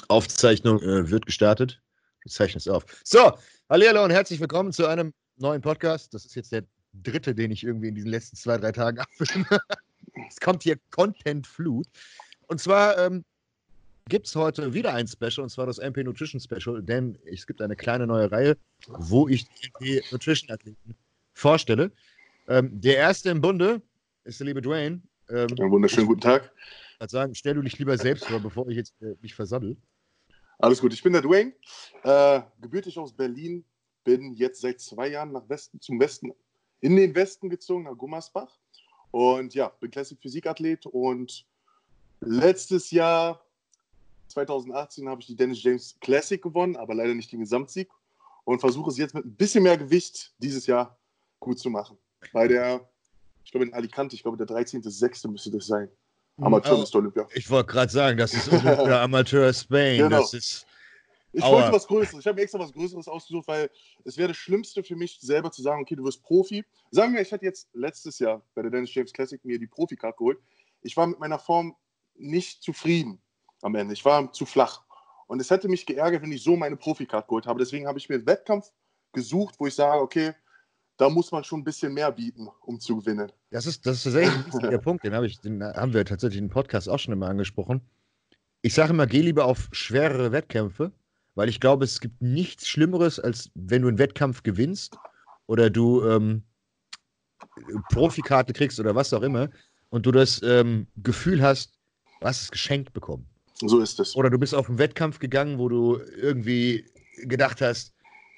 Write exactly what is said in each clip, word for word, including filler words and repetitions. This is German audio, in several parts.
Aufzeichnung äh, wird gestartet. Wir zeichnen es auf. So, hallo und herzlich willkommen zu einem neuen Podcast. Das ist jetzt der dritte, den ich irgendwie in diesen letzten zwei, drei Tagen abfilme. Es kommt hier Content-Flut. Und zwar ähm, gibt es heute wieder ein Special, und zwar das M P Nutrition Special, denn es gibt eine kleine neue Reihe, wo ich die M P Nutrition Athleten vorstelle. Ähm, der erste im Bunde ist der liebe Dwayne. Ähm, Einen wunderschönen guten Tag. Ich würde sagen, stell du dich lieber selbst vor, bevor ich jetzt äh, mich versammle. Alles gut, ich bin der Dwayne, äh, gebürtig aus Berlin, bin jetzt seit zwei Jahren nach Westen, zum Westen, in den Westen gezogen, nach Gummersbach. Und ja, bin Classic Physikathlet und letztes Jahr, zwanzig achtzehn, habe ich die Dennis James Classic gewonnen, aber leider nicht den Gesamtsieg und versuche es jetzt mit ein bisschen mehr Gewicht dieses Jahr gut zu machen. Bei der, ich glaube in Alicante, ich glaube der dreizehnten sechsten müsste das sein. Amateur ist Olympia. Ich wollte gerade sagen, das ist Olympia Amateur Spain. Genau. Das ist, ich Aua. wollte was Größeres. Ich habe mir extra was Größeres ausgesucht, weil es wäre das Schlimmste für mich, selber zu sagen, okay, du wirst Profi. Sagen wir, ich hatte jetzt letztes Jahr bei der Dennis James Classic mir die Profi-Card geholt. Ich war mit meiner Form nicht zufrieden am Ende. Ich war zu flach. Und es hätte mich geärgert, wenn ich so meine Profi-Card geholt habe. Deswegen habe ich mir einen Wettkampf gesucht, wo ich sage, okay, da muss man schon ein bisschen mehr bieten, um zu gewinnen. Das ist, das ist tatsächlich ein wichtiger Punkt, den, hab ich, den haben wir tatsächlich im Podcast auch schon immer angesprochen. Ich sage immer, geh lieber auf schwerere Wettkämpfe, weil ich glaube, es gibt nichts Schlimmeres, als wenn du einen Wettkampf gewinnst oder du ähm, Profikarte kriegst oder was auch immer und du das ähm, Gefühl hast, du hast es geschenkt bekommen. So ist es. Oder du bist auf einen Wettkampf gegangen, wo du irgendwie gedacht hast,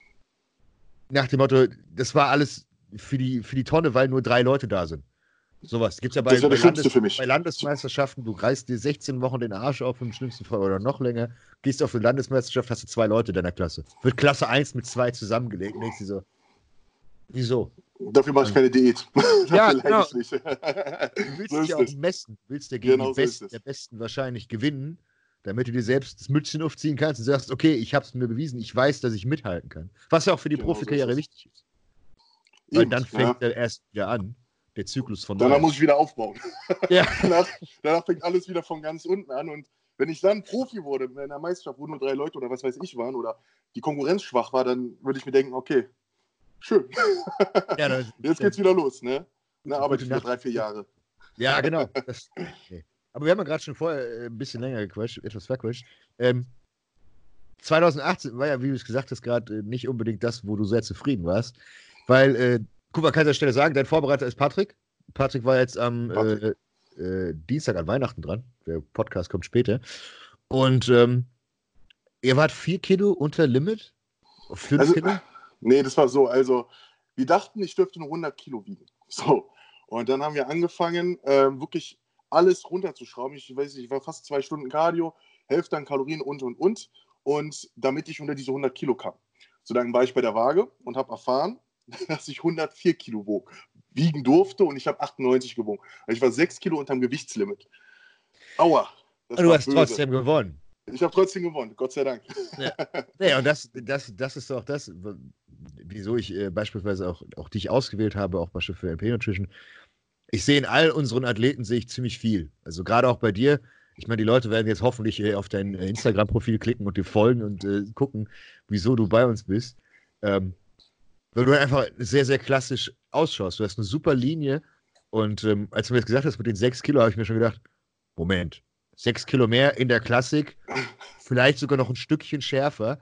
nach dem Motto, das war alles für die, für die Tonne, weil nur drei Leute da sind. Sowas gibt es ja bei, das bei, das Landes, für mich. bei Landesmeisterschaften. Du reißt dir sechzehn Wochen den Arsch auf, im schlimmsten Fall oder noch länger. Gehst auf eine Landesmeisterschaft, hast du zwei Leute deiner Klasse. Wird Klasse eins mit zwei zusammengelegt. Und denkst du so, wieso? Dafür mache ich keine Diät. Ja, genau. Ich nicht. Du willst So dich ist auch es. messen. Du willst ja gegen Genau die so ist Besten es. der Besten wahrscheinlich gewinnen, damit du dir selbst das Mützchen aufziehen kannst und sagst, okay, ich habe es mir bewiesen, ich weiß, dass ich mithalten kann. Was ja auch für die Genau so Profikarriere ist es. wichtig ist. Weil Eben, dann fängt ja. er erst wieder an, der Zyklus von Danach neuem. muss ich wieder aufbauen. Ja. danach, danach fängt alles wieder von ganz unten an. Und wenn ich dann Profi wurde in einer Meisterschaft, wo nur drei Leute oder was weiß ich waren oder die Konkurrenz schwach war, dann würde ich mir denken, okay, schön. Ja, das, Jetzt geht's wieder los, ne? Na, Gute arbeite ich wieder Nacht. drei, vier Jahre. Ja, genau. Das, nee. Aber wir haben ja gerade schon vorher äh, ein bisschen länger gequatscht, etwas verquatscht. Ähm, zwanzig achtzehn war ja, wie du es gesagt hast, gerade äh, nicht unbedingt das, wo du sehr zufrieden warst. Weil, äh, guck mal, kann ich an der Stelle sagen, dein Vorbereiter ist Patrick. Patrick war jetzt am äh, äh, Dienstag an Weihnachten dran. Der Podcast kommt später. Und ähm, ihr wart vier Kilo unter Limit? Auf fünf Also, Kilo? nee, das war so. Also, wir dachten, ich dürfte nur hundert Kilo wiegen. So. Und dann haben wir angefangen, ähm, wirklich alles runterzuschrauben. Ich weiß nicht, ich war fast zwei Stunden Cardio, Hälfte an Kalorien und, und, und. Und damit ich unter diese hundert Kilo kam. So, dann war ich bei der Waage und habe erfahren, dass ich hundertvier Kilo wog, wiegen durfte und ich habe achtundneunzig gewogen. Also ich war sechs Kilo unterm Gewichtslimit. Aua. Das Und du war hast böse. trotzdem gewonnen. Ich habe trotzdem gewonnen, Gott sei Dank. Ja, ja und das, das, das ist doch das, wieso ich äh, beispielsweise auch, auch dich ausgewählt habe, auch beispielsweise für M P Nutrition. Ich sehe in all unseren Athleten sehe ich ziemlich viel. Also gerade auch bei dir. Ich meine, die Leute werden jetzt hoffentlich äh, auf dein äh, Instagram-Profil klicken und dir folgen und äh, gucken, wieso du bei uns bist. Ähm, weil du einfach sehr, sehr klassisch ausschaust. Du hast eine super Linie. Und ähm, als du mir das gesagt hast mit den sechs Kilo, habe ich mir schon gedacht, Moment, sechs Kilo mehr in der Klassik, vielleicht sogar noch ein Stückchen schärfer.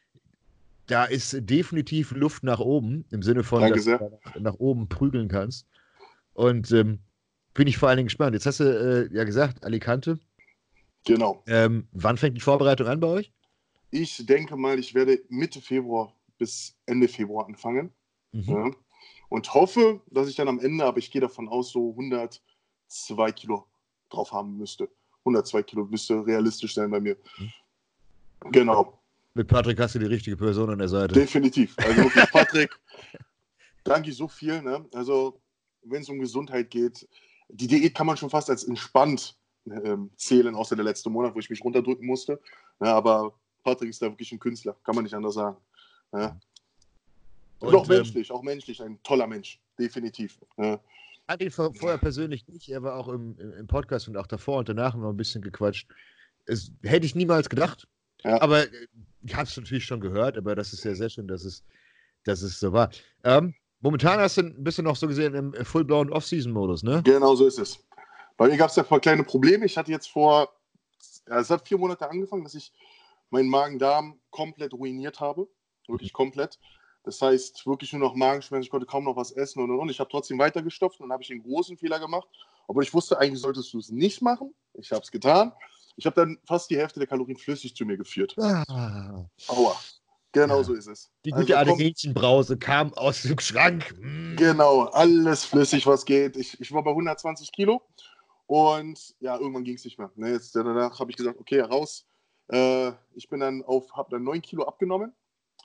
Da ist definitiv Luft nach oben, im Sinne von, Danke dass sehr. du nach, nach oben prügeln kannst. Und ähm, bin ich vor allen Dingen gespannt. Jetzt hast du äh, ja gesagt, Alicante. Genau. Ähm, wann fängt die Vorbereitung an bei euch? Ich denke mal, ich werde Mitte Februar bis Ende Februar anfangen. Mhm. Ja. Und hoffe, dass ich dann am Ende, aber ich gehe davon aus, so hundertzwei Kilo drauf haben müsste. hundertzwei Kilo müsste realistisch sein bei mir. Mhm. Genau. Mit Patrick hast du die richtige Person an der Seite. Definitiv. Also wirklich, Patrick, danke so viel. Ne? Also, wenn es um Gesundheit geht, die Diät kann man schon fast als entspannt ähm, zählen, außer der letzte Monat, wo ich mich runterdrücken musste. Ja, aber Patrick ist da wirklich ein Künstler, kann man nicht anders sagen. Ja. Und, Und auch ähm, menschlich, auch menschlich ein toller Mensch, definitiv. Ja. Ich hatte ihn vorher persönlich nicht, er war auch im, im Podcast und auch davor und danach noch ein bisschen gequatscht. Es hätte ich niemals gedacht. Ja. Aber äh, ich habe es natürlich schon gehört, aber das ist ja sehr schön, dass es, dass es so war. Ähm, momentan hast du ein bisschen noch so gesehen im full-blown Off-Season-Modus, ne? Genau so ist es. Bei mir gab es ja ein paar kleine Probleme. Ich hatte jetzt vor, ja, es hat vier Monate angefangen, dass ich meinen Magen-Darm komplett ruiniert habe. Wirklich komplett. Das heißt, wirklich nur noch Magenschmerzen, ich konnte kaum noch was essen und und und. Ich habe trotzdem weitergestopft und dann habe ich den großen Fehler gemacht. Aber ich wusste, eigentlich solltest du es nicht machen. Ich habe es getan. Ich habe dann fast die Hälfte der Kalorien flüssig zu mir geführt. Ah, Aua. Genau ja. so ist es. Die gute Also alte kommt, Hähnchenbrause kam aus dem Schrank. Mm. genau, alles flüssig, was geht. Ich, ich war bei hundertzwanzig Kilo und ja, irgendwann ging es nicht mehr. Ne, jetzt, danach habe ich gesagt, okay, raus. Äh, ich bin dann auf, habe dann neun Kilo abgenommen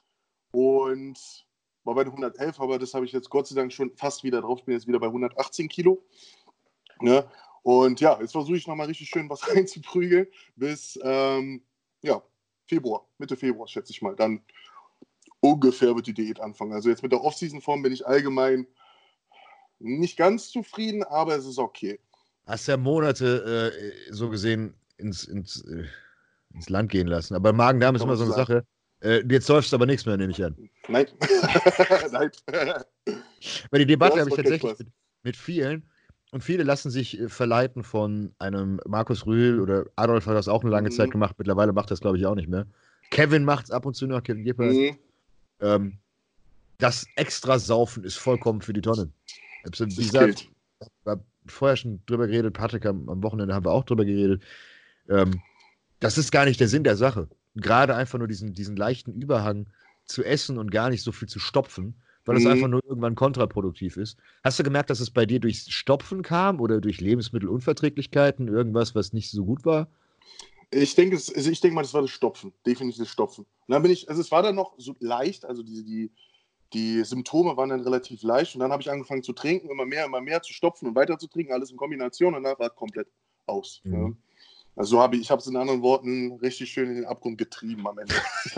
und war bei hundertelf, aber das habe ich jetzt Gott sei Dank schon fast wieder drauf. Ich bin jetzt wieder bei hundertachtzehn Kilo. Ne? Und ja, jetzt versuche ich nochmal richtig schön was reinzuprügeln bis ähm, ja, Februar, Mitte Februar, schätze ich mal. Dann ungefähr wird die Diät anfangen. Also jetzt mit der Off-Season-Form bin ich allgemein nicht ganz zufrieden, aber es ist okay. Hast ja Monate äh, so gesehen ins, ins, äh, ins Land gehen lassen. Aber Magen-Darm ist Kann immer man so so eine sagen. Sache. Äh, jetzt läuft aber nichts mehr, nehme ich an. Nein. Nein. Weil die Debatte Das habe ich war kein tatsächlich Spaß. mit, mit vielen. Und viele lassen sich äh, verleiten von einem Markus Rühl oder Adolf hat das auch eine lange Zeit Mhm. gemacht. Mittlerweile macht das, glaube ich, auch nicht mehr. Kevin macht es ab und zu noch, Kevin Gebhardt. Mhm. Ähm, das Extra-Saufen ist vollkommen für die Tonne. Ich hab, Das wie ist gesagt, Kult. wir haben vorher schon drüber geredet, Patrick am, am Wochenende haben wir auch drüber geredet. Ähm, das ist gar nicht der Sinn der Sache. Gerade einfach nur diesen, diesen leichten Überhang zu essen und gar nicht so viel zu stopfen, weil das einfach Mhm. nur irgendwann kontraproduktiv ist. Hast du gemerkt, dass es bei dir durchs Stopfen kam oder durch Lebensmittelunverträglichkeiten, irgendwas, was nicht so gut war? Ich denke, es- also ich denke mal, das war das Stopfen. Definitiv das Stopfen. Und dann bin ich, also es war dann noch so leicht, also die, die, die Symptome waren dann relativ leicht und dann habe ich angefangen zu trinken, immer mehr, immer mehr zu stopfen und weiter zu trinken, alles in Kombination und dann war es komplett aus. Mhm. Ne? Also so habe ich, ich habe es in anderen Worten richtig schön in den Abgrund getrieben am Ende.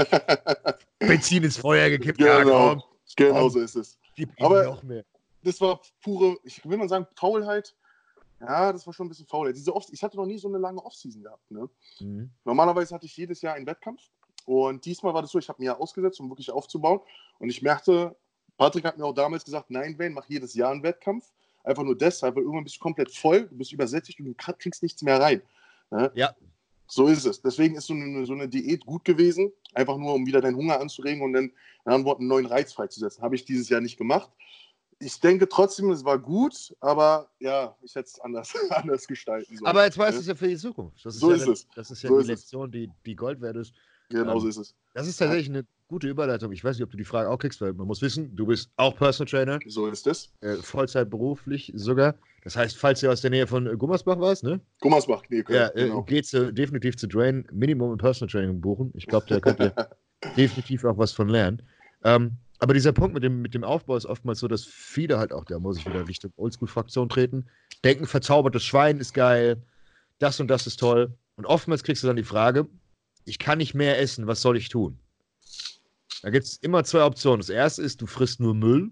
Benzin ins Feuer gekippt, ja, Genau, komm, genau komm, so ist es. gib ihm Aber noch mehr. das war pure, ich will mal sagen, Faulheit. Ja, das war schon ein bisschen Faulheit. Diese Off ich hatte noch nie so eine lange Offseason gehabt. Ne? Mhm. Normalerweise hatte ich jedes Jahr einen Wettkampf und diesmal war das so, ich habe mir ja ausgesetzt, um wirklich aufzubauen und ich merkte, Patrick hat mir auch damals gesagt, nein, Wayne, mach jedes Jahr einen Wettkampf. Einfach nur deshalb, weil irgendwann bist du komplett voll, du bist übersättigt und du kriegst nichts mehr rein. Ne? Ja, So ist es. Deswegen ist so eine, so eine Diät gut gewesen, einfach nur, um wieder deinen Hunger anzuregen und dann in anderen Worten einen neuen Reiz freizusetzen. Habe ich dieses Jahr nicht gemacht. Ich denke trotzdem, es war gut, aber ja, ich hätte es anders, anders gestalten sollen. aber jetzt weißt du Ne? es ja für die Zukunft. Das ist So ja, ist eine, es. das ist ja So die ist es. Lektion, die, die Gold wert ist. Genau so Ähm, ist es. das ist tatsächlich eine gute Überleitung. Ich weiß nicht, ob du die Frage auch kriegst, weil man muss wissen, du bist auch Personal Trainer, So ist es. äh, Vollzeit beruflich sogar. Das heißt, falls ihr aus der Nähe von äh, Gummersbach warst, ne? Gummersbach, nee, Ja, Köln, äh, genau. geht zu, definitiv zu Drain, Minimum im Personal Training buchen. Ich glaube, da könnt ihr definitiv auch was von lernen. Ähm, aber dieser Punkt mit dem, mit dem Aufbau ist oftmals so, dass viele halt auch, da muss ich wieder Richtung Oldschool-Fraktion treten, denken, verzaubertes Schwein ist geil, das und das ist toll. Und oftmals kriegst du dann die Frage, ich kann nicht mehr essen, was soll ich tun? Da gibt es immer zwei Optionen. Das erste ist, du frisst nur Müll,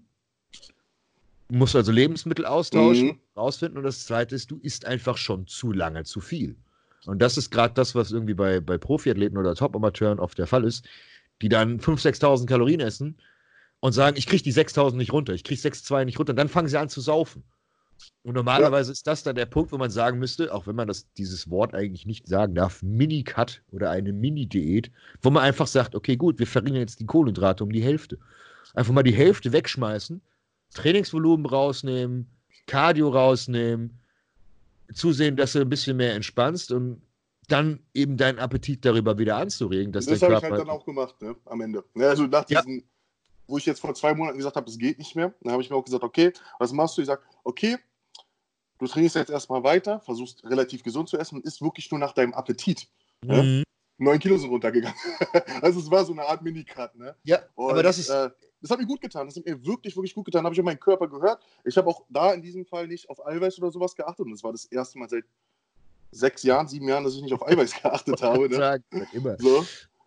musst also Lebensmittel austauschen, Mhm. rausfinden. Und das zweite ist, du isst einfach schon zu lange zu viel. Und das ist gerade das, was irgendwie bei, bei Profiathleten oder Top-Amateuren oft der Fall ist, die dann fünftausend, sechstausend Kalorien essen und sagen, ich kriege die sechstausend nicht runter, ich kriege sechs Komma zwei nicht runter. Und dann fangen sie an zu saufen. Und Ja, normalerweise ist das dann der Punkt, wo man sagen müsste, auch wenn man das, dieses Wort eigentlich nicht sagen darf, Mini-Cut oder eine Mini-Diät, wo man einfach sagt, okay, gut, wir verringern jetzt die Kohlenhydrate um die Hälfte. Einfach mal die Hälfte wegschmeißen, Trainingsvolumen rausnehmen, Cardio rausnehmen, zusehen, dass du ein bisschen mehr entspannst und dann eben deinen Appetit darüber wieder anzuregen, dass und dein das habe ich halt Körper. dann auch gemacht, ne, am Ende. Ja, also nach Ja, diesen, wo ich jetzt vor zwei Monaten gesagt habe, das geht nicht mehr, dann habe ich mir auch gesagt, okay, was machst du? Ich sage, okay, du trainierst jetzt erstmal weiter, versuchst relativ gesund zu essen und isst wirklich nur nach deinem Appetit. Ne? mhm. Neun Kilo sind runtergegangen. Also es war so eine Art Minicut. Ne? Ja, aber das Und ist. äh, das hat mir gut getan. Das hat mir wirklich, wirklich gut getan. Da habe ich auch meinen Körper gehört. Ich habe auch da in diesem Fall nicht auf Eiweiß oder sowas geachtet. Und das war das erste Mal seit sechs Jahren, sieben Jahren, dass ich nicht auf Eiweiß geachtet habe. Ne? Sagen, sag immer. So.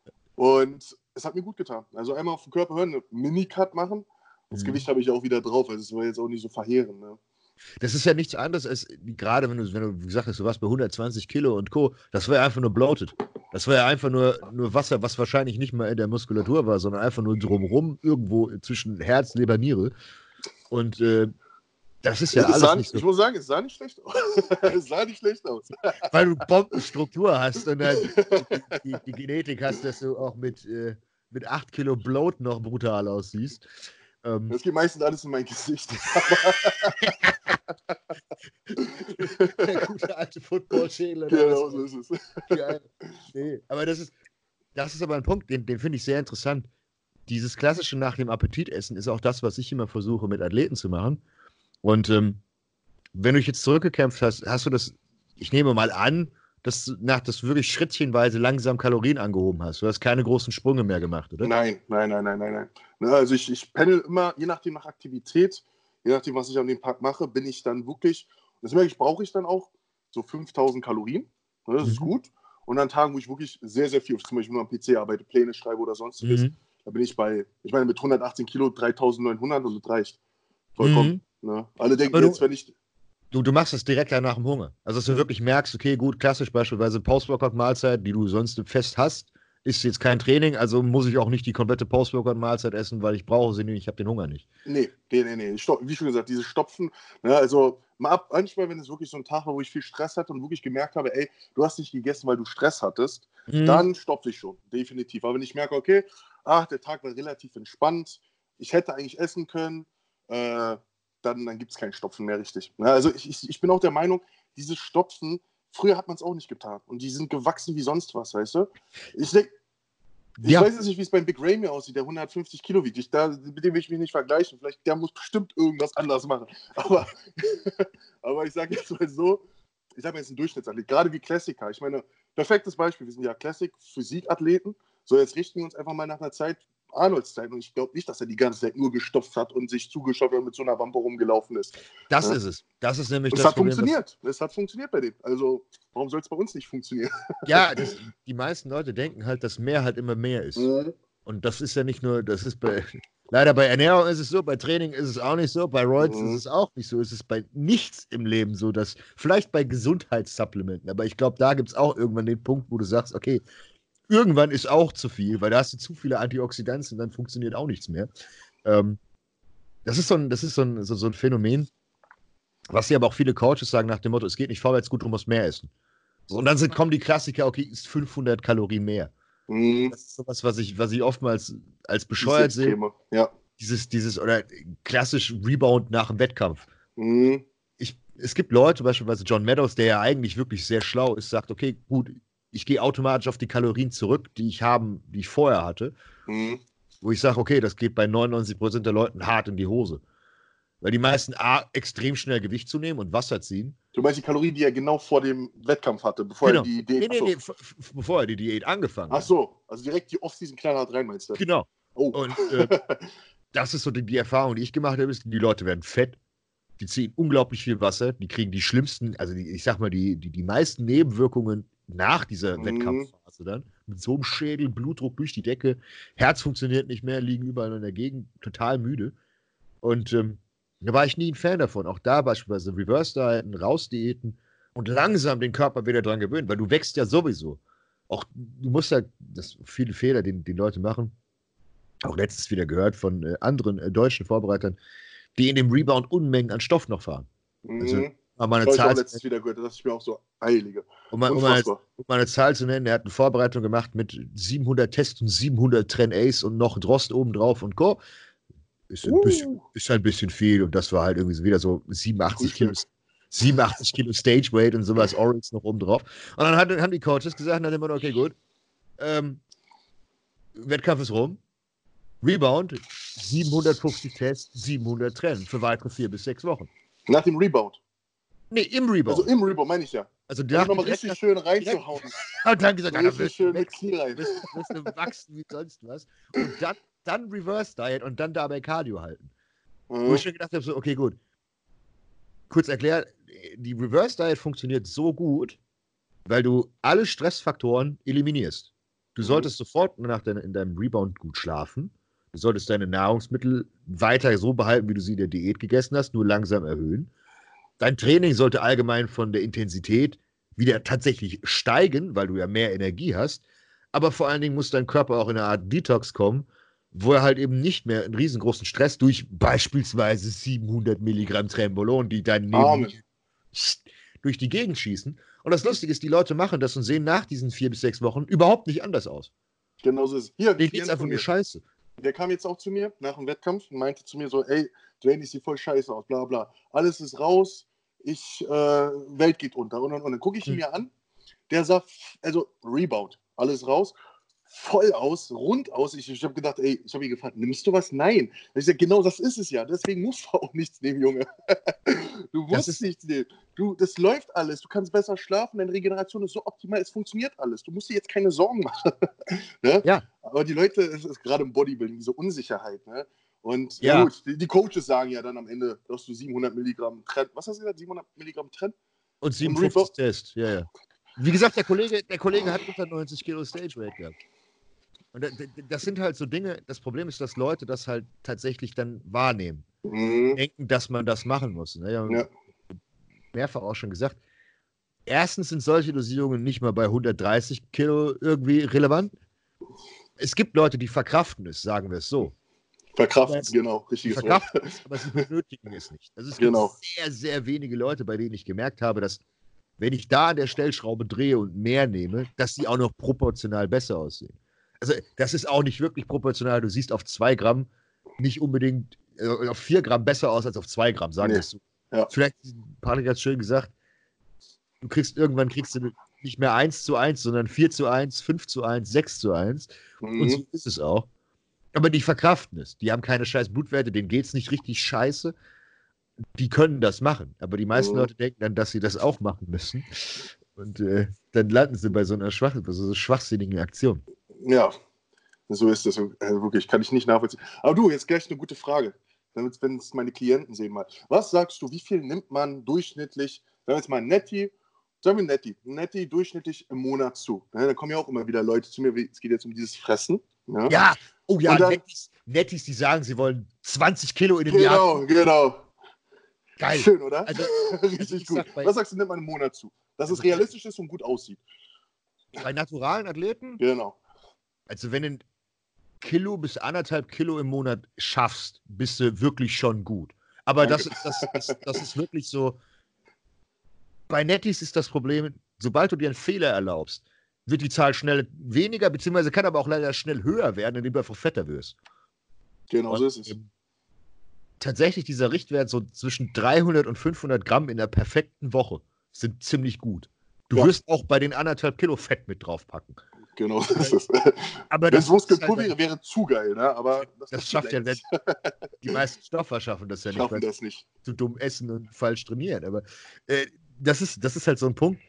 Und es hat mir gut getan. Also einmal auf den Körper hören, eine Minicut machen. Und das Mhm. Gewicht habe ich auch wieder drauf. Also es war jetzt auch nicht so verheerend. Ne? Das ist ja nichts anderes als, gerade wenn du, wenn du gesagt hast, du warst bei hundertzwanzig Kilo und Co., das war ja einfach nur bloated. Das war ja einfach nur, nur Wasser, was wahrscheinlich nicht mal in der Muskulatur war, sondern einfach nur drumrum, irgendwo zwischen Herz, Leber, Niere. Und äh, das ist ja Es alles sah nicht nicht, so. ich muss sagen, es sah nicht schlecht aus. Es sah nicht schlecht aus. Weil du Bombenstruktur hast und dann die, die, die Genetik hast, dass du auch mit, äh, mit acht Kilo Bloat noch brutal aussiehst. Ähm, Das geht meistens alles in mein Gesicht. Der gute alte Football-Schädel. Genau, so ist es. Geil. Nee, aber das ist, das ist aber ein Punkt, den, den finde ich sehr interessant. Dieses klassische nach dem Appetitessen ist auch das, was ich immer versuche mit Athleten zu machen. Und ähm, wenn du dich jetzt zurückgekämpft hast, hast du das, ich nehme mal an, dass du nach das wirklich schrittchenweise langsam Kalorien angehoben hast. Du hast keine großen Sprünge mehr gemacht, oder? Nein, nein, nein, nein, nein, nein. Ne, also ich, ich pendel immer, je nachdem nach Aktivität, je nachdem, was ich an dem Tag mache, bin ich dann wirklich, das merke ich, brauche ich dann auch so fünftausend Kalorien. Ne, das Mhm. ist gut. Und an Tagen, wo ich wirklich sehr, sehr viel, zum Beispiel nur am P C arbeite, Pläne schreibe oder sonstiges, Mhm. da bin ich bei, ich meine, mit hundertachtzehn Kilo dreitausendneunhundert, also das reicht. Vollkommen. Mhm. Ne? Alle denken Aber du- jetzt, wenn ich, Du, du machst das direkt nach dem Hunger. Also, dass du wirklich merkst, okay, gut, klassisch beispielsweise Post-Workout-Mahlzeit, die du sonst fest hast, ist jetzt kein Training, also muss ich auch nicht die komplette Post-Workout-Mahlzeit essen, weil ich brauche sie nicht, ich habe den Hunger nicht. nee, nee, nee, nee. Stopp, wie schon gesagt, dieses Stopfen, ne, also mal ab, manchmal, wenn es wirklich so ein Tag war, wo ich viel Stress hatte und wirklich gemerkt habe, ey, du hast nicht gegessen, weil du Stress hattest, Mhm. dann stopfe ich schon, definitiv. Aber wenn ich merke, okay, ach, der Tag war relativ entspannt, ich hätte eigentlich essen können, äh, dann, dann gibt es kein Stopfen mehr richtig. Ne, also ich, ich, ich bin auch der Meinung, dieses Stopfen, früher hat man es auch nicht getan und die sind gewachsen wie sonst was, weißt du? Ich denke, Ich Ja, weiß jetzt nicht, wie es beim Big Ramy aussieht, der hundertfünfzig Kilo wiegt. Ich, da, mit dem will ich mich nicht vergleichen. Vielleicht, der muss bestimmt irgendwas anders machen. Aber, aber ich sage jetzt mal so, ich sage jetzt ein Durchschnittsathlet, gerade wie Klassiker. Ich meine, perfektes Beispiel, wir sind ja Classic-Physik-Athleten. So, jetzt richten wir uns einfach mal nach einer Zeit, Arnolds Zeit. Und ich glaube nicht, dass er die ganze Zeit nur gestopft hat und sich zugeschaut und mit so einer Wampe rumgelaufen ist. das Ja. ist es. Das ist nämlich Und es das hat Problem. funktioniert. Es hat funktioniert bei dem. Also, warum soll es bei uns nicht funktionieren? Was, ja, das, die meisten Leute denken halt, dass mehr halt immer mehr ist. Mhm. Und das ist ja nicht nur, das ist bei, leider bei Ernährung ist es so, bei Training ist es auch nicht so, bei Roids Mhm. ist es auch nicht so, es ist bei nichts im Leben so, dass, vielleicht bei Gesundheitssupplementen, aber ich glaube, da gibt es auch irgendwann den Punkt, wo du sagst, okay, irgendwann ist auch zu viel, weil da hast du zu viele Antioxidantien, dann funktioniert auch nichts mehr. Ähm, das ist so ein, das ist so ein, so, so ein Phänomen, was dir aber auch viele Coaches sagen nach dem Motto, es geht nicht vorwärts, gut, du musst mehr essen. So, und dann sind, kommen die Klassiker, okay, ist fünfhundert Kalorien mehr. Mhm. Das ist sowas, was ich, was ich oftmals als bescheuert sehe. Extreme. Ja. Dieses, dieses, oder klassisch Rebound nach dem Wettkampf. Mhm. Ich, es gibt Leute, beispielsweise John Meadows, der ja eigentlich wirklich sehr schlau ist, sagt, okay, gut, ich gehe automatisch auf die Kalorien zurück, die ich haben, die ich vorher hatte, Mhm. wo ich sage, okay, das geht bei neunundneunzig Prozent der Leuten hart in die Hose. Weil die meisten A, extrem schnell Gewicht zunehmen und Wasser ziehen. Du meinst die Kalorien, die er genau vor dem Wettkampf hatte, bevor Genau. er die Nee, Diät... nee, nee, f- f- bevor er die Diät angefangen Ach hat. so, also direkt die Off-Season knallhart rein, meinst du? Genau. Oh. Und äh, das ist so die, die Erfahrung, die ich gemacht habe, ist, die Leute werden fett, die ziehen unglaublich viel Wasser, die kriegen die schlimmsten, also die, ich sag mal, die, die, die meisten Nebenwirkungen nach dieser Mhm. Wettkampfphase dann, mit so einem Schädel, Blutdruck durch die Decke, Herz funktioniert nicht mehr, liegen überall in der Gegend, total müde. Und ähm, da war ich nie ein Fan davon. Auch da beispielsweise Reverse-Diäten, Rausdiäten und langsam den Körper wieder dran gewöhnen, weil du wächst ja sowieso. Auch du musst ja, das sind viele Fehler, die die Leute machen, auch letztens wieder gehört von äh, anderen äh, deutschen Vorbereitern, die in dem Rebound Unmengen an Stoff noch fahren. Also, Mhm. um mal eine Habe ich auch Zahl, letztens wieder gehört, das ist mir auch so heilige. um mal, um, mal, Unfassbar. um mal eine Zahl zu nennen, der hat eine Vorbereitung gemacht mit siebenhundert Tests und siebenhundert Tren Ace und noch Drost obendrauf und Co. Ist ein, bisschen, Uh. ist ein bisschen viel und das war halt irgendwie so wieder so siebenundachtzig Kilo, Frühstück. siebenundachtzig Kilo Stage Weight und sowas, Oryx noch oben drauf. Und dann hat, haben die Coaches gesagt, dann immer, okay, gut, ähm, Wettkampf ist rum, Rebound, siebenhundertfünfzig Tests, siebenhundert Trennen für weitere vier bis sechs Wochen. Nach dem Rebound. Nee, im Rebound. Also im Rebound meine ich ja. Also, Also nach nochmal direkt richtig nach- schön reinzuhauen. und dann gesagt, So ja, dann richtig wirst du schön weg, mit Knie rein. wirst, wirst du wachsen wie sonst was. Und dann, dann Reverse Diet und dann dabei Cardio halten. Wo Mhm. ich schon gedacht habe, so, okay, gut. Kurz erklärt, die Reverse Diet funktioniert so gut, weil du alle Stressfaktoren eliminierst. Du Mhm. solltest sofort nach dein, in deinem Rebound gut schlafen. Du solltest deine Nahrungsmittel weiter so behalten, wie du sie in der Diät gegessen hast, nur langsam erhöhen. Dein Training sollte allgemein von der Intensität wieder tatsächlich steigen, weil du ja mehr Energie hast. Aber vor allen Dingen muss dein Körper auch in eine Art Detox kommen, wo er halt eben nicht mehr einen riesengroßen Stress durch beispielsweise siebenhundert Milligramm Trenbolon, die dann neben durch die Gegend schießen. Und das Lustige ist, die Leute machen das und sehen nach diesen vier bis sechs Wochen überhaupt nicht anders aus. Genau so ist es. Hier, denen geht's einfach nur scheiße. Der kam jetzt auch zu mir nach dem Wettkampf und meinte zu mir so, ey, Dwayne, ich sehe voll scheiße aus, bla bla. Alles ist raus, ich, äh, Welt geht unter. Und, und, und dann gucke ich ihn hm. mir an, der sah, also Rebound, alles raus, voll aus, rund aus. Ich, ich habe gedacht, ey, ich habe ihn gefragt, nimmst du was? Nein. Ich sage, genau das ist es ja. Deswegen musst du auch nichts nehmen, Junge. Du musst ist... nichts nehmen. Du, das läuft alles. Du kannst besser schlafen, deine Regeneration ist so optimal, es funktioniert alles. Du musst dir jetzt keine Sorgen machen. Ne? Ja. Aber die Leute, es ist gerade im Bodybuilding, diese Unsicherheit. Ne? Und ja. Ja, gut, die, die Coaches sagen ja dann am Ende, dass du siebenhundert Milligramm Trend, was hast du gesagt, siebenhundert Milligramm Trend? Und siebenundfünfzig Test, ja, ja. Wie gesagt, der Kollege, der Kollege hat unter neunzig Kilo Stage Weight gehabt. Und das sind halt so Dinge, das Problem ist, dass Leute das halt tatsächlich dann wahrnehmen. Mhm. Denken, dass man das machen muss. Ne? Ja. Ja. Mehrfach auch schon gesagt. Erstens sind solche Dosierungen nicht mal bei hundertdreißig Kilo irgendwie relevant. Es gibt Leute, die verkraften es, sagen wir es so. Verkraften es, genau. Richtiges verkraften es, aber sie benötigen es nicht. Also es gibt genau. sehr, sehr wenige Leute, bei denen ich gemerkt habe, dass, wenn ich da an der Stellschraube drehe und mehr nehme, dass sie auch noch proportional besser aussehen. Also das ist auch nicht wirklich proportional. Du siehst auf zwei Gramm nicht unbedingt, äh, auf vier Gramm besser aus als auf zwei Gramm, sagen wir es so. Ja. Vielleicht, Patrick hat es schön gesagt, du kriegst irgendwann kriegst du nicht mehr eins zu eins, sondern vier zu eins, fünf zu eins, sechs zu eins. Mhm. Und so ist es auch. Aber die verkraften es. Die haben keine scheiß Blutwerte, denen geht es nicht richtig scheiße. Die können das machen. Aber die meisten mhm. Leute denken dann, dass sie das auch machen müssen. Und äh, dann landen sie bei so einer schwach, bei so einer schwachsinnigen Aktion. Ja, so ist das. Also wirklich, kann ich nicht nachvollziehen. Aber du, jetzt gleich eine gute Frage. Wenn es meine Klienten sehen mal. Was sagst du, wie viel nimmt man durchschnittlich, wenn wir jetzt mal Netti, sagen wir Netti, Netti durchschnittlich im Monat zu? Ja, dann kommen ja auch immer wieder Leute zu mir, es geht jetzt um dieses Fressen. Ja, ja. Oh ja, dann, Nettis, Nettis, die sagen, sie wollen zwanzig Kilo in dem genau, Jahr. Genau, genau. Geil. Schön, oder? Also, richtig gut. Sag, Was sagst du, nimmt man im Monat zu? Dass also es realistisch ist und gut aussieht. Bei naturalen Athleten? Genau. Also wenn du ein Kilo bis anderthalb Kilo im Monat schaffst, bist du wirklich schon gut. Aber das ist, das, das, das ist wirklich so, bei Nettis ist das Problem, sobald du dir einen Fehler erlaubst, wird die Zahl schnell weniger, beziehungsweise kann aber auch leider schnell höher werden, indem du einfach fetter wirst. Genau, so ist es. Ähm, tatsächlich dieser Richtwert so zwischen dreihundert und fünfhundert Gramm in der perfekten Woche sind ziemlich gut. Du ja. wirst auch bei den anderthalb Kilo Fett mit draufpacken. Genau, so ist es. Aber Wenn es Muskelpulver wäre, wäre zu geil, ne? Aber das, das schafft ja nicht. Die meisten Stoffer schaffen das ja nicht. Schaffen das nicht. Zu dumm essen und falsch trainieren. Aber äh, das, ist, das ist halt so ein Punkt.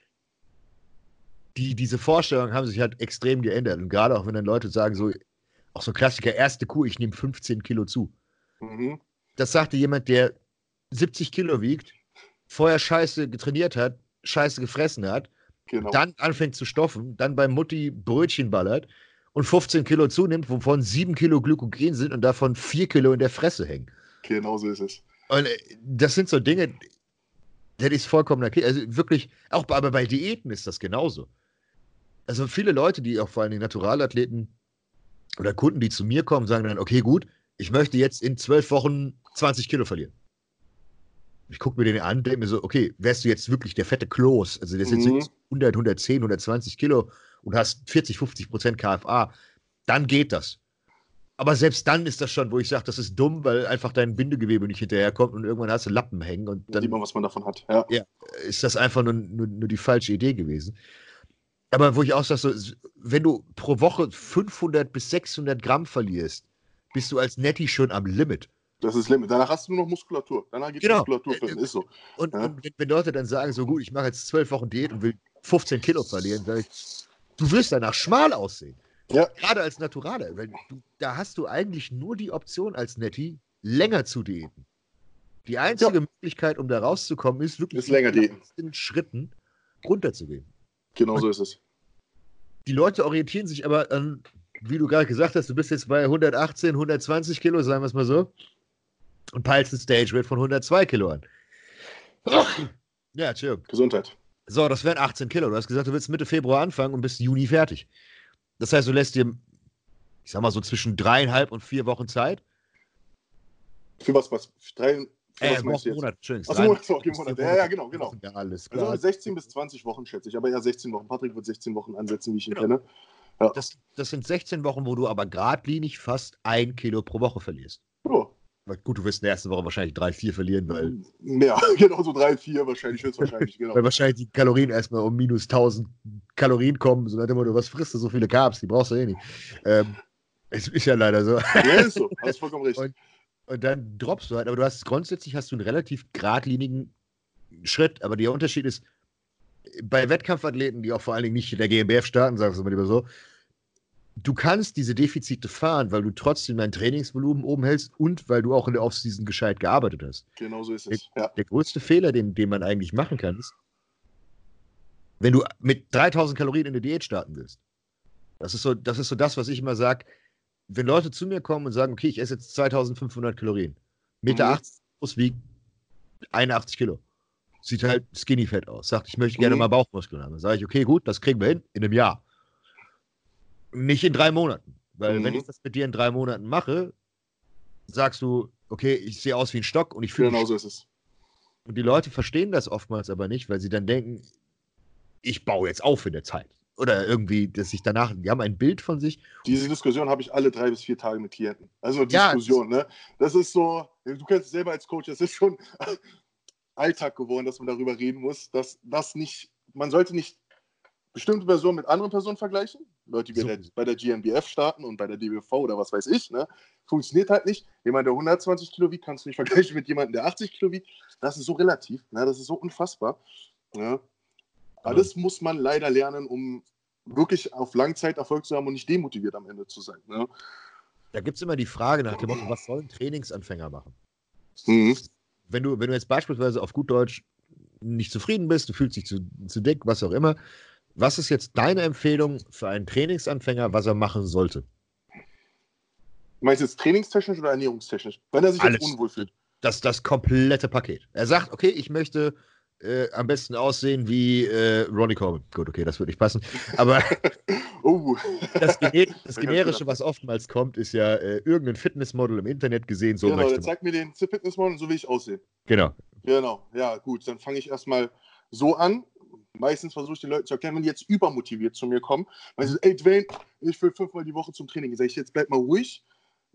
Die, diese Vorstellungen haben sich halt extrem geändert. Und gerade auch wenn dann Leute sagen, so, auch so Klassiker, erste Kuh, ich nehme fünfzehn Kilo zu. Mhm. Das sagte jemand, der siebzig Kilo wiegt, vorher scheiße getrainiert hat, scheiße gefressen hat, genau. dann anfängt zu stoffen, dann bei Mutti Brötchen ballert und fünfzehn Kilo zunimmt, wovon sieben Kilo Glykogen sind und davon vier Kilo in der Fresse hängen. Genau so ist es. Und das sind so Dinge, das ist vollkommen okay. Also wirklich, auch bei, aber bei Diäten ist das genauso. Also viele Leute, die auch vor allem Naturalathleten oder Kunden, die zu mir kommen, sagen dann, okay, gut, ich möchte jetzt in zwölf Wochen zwanzig Kilo verlieren. Ich gucke mir den an, denke mir so, okay, wärst du jetzt wirklich der fette Kloß, also das ist mhm. jetzt hundert, hundertzehn, hundertzwanzig Kilo und hast vierzig, fünfzig Prozent K F A, dann geht das. Aber selbst dann ist das schon, wo ich sage, das ist dumm, weil einfach dein Bindegewebe nicht hinterherkommt und irgendwann hast du Lappen hängen und dann sieht man, was man davon hat. Ja, ja ist das einfach nur, nur, nur die falsche Idee gewesen. Aber wo ich auch sage, so, wenn du pro Woche fünfhundert bis sechshundert Gramm verlierst, bist du als Netti schon am Limit. Das ist Limit. Danach hast du nur noch Muskulatur. Danach gibt es genau. Muskulatur für den. Ist so. Und, ja? und wenn, wenn Leute dann sagen, so gut, ich mache jetzt zwölf Wochen Diät und will fünfzehn Kilo verlieren, sage ich, du wirst danach schmal aussehen. Ja. Gerade als Naturaler. Weil du, da hast du eigentlich nur die Option als Netti, länger zu diäten. Die einzige ja. Möglichkeit, um da rauszukommen, ist wirklich ist länger diäten. in Schritten runterzugehen. Genau so ist es. Die Leute orientieren sich aber an, wie du gerade gesagt hast, du bist jetzt bei hundertachtzehn, hundertzwanzig Kilo, sagen wir es mal so, und peilst ein Stage-Weight von hundertzwei Kilo an. Ja, chill. Gesundheit. So, das wären achtzehn Kilo. Du hast gesagt, du willst Mitte Februar anfangen und bist Juni fertig. Das heißt, du lässt dir, ich sag mal so zwischen dreieinhalb und vier Wochen Zeit. Für was, was? Drei, für Äh, was meinst Wochen, du jetzt? Monat, schön. Achso, Monat, okay, Monat. Ja, ja, genau, genau. Ja, alles klar. Also sechzehn bis zwanzig Wochen, schätze ich. Aber eher sechzehn Wochen. Patrick wird sechzehn Wochen ansetzen, wie ich ihn Genau. kenne. Ja. Das, das sind sechzehn Wochen, wo du aber geradlinig fast ein Kilo pro Woche verlierst. Oh. Gut, du wirst in der ersten Woche wahrscheinlich drei, vier verlieren, weil. Ja, genau, so drei, vier wahrscheinlich, höchstwahrscheinlich, genau. Weil wahrscheinlich die Kalorien erstmal um minus tausend Kalorien kommen. So nach dem Motto, was frisst du so viele Carbs? Die brauchst du eh nicht. Ähm, es ist ja leider so. Ja, ist so, hast vollkommen recht. Und, und dann droppst du halt, aber du hast grundsätzlich hast du einen relativ geradlinigen Schritt, aber der Unterschied ist, bei Wettkampfathleten, die auch vor allen Dingen nicht in der G m B F starten, sagen wir es mal lieber so, du kannst diese Defizite fahren, weil du trotzdem dein Trainingsvolumen oben hältst und weil du auch in der Offseason gescheit gearbeitet hast. Genau so ist Der, es, ja. der größte Fehler, den, den man eigentlich machen kann, ist, wenn du mit dreitausend Kalorien in der Diät starten willst. Das ist so das, ist so das was ich immer sage, wenn Leute zu mir kommen und sagen, okay, ich esse jetzt zweitausendfünfhundert Kalorien, Meter Mhm. achtzig groß, wiegt einundachtzig Kilo. Sieht halt skinny fett aus. Sagt, ich möchte gerne Mhm. mal Bauchmuskeln haben. Dann sage ich, okay, gut, das kriegen wir hin in einem Jahr. Nicht in drei Monaten. Weil Mhm. wenn ich das mit dir in drei Monaten mache, sagst du, okay, ich sehe aus wie ein Stock und ich fühle Genau mich. so ist es. Und die Leute verstehen das oftmals aber nicht, weil sie dann denken, ich baue jetzt auf in der Zeit. Oder irgendwie, dass sich danach, die haben ein Bild von sich. Diese Diskussion habe ich alle drei bis vier Tage mit Klienten. Also Ja, Diskussion, ne? Das ist so, du kennst es selber als Coach, das ist schon Alltag geworden, dass man darüber reden muss, dass das nicht, man sollte nicht bestimmte Personen mit anderen Personen vergleichen. Leute, die So. bei der, bei der G N B F starten und bei der D B V oder was weiß ich, ne? Funktioniert halt nicht. Jemand, der hundertzwanzig Kilo wiegt, kannst du nicht vergleichen mit jemandem, der achtzig Kilo wiegt. Das ist so relativ, ne? Das ist so unfassbar. Ne? Alles muss man leider lernen, um wirklich auf Langzeit Erfolg zu haben und nicht demotiviert am Ende zu sein. Ne? Da gibt es immer die Frage nach dem Motto, was soll ein Trainingsanfänger machen? Mhm. Wenn du, wenn du jetzt beispielsweise auf gut Deutsch nicht zufrieden bist, du fühlst dich zu, zu dick, was auch immer, was ist jetzt deine Empfehlung für einen Trainingsanfänger, was er machen sollte? Meinst du jetzt trainingstechnisch oder ernährungstechnisch? Wenn er sich Alles. jetzt unwohl fühlt. Das, das komplette Paket. Er sagt, okay, ich möchte äh, am besten aussehen wie äh, Ronnie Coleman. Gut, okay, das würde nicht passen. Aber Oh. das, Gener das Da kannst du Generische, das- was oftmals kommt, ist ja äh, irgendein Fitnessmodel im Internet gesehen, so Genau, möchte der man. zeigt mir den Fitnessmodel, so will ich aussehen. Genau. Genau, ja gut, dann fange ich erstmal so an. Meistens versuche ich den Leuten zu erklären, wenn die jetzt übermotiviert zu mir kommen, weil sie sagen, ey Dwayne, ich will fünfmal die Woche zum Training. Sag ich, jetzt bleib mal ruhig.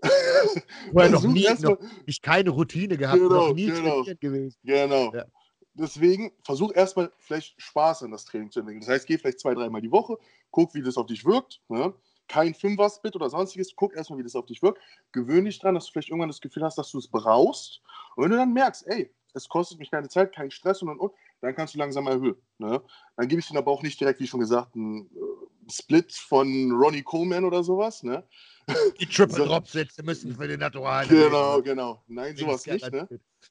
Vorher noch Versuch nie, erst mal- noch nicht keine Routine gehabt, Genau, noch nie genau. trainiert gewesen. Genau. Ja. Deswegen versuch erstmal vielleicht Spaß an das Training zu entwickeln. Das heißt, geh vielleicht zwei, dreimal die Woche, guck, wie das auf dich wirkt. Ne? Kein Fünfer-Split oder sonstiges, guck erstmal, wie das auf dich wirkt. Gewöhn dich dran, dass du vielleicht irgendwann das Gefühl hast, dass du es brauchst. Und wenn du dann merkst, ey, es kostet mich keine Zeit, keinen Stress und und und, dann kannst du langsam erhöhen. Ne? Dann gebe ich dir aber auch nicht direkt, wie schon gesagt, einen äh, Split von Ronnie Coleman oder sowas. Ne? Die Triple So- Drop Sätze müssen für den Naturalen. Genau, genau. Nein, sowas nicht. Ne?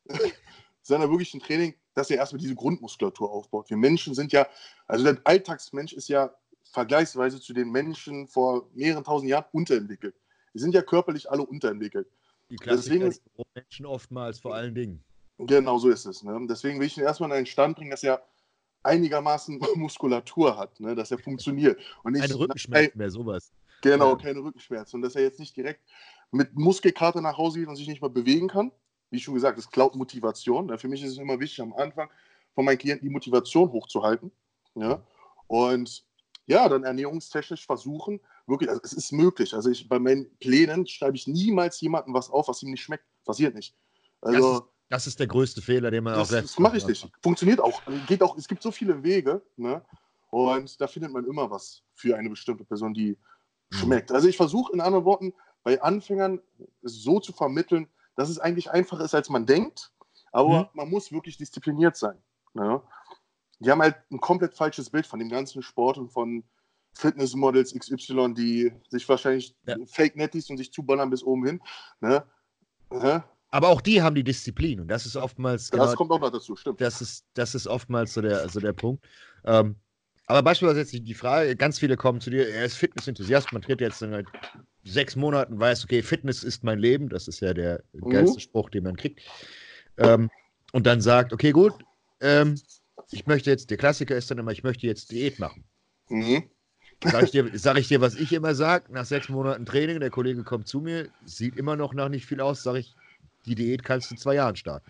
Sondern wirklich ein Training, dass er erstmal diese Grundmuskulatur aufbaut. Wir Menschen sind ja, also der Alltagsmensch ist ja vergleichsweise zu den Menschen vor mehreren tausend Jahren unterentwickelt. Wir sind ja körperlich alle unterentwickelt. Die Deswegen Klassiker, ist- die Menschen oftmals vor allen Dingen. Genau so ist es. Ne? Deswegen will ich ihn erstmal in einen Stand bringen, dass er einigermaßen Muskulatur hat, ne? Dass er funktioniert. Und nicht, Keine Rückenschmerzen mehr, sowas. Genau, Ja. keine Rückenschmerzen. Und dass er jetzt nicht direkt mit Muskelkater nach Hause geht und sich nicht mal bewegen kann. Wie schon gesagt, das klaut Motivation. Für mich ist es immer wichtig, am Anfang von meinen Klienten die Motivation hochzuhalten. Ja? Und ja, dann ernährungstechnisch versuchen, wirklich, also es ist möglich. Also ich, bei meinen Plänen schreibe ich niemals jemandem was auf, was ihm nicht schmeckt. Passiert nicht. Also, Das ist, das ist der größte Fehler, den man das, auch selbst das mache ich nicht. Funktioniert auch. Geht auch. Es gibt so viele Wege. Ne? Und da findet man immer was für eine bestimmte Person, die schmeckt. Also ich versuche in anderen Worten bei Anfängern es so zu vermitteln, dass es eigentlich einfacher ist, als man denkt, aber Mhm. man muss wirklich diszipliniert sein. Ne? Die haben halt ein komplett falsches Bild von dem ganzen Sport und von Fitnessmodels X Y, die sich wahrscheinlich Ja. Fake-Netties und sich zuballern bis oben hin. Ne? Ne? Aber auch die haben die Disziplin und das ist oftmals Das genau, kommt auch noch dazu, stimmt. das ist, das ist oftmals so der, so der Punkt. Ähm, aber beispielsweise jetzt die- die Frage, ganz viele kommen zu dir, er ist Fitnessenthusiast, man tritt jetzt in halt sechs Monaten, weiß, okay, Fitness ist mein Leben, das ist ja der geilste Spruch, den man kriegt. Ähm, und dann sagt, okay, gut, ähm, ich möchte jetzt, der Klassiker ist dann immer, ich möchte jetzt Diät machen. Mhm. Sag ich, dir, sag ich dir, was ich immer sage, nach sechs Monaten Training, der Kollege kommt zu mir, sieht immer noch nach nicht viel aus, sage ich, die Diät kannst du in zwei Jahren starten.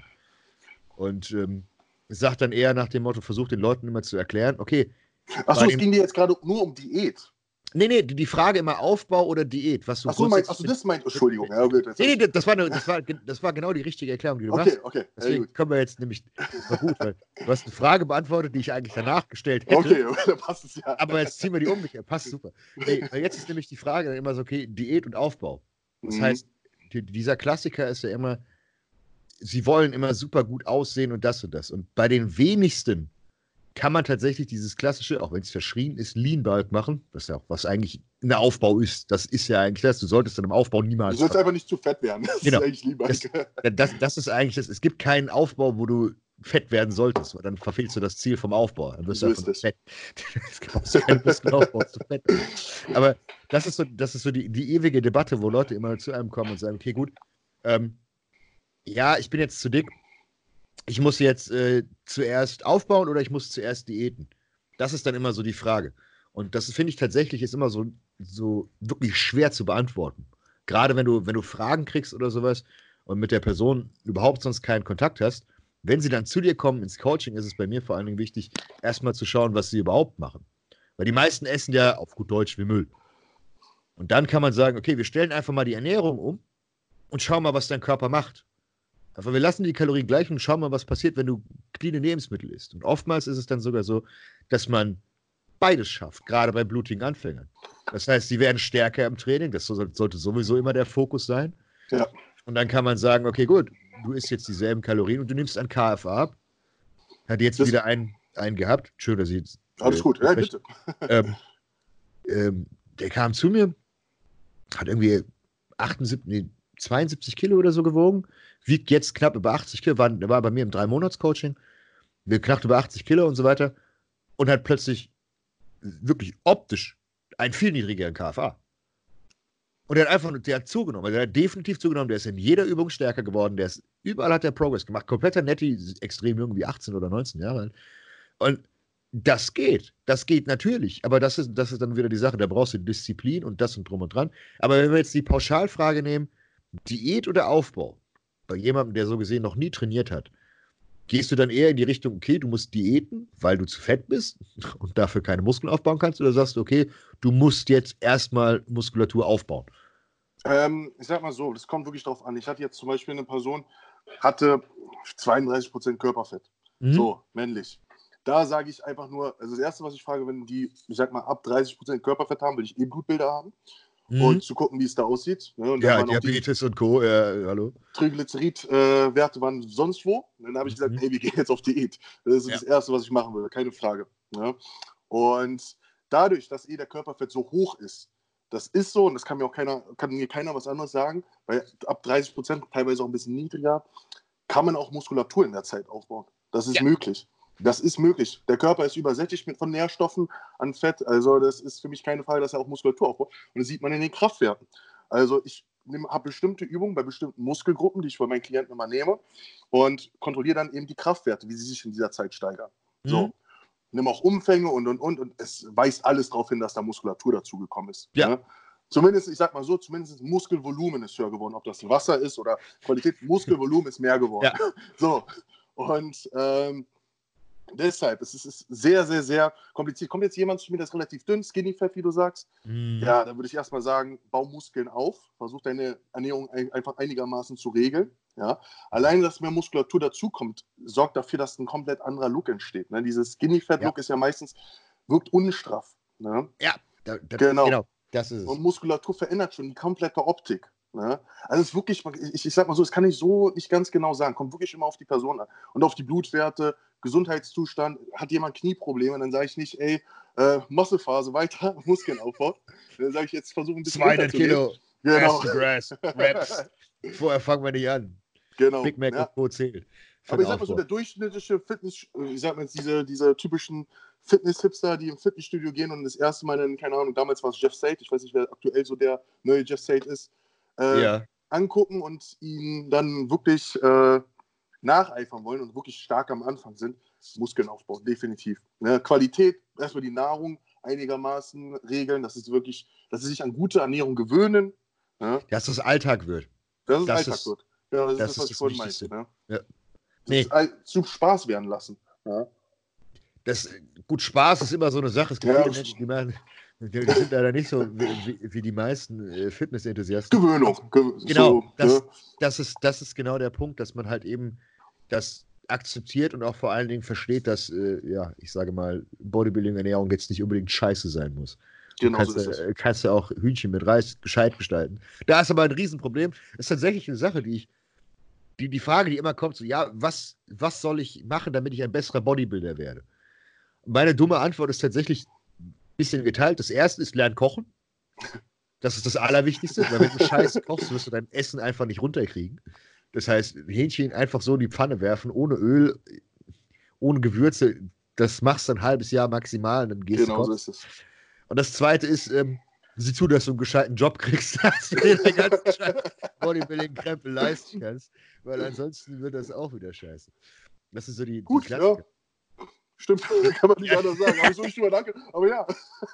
Und ähm, sagt dann eher nach dem Motto, versucht den Leuten immer zu erklären, okay, Achso, es dem, ging dir jetzt gerade nur um Diät. nee, nee, die, die Frage immer Aufbau oder Diät, was du Achso, mein, achso das meint, Entschuldigung. Ja, okay, nee, nee, das war, eine, das, war, das war genau die richtige Erklärung, die du okay, machst. okay, Deswegen gut. können wir jetzt nämlich, das war gut, weil du hast eine Frage beantwortet, die ich eigentlich danach gestellt hätte. Okay, okay, dann passt es ja. Aber jetzt ziehen wir die um, passt super. Nee, weil jetzt ist nämlich die Frage dann immer so, okay, Diät und Aufbau. Das Mhm. heißt, die, dieser Klassiker ist ja immer, sie wollen immer super gut aussehen und das und das. Und bei den wenigsten kann man tatsächlich dieses klassische, auch wenn es verschrien ist, Lean Bulk machen, was ja auch, was eigentlich ein Aufbau ist. Das ist ja eigentlich das. Du solltest dann im Aufbau niemals. Du sollst einfach nicht zu fett werden. Das genau. ist eigentlich lieber. Das, das, das ist eigentlich das. Es gibt keinen Aufbau, wo du fett werden solltest, weil dann verfehlst du das Ziel vom Aufbau. Dann wirst So du ist einfach es. fett. Du brauchst keinen Muskelaufbau, zu fett. Aber das ist so, das ist so die, die ewige Debatte, wo Leute immer zu einem kommen und sagen, okay, gut, ähm, ja, ich bin jetzt zu dick. Ich muss jetzt äh, zuerst aufbauen oder ich muss zuerst diäten. Das ist dann immer so die Frage. Und das finde ich tatsächlich ist immer so, so wirklich schwer zu beantworten. Gerade wenn du, wenn du Fragen kriegst oder sowas und mit der Person überhaupt sonst keinen Kontakt hast, wenn sie dann zu dir kommen ins Coaching, ist es bei mir vor allen Dingen wichtig, erstmal zu schauen, was sie überhaupt machen. Weil die meisten essen ja auf gut Deutsch wie Müll. Und dann kann man sagen, okay, wir stellen einfach mal die Ernährung um und schauen mal, was dein Körper macht. Aber wir lassen die Kalorien gleich und schauen mal, was passiert, wenn du cleane Lebensmittel isst. Und oftmals ist es dann sogar so, dass man beides schafft, gerade bei blutigen Anfängern. Das heißt, sie werden stärker im Training, das sollte sowieso immer der Fokus sein. Ja. Und dann kann man sagen, okay, gut, du isst jetzt dieselben Kalorien und du nimmst ein K F A ab. Hat jetzt Das, wieder einen, einen gehabt. Schön, dass sie jetzt. Alles äh, gut, ja, bitte. Ähm, ähm, der kam zu mir, hat irgendwie achtundsiebzig, nee, zweiundsiebzig Kilo oder so gewogen, wiegt jetzt knapp über achtzig Kilo, war, war bei mir im drei-Monats-Coaching, knapp über achtzig Kilo und so weiter und hat plötzlich wirklich optisch einen viel niedrigeren K F A. Und der hat einfach, der hat zugenommen, also der hat definitiv zugenommen, der ist in jeder Übung stärker geworden, der ist, überall hat der Progress gemacht, kompletter Netti, extrem jung, wie achtzehn oder neunzehn Jahre alt. Und das geht, das geht natürlich, aber das ist, das ist dann wieder die Sache, da brauchst du Disziplin und das und drum und dran. Aber wenn wir jetzt die Pauschalfrage nehmen, Diät oder Aufbau, bei jemandem, der so gesehen noch nie trainiert hat, gehst du dann eher in die Richtung, okay, du musst diäten, weil du zu fett bist und dafür keine Muskeln aufbauen kannst, oder sagst du, okay, du musst jetzt erstmal Muskulatur aufbauen? Ähm, ich sag mal so, das kommt wirklich drauf an. Ich hatte jetzt zum Beispiel eine Person, hatte zweiunddreißig Prozent Körperfett. Mhm. So, männlich. Da sage ich einfach nur, also das Erste, was ich frage, wenn die, ich sag mal, ab dreißig Prozent Körperfett haben, will ich eh Blutbilder haben. Mhm. Und zu gucken, wie es da aussieht. Ne? Und Ja, dann waren Diabetes und Co., äh, hallo. Triglycerid-Werte äh, waren sonst wo. Und dann habe ich gesagt, Mhm. hey, wir gehen jetzt auf Diät. Das ist Ja. das Erste, was ich machen will, keine Frage. Ne? Und dadurch, dass eh der Körperfett so hoch ist, das ist so, und das kann mir auch keiner, kann mir keiner was anderes sagen, weil ab dreißig Prozent, teilweise auch ein bisschen niedriger, kann man auch Muskulatur in der Zeit aufbauen. Das ist Ja. möglich. Das ist möglich. Der Körper ist übersättigt mit von Nährstoffen an Fett. Also das ist für mich keine Frage, dass er auch Muskulatur aufbaut. Und das sieht man in den Kraftwerten. Also ich habe bestimmte Übungen bei bestimmten Muskelgruppen, die ich bei meinen Klienten immer nehme und kontrolliere dann eben die Kraftwerte, wie sie sich in dieser Zeit steigern. Mhm. So. Nimm auch Umfänge und, und, und. Und es weist alles darauf hin, dass da Muskulatur dazugekommen ist. Ja. Ne? Zumindest, ich sag mal so, zumindest Muskelvolumen ist höher geworden. Ob das Wasser ist oder Qualität, Muskelvolumen ist mehr geworden. Ja. So. Und ähm, deshalb, es ist sehr, sehr, sehr kompliziert. Kommt jetzt jemand zu mir, der ist relativ dünn, skinny fett, wie du sagst, Mhm. ja, dann würde ich erstmal sagen, bau Muskeln auf, versuch deine Ernährung ein, einfach einigermaßen zu regeln. Ja. Allein, dass mehr Muskulatur dazukommt, sorgt dafür, dass ein komplett anderer Look entsteht. Ne? Dieses Skinny-Fat-Look Ja. ist ja meistens, wirkt unstraff. Ne? Ja, da, da, Genau. genau, das ist es. Und Muskulatur verändert schon die komplette Optik. Ne? Also es ist wirklich, ich, ich sag mal so, das kann ich so nicht ganz genau sagen. Kommt wirklich immer auf die Person an und auf die Blutwerte, Gesundheitszustand. Hat jemand Knieprobleme, dann sage ich nicht, ey, äh, Muskelphase weiter, Muskeln aufbauen. Dann sage ich jetzt, versuche ein bisschen zweihundert Kilo, Genau. Ass to Grass, Reps. Vorher fangen wir nicht an. Genau. Big Mac Ja. und Co. zählt. Aber ich sag mal so, der durchschnittliche Fitness, ich sag mal jetzt diese, diese typischen Fitness-Hipster, die im Fitnessstudio gehen und das erste Mal dann, keine Ahnung, damals war es Jeff Sate, ich weiß nicht, wer aktuell so der neue Jeff Sate ist, äh, Ja. angucken und ihn dann wirklich äh, nacheifern wollen und wirklich stark am Anfang sind, Muskeln aufbauen, definitiv. Ne? Qualität, erstmal die Nahrung einigermaßen regeln, dass es wirklich, dass sie sich an gute Ernährung gewöhnen. Ne? Dass das Alltag wird. Dass es Das Alltag ist, wird. Genau, das, das ist das, was ist ich das vorhin Wichtigste. meinte. Ne? Ja. Das Nee, all- zu Spaß werden lassen. Ja, das, gut, Spaß ist immer so eine Sache. Es gibt ja viele Menschen, die machen, die, die sind leider nicht so wie, wie, wie die meisten äh, Fitness-Enthusiasten. Gewöhnung. Ge Genau, so, das, ne? das, ist, das ist genau der Punkt, dass man halt eben das akzeptiert und auch vor allen Dingen versteht, dass, äh, ja, ich sage mal, Bodybuilding-Ernährung jetzt nicht unbedingt scheiße sein muss. Du Genau so kannst, ist es. äh, kannst ja auch Hühnchen mit Reis gescheit gestalten. Da ist aber ein Riesenproblem. Das ist tatsächlich eine Sache, die ich, die, die Frage, die immer kommt, so, ja, was, was soll ich machen, damit ich ein besserer Bodybuilder werde? Meine dumme Antwort ist tatsächlich ein bisschen geteilt. Das erste ist, lern kochen. Das ist das Allerwichtigste, weil wenn du Scheiße kochst, wirst du dein Essen einfach nicht runterkriegen. Das heißt, Hähnchen einfach so in die Pfanne werfen, ohne Öl, ohne Gewürze, das machst du ein halbes Jahr maximal und dann gehst Genau du so kotzen. ist es. Und das zweite ist, ähm, sieh zu, dass du einen gescheiten Job kriegst, dass du dir den ganzen Bodybuilding-Krempel leisten kannst, weil ansonsten wird das auch wieder scheiße. Das ist so die, die Gut, Klassiker. ja. Stimmt, kann man nicht Ja. anders sagen. Habe ich so nicht drüber nachgedacht. Aber ja,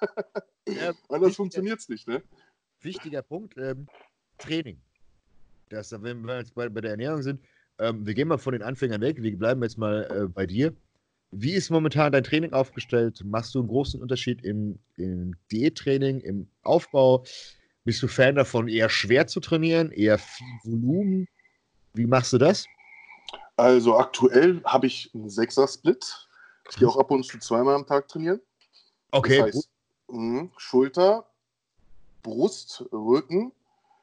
Ja, anders wichtiger, funktioniert es nicht, ne? wichtiger Punkt, ähm, Training. Das, wenn wir jetzt bei, bei der Ernährung sind, ähm, wir gehen mal von den Anfängern weg, wir bleiben jetzt mal äh, bei dir. Wie ist momentan dein Training aufgestellt? Machst du einen großen Unterschied im, im Diättraining, im Aufbau? Bist du Fan davon, eher schwer zu trainieren, eher viel Volumen? Wie machst du das? Also aktuell habe ich einen Sechser-Split. Ich gehe auch ab und zu zweimal am Tag trainieren. Okay, Das heißt, mh, Schulter, Brust, Rücken,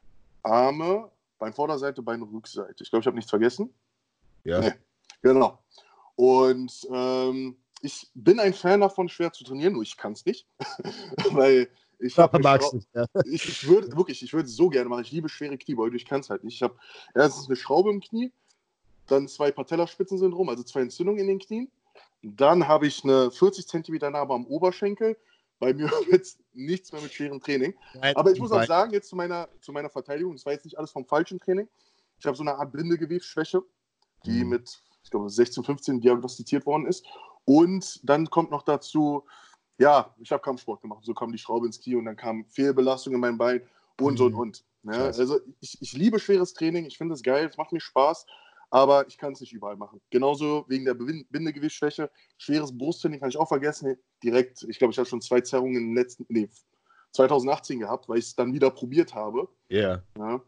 Arme, Beinvorderseite, Beinrückseite. Ich glaube, ich habe nichts vergessen. ja. Nee, genau. Und ähm, ich bin ein Fan davon, schwer zu trainieren, nur ich kann es nicht. Weil ich habe magst nicht, ja. ich, ich würde wirklich, ich würde es so gerne machen. Ich liebe schwere Kniebeugen, ich kann es halt nicht. Ich habe erstens eine Schraube im Knie, dann zwei Patellaspitzensyndrom, also zwei Entzündungen in den Knien. Dann habe ich eine vierzig Zentimeter Narbe am Oberschenkel. Bei mir wird nichts mehr mit schwerem Training. Nein, Aber ich muss auch Bein. sagen, jetzt zu meiner, zu meiner Verteidigung, das war jetzt nicht alles vom falschen Training. Ich habe so eine Art Bindegewebsschwäche, die Mhm. mit, ich glaube, sechzehn, fünfzehn diagnostiziert worden ist. Und dann kommt noch dazu, ja, ich habe Kampfsport gemacht. So kam die Schraube ins Knie und dann kam Fehlbelastung in mein Bein und, und, Mhm. und. Ja, Scheiße. also ich, ich liebe schweres Training, ich finde es geil, es macht mir Spaß, aber ich kann es nicht überall machen. Genauso wegen der Bewin- Bindegewebsschwäche. Schweres Brusttraining kann ich auch vergessen. Direkt, ich glaube, ich habe schon zwei Zerrungen im letzten, nee, zwanzig achtzehn gehabt, weil ich es dann wieder probiert habe. Ja. Ja.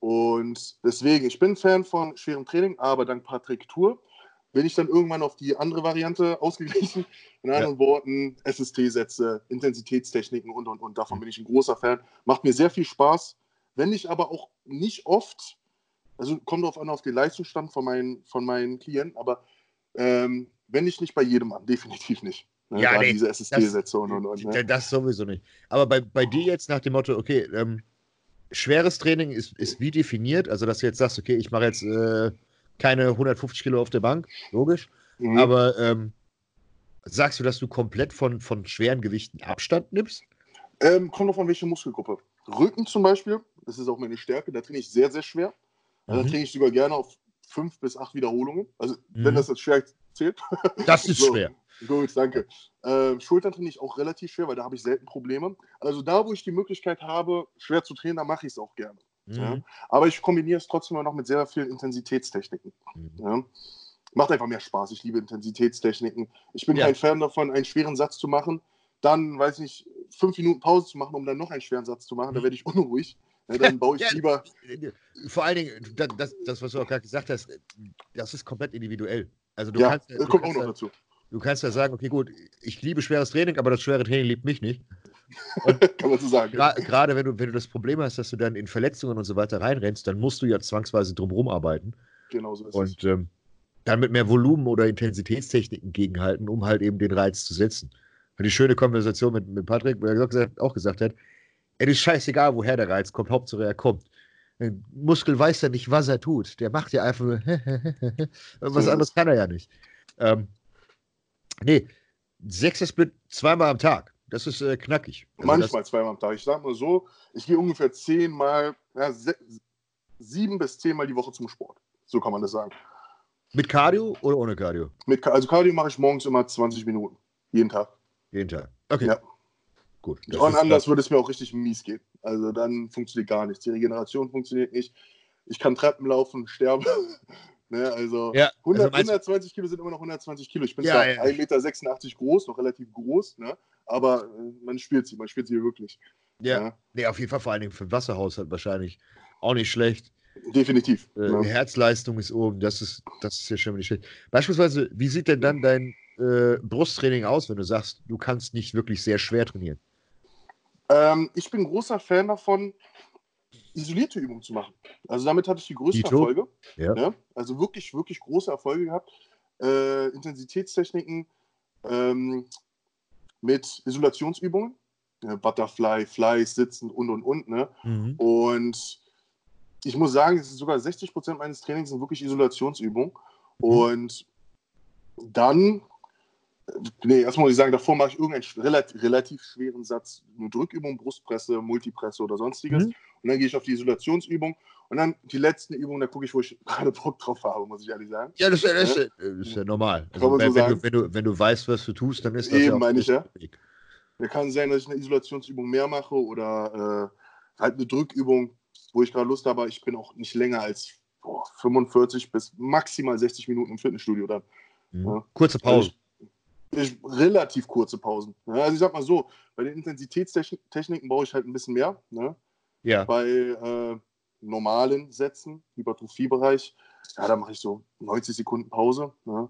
Und deswegen, ich bin Fan von schwerem Training, aber dank Patrick Tour bin ich dann irgendwann auf die andere Variante ausgeglichen. In anderen Ja. Worten, S S T-Sätze, Intensitätstechniken und, und, und. Davon bin ich ein großer Fan. Macht mir sehr viel Spaß. Wenn ich aber auch nicht oft, also kommt darauf an, auf den Leistungsstand von meinen, von meinen Klienten, aber ähm, wenn ich nicht bei jedem an, definitiv nicht. Ne? Ja, Gerade nee, diese S S das, T-Sätze und, und, und. Ne? das sowieso nicht. Aber bei, bei dir jetzt nach dem Motto, okay, ähm, schweres Training ist, ist wie definiert, also dass du jetzt sagst, okay, ich mache jetzt äh, keine hundertfünfzig Kilo auf der Bank, logisch, Mhm. aber ähm, sagst du, dass du komplett von, von schweren Gewichten Abstand nimmst? Ähm, kommt auf an, welche Muskelgruppe. Rücken zum Beispiel, das ist auch meine Stärke, da trainiere ich sehr, sehr schwer. Also, da Mhm. trainiere ich sogar gerne auf fünf bis acht Wiederholungen. Also, Mhm. wenn das jetzt schwer zählt. Das ist So, schwer. gut, danke. Ähm, Schultern trainiere ich auch relativ schwer, weil da habe ich selten Probleme. Also da, wo ich die Möglichkeit habe, schwer zu trainieren, da mache ich es auch gerne. Mhm. Ja? Aber ich kombiniere es trotzdem noch mit sehr vielen Intensitätstechniken. Mhm. Ja? Macht einfach mehr Spaß. Ich liebe Intensitätstechniken. Ich bin Ja. kein Fan davon, einen schweren Satz zu machen, dann, weiß ich nicht, fünf Minuten Pause zu machen, um dann noch einen schweren Satz zu machen. Da Mhm. werde ich unruhig. Ja, dann baue ich Ja, lieber. vor allen Dingen, das, das, das, was du auch gerade gesagt hast, das ist komplett individuell. Also du Ja, kannst, das du kommt auch kannst noch ja, dazu. du kannst ja sagen, okay, gut, ich liebe schweres Training, aber das schwere Training liebt mich nicht. Und Kann man so sagen. gra- gerade wenn du, wenn du das Problem hast, dass du dann in Verletzungen und so weiter reinrennst, dann musst du ja zwangsweise drumherum arbeiten. Genau so ist es. Und ähm, dann mit mehr Volumen oder Intensitätstechniken gegenhalten, um halt eben den Reiz zu setzen. Und die schöne Konversation mit, mit Patrick, wo er auch gesagt, auch gesagt hat, es ist scheißegal, woher der Reiz kommt, Hauptsache er kommt. Ein Muskel weiß ja nicht, was er tut. Der macht ja einfach nur was So ist anderes es. kann er ja nicht. Ähm, nee, Sechser-Split zweimal am Tag. Das ist äh, knackig. Also Manchmal zweimal am Tag. Ich sag mal so, ich gehe ungefähr zehnmal, ja, se- sieben bis zehnmal die Woche zum Sport. So kann man das sagen. Mit Cardio oder ohne Cardio? Mit, also Cardio mache ich morgens immer zwanzig Minuten. Jeden Tag. Jeden Tag. Okay. Ja. Gut. Und anders das. würde es mir auch richtig mies gehen. Also dann funktioniert gar nichts. Die Regeneration funktioniert nicht. Ich kann Treppen laufen, sterbe. Ne, also, ja, hundert, also hundertzwanzig Kilo sind immer noch hundertzwanzig Kilo. Ich bin ja, zwar ja. ein Meter sechsundachtzig groß, noch relativ groß, ne, aber äh, man spürt sie, man spürt sie wirklich. Ja, ja. Nee, auf jeden Fall vor allen Dingen für den Wasserhaushalt wahrscheinlich auch nicht schlecht. Definitiv. Äh, ja. Herzleistung ist oben, das ist, das ist ja schon mal nicht schlecht. Beispielsweise, wie sieht denn dann dein äh, Brusttraining aus, wenn du sagst, du kannst nicht wirklich sehr schwer trainieren? Ähm, ich bin großer Fan davon, isolierte Übungen zu machen. Also damit hatte ich die größten Dito? Erfolge. Ja. Ja, also wirklich, wirklich große Erfolge gehabt. Äh, Intensitätstechniken ähm, mit Isolationsübungen. Ja, Butterfly, Fly, Sitzen und, und, und. Ne? Mhm. Und ich muss sagen, es ist sogar sechzig Prozent meines Trainings sind wirklich Isolationsübungen. Mhm. Und dann Nee, erstmal muss ich sagen, davor mache ich irgendeinen relativ, relativ schweren Satz, eine Drückübung, Brustpresse, Multipresse oder sonstiges. Mhm. Und dann gehe ich auf die Isolationsübung. Und dann die letzten Übungen, da gucke ich, wo ich gerade Bock drauf habe, muss ich ehrlich sagen. Ja, das ist ja, das ist ja, das ist ja normal. Also, kann man wenn, so wenn, sagen. du, wenn, du, wenn du weißt, was du tust, dann ist das Eben, ja auch meine ich, ja. Weg. Da kann sein, dass ich eine Isolationsübung mehr mache oder äh, halt eine Drückübung, wo ich gerade Lust habe. Ich bin auch nicht länger als boah, fünfundvierzig bis maximal sechzig Minuten im Fitnessstudio dann. Mhm. Ja. Kurze Pause. Ich, relativ kurze Pausen. Ja, also ich sag mal so, bei den Intensitätstechniken brauche ich halt ein bisschen mehr. Ne? Ja. Bei äh, normalen Sätzen, Hypertrophiebereich, ja, da mache ich so neunzig Sekunden Pause. Ne?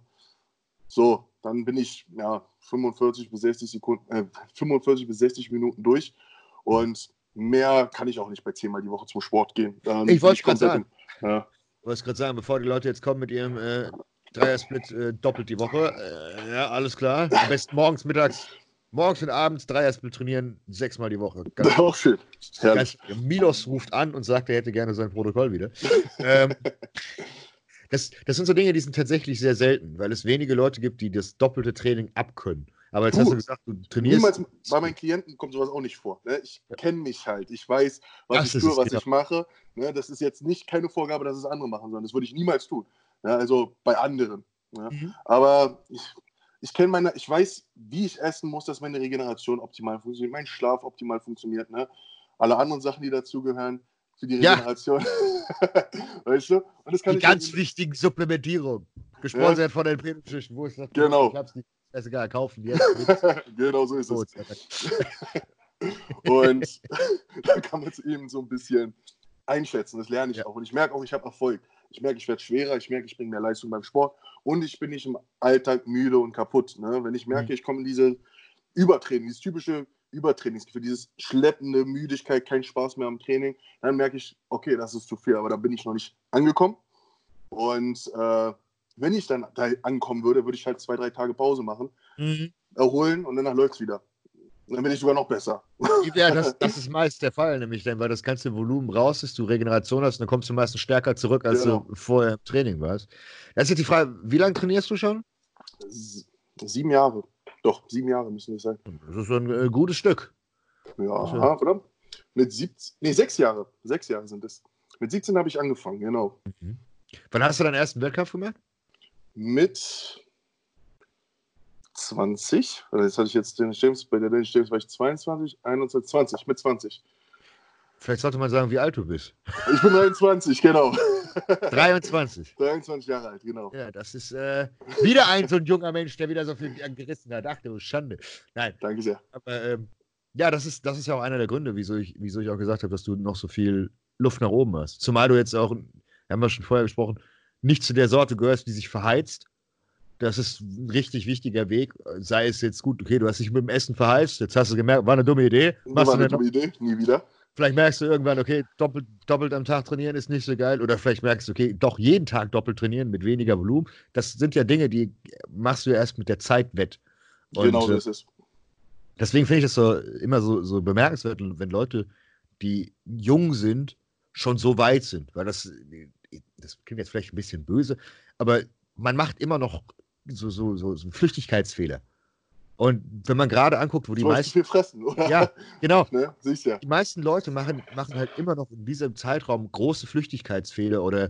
So, dann bin ich ja fünfundvierzig bis sechzig Sekunden, äh, fünfundvierzig bis sechzig Minuten durch und mehr kann ich auch nicht bei zehnmal die Woche zum Sport gehen. Ähm, ich wollte gerade sagen, im, ja. wollte gerade sagen, bevor die Leute jetzt kommen mit ihrem äh, Dreier-Split äh, doppelt die Woche. Äh, ja, alles klar. Am besten morgens, mittags, morgens und abends Dreier-Split trainieren, sechsmal die Woche. Ganz, das auch schön. Ganz, Milos ruft an und sagt, er hätte gerne sein Protokoll wieder. ähm, das, das sind so Dinge, die sind tatsächlich sehr selten, weil es wenige Leute gibt, die das doppelte Training abkönnen. Aber jetzt du, hast du gesagt, du trainierst. Niemals, bei meinen Klienten kommt sowas auch nicht vor. Ne? Ich ja. kenne mich halt. Ich weiß, was das ich tue, es, was genau. ich mache. Ne? Das ist jetzt nicht keine Vorgabe, dass es andere machen sollen. Das würde ich niemals tun. Ja, also bei anderen. Ja. Mhm. Aber ich, ich kenne meine, ich weiß, wie ich essen muss, dass meine Regeneration optimal funktioniert, mein Schlaf optimal funktioniert. Ne? Alle anderen Sachen, die dazugehören für die Regeneration. Ja. Weißt du? Und das kann die ich ganz wichtigen Supplementierungen. Gesponsert ja. von den Premium-Schichten. Wo ist das? Genau. Ich hab's nicht. Das ist egal, kaufen. Genau so ist es. Und da kann man es eben so ein bisschen einschätzen. Das lerne ich ja. auch. Und ich merke auch, ich habe Erfolg. Ich merke, ich werde schwerer, ich merke, ich bringe mehr Leistung beim Sport und ich bin nicht im Alltag müde und kaputt. Ne? Wenn ich merke, ich komme in diese Übertraining, dieses typische Übertrainingsgefühl, dieses schleppende Müdigkeit, kein Spaß mehr am Training, dann merke ich, okay, das ist zu viel, aber da bin ich noch nicht angekommen. Und äh, wenn ich dann da ankommen würde, würde ich halt zwei, drei Tage Pause machen, mhm. erholen und danach läuft es wieder. Dann bin ich sogar noch besser. Ja, das, das ist meist der Fall, nämlich dann, weil das ganze Volumen raus ist, du Regeneration hast und dann kommst du meistens stärker zurück, als genau. du vorher im Training warst. Das ist jetzt die Frage, wie lange trainierst du schon? Sieben Jahre. Doch, sieben Jahre müssen es sein. Das ist so ein äh, gutes Stück. Ja, aha, oder? Mit siebzehn, nee, sechs Jahre. Sechs Jahre sind es. Mit siebzehn habe ich angefangen, genau. Mhm. Wann hast du deinen ersten Wettkampf gemacht? Mit zwanzig. Also jetzt hatte ich jetzt den James, bei der Dennis James war ich zweiundzwanzig, einundzwanzig, zwanzig, mit zwanzig. Vielleicht sollte man sagen, wie alt du bist. Ich bin dreiundzwanzig, genau. dreiundzwanzig? dreiundzwanzig Jahre alt, genau. Ja, das ist äh, wieder ein so ein junger Mensch, der wieder so viel gerissen hat. Ach du Schande. Nein. Danke sehr. Aber ähm, ja, das ist, das ist ja auch einer der Gründe, wieso ich, wieso ich auch gesagt habe, dass du noch so viel Luft nach oben hast. Zumal du jetzt auch, wir haben ja schon vorher gesprochen, nicht zu der Sorte gehörst, die sich verheizt. Das ist ein richtig wichtiger Weg. Sei es jetzt gut, okay, du hast dich mit dem Essen verheizt, jetzt hast du gemerkt, war eine dumme Idee. War eine dumme Idee, nie wieder. Vielleicht merkst du irgendwann, okay, doppelt, doppelt am Tag trainieren ist nicht so geil. Oder vielleicht merkst du, okay, doch jeden Tag doppelt trainieren mit weniger Volumen. Das sind ja Dinge, die machst du ja erst mit der Zeit wett. Und, genau so ist es. Deswegen finde ich das so immer so, so bemerkenswert, wenn Leute, die jung sind, schon so weit sind. Weil das, das klingt jetzt vielleicht ein bisschen böse, aber man macht immer noch so, so, so, so einen Flüchtigkeitsfehler. Und wenn man gerade anguckt, wo die meisten. viel fressen, oder? Ja, genau. Ne? Siehst ja. Die meisten Leute machen, machen halt immer noch in diesem Zeitraum große Flüchtigkeitsfehler oder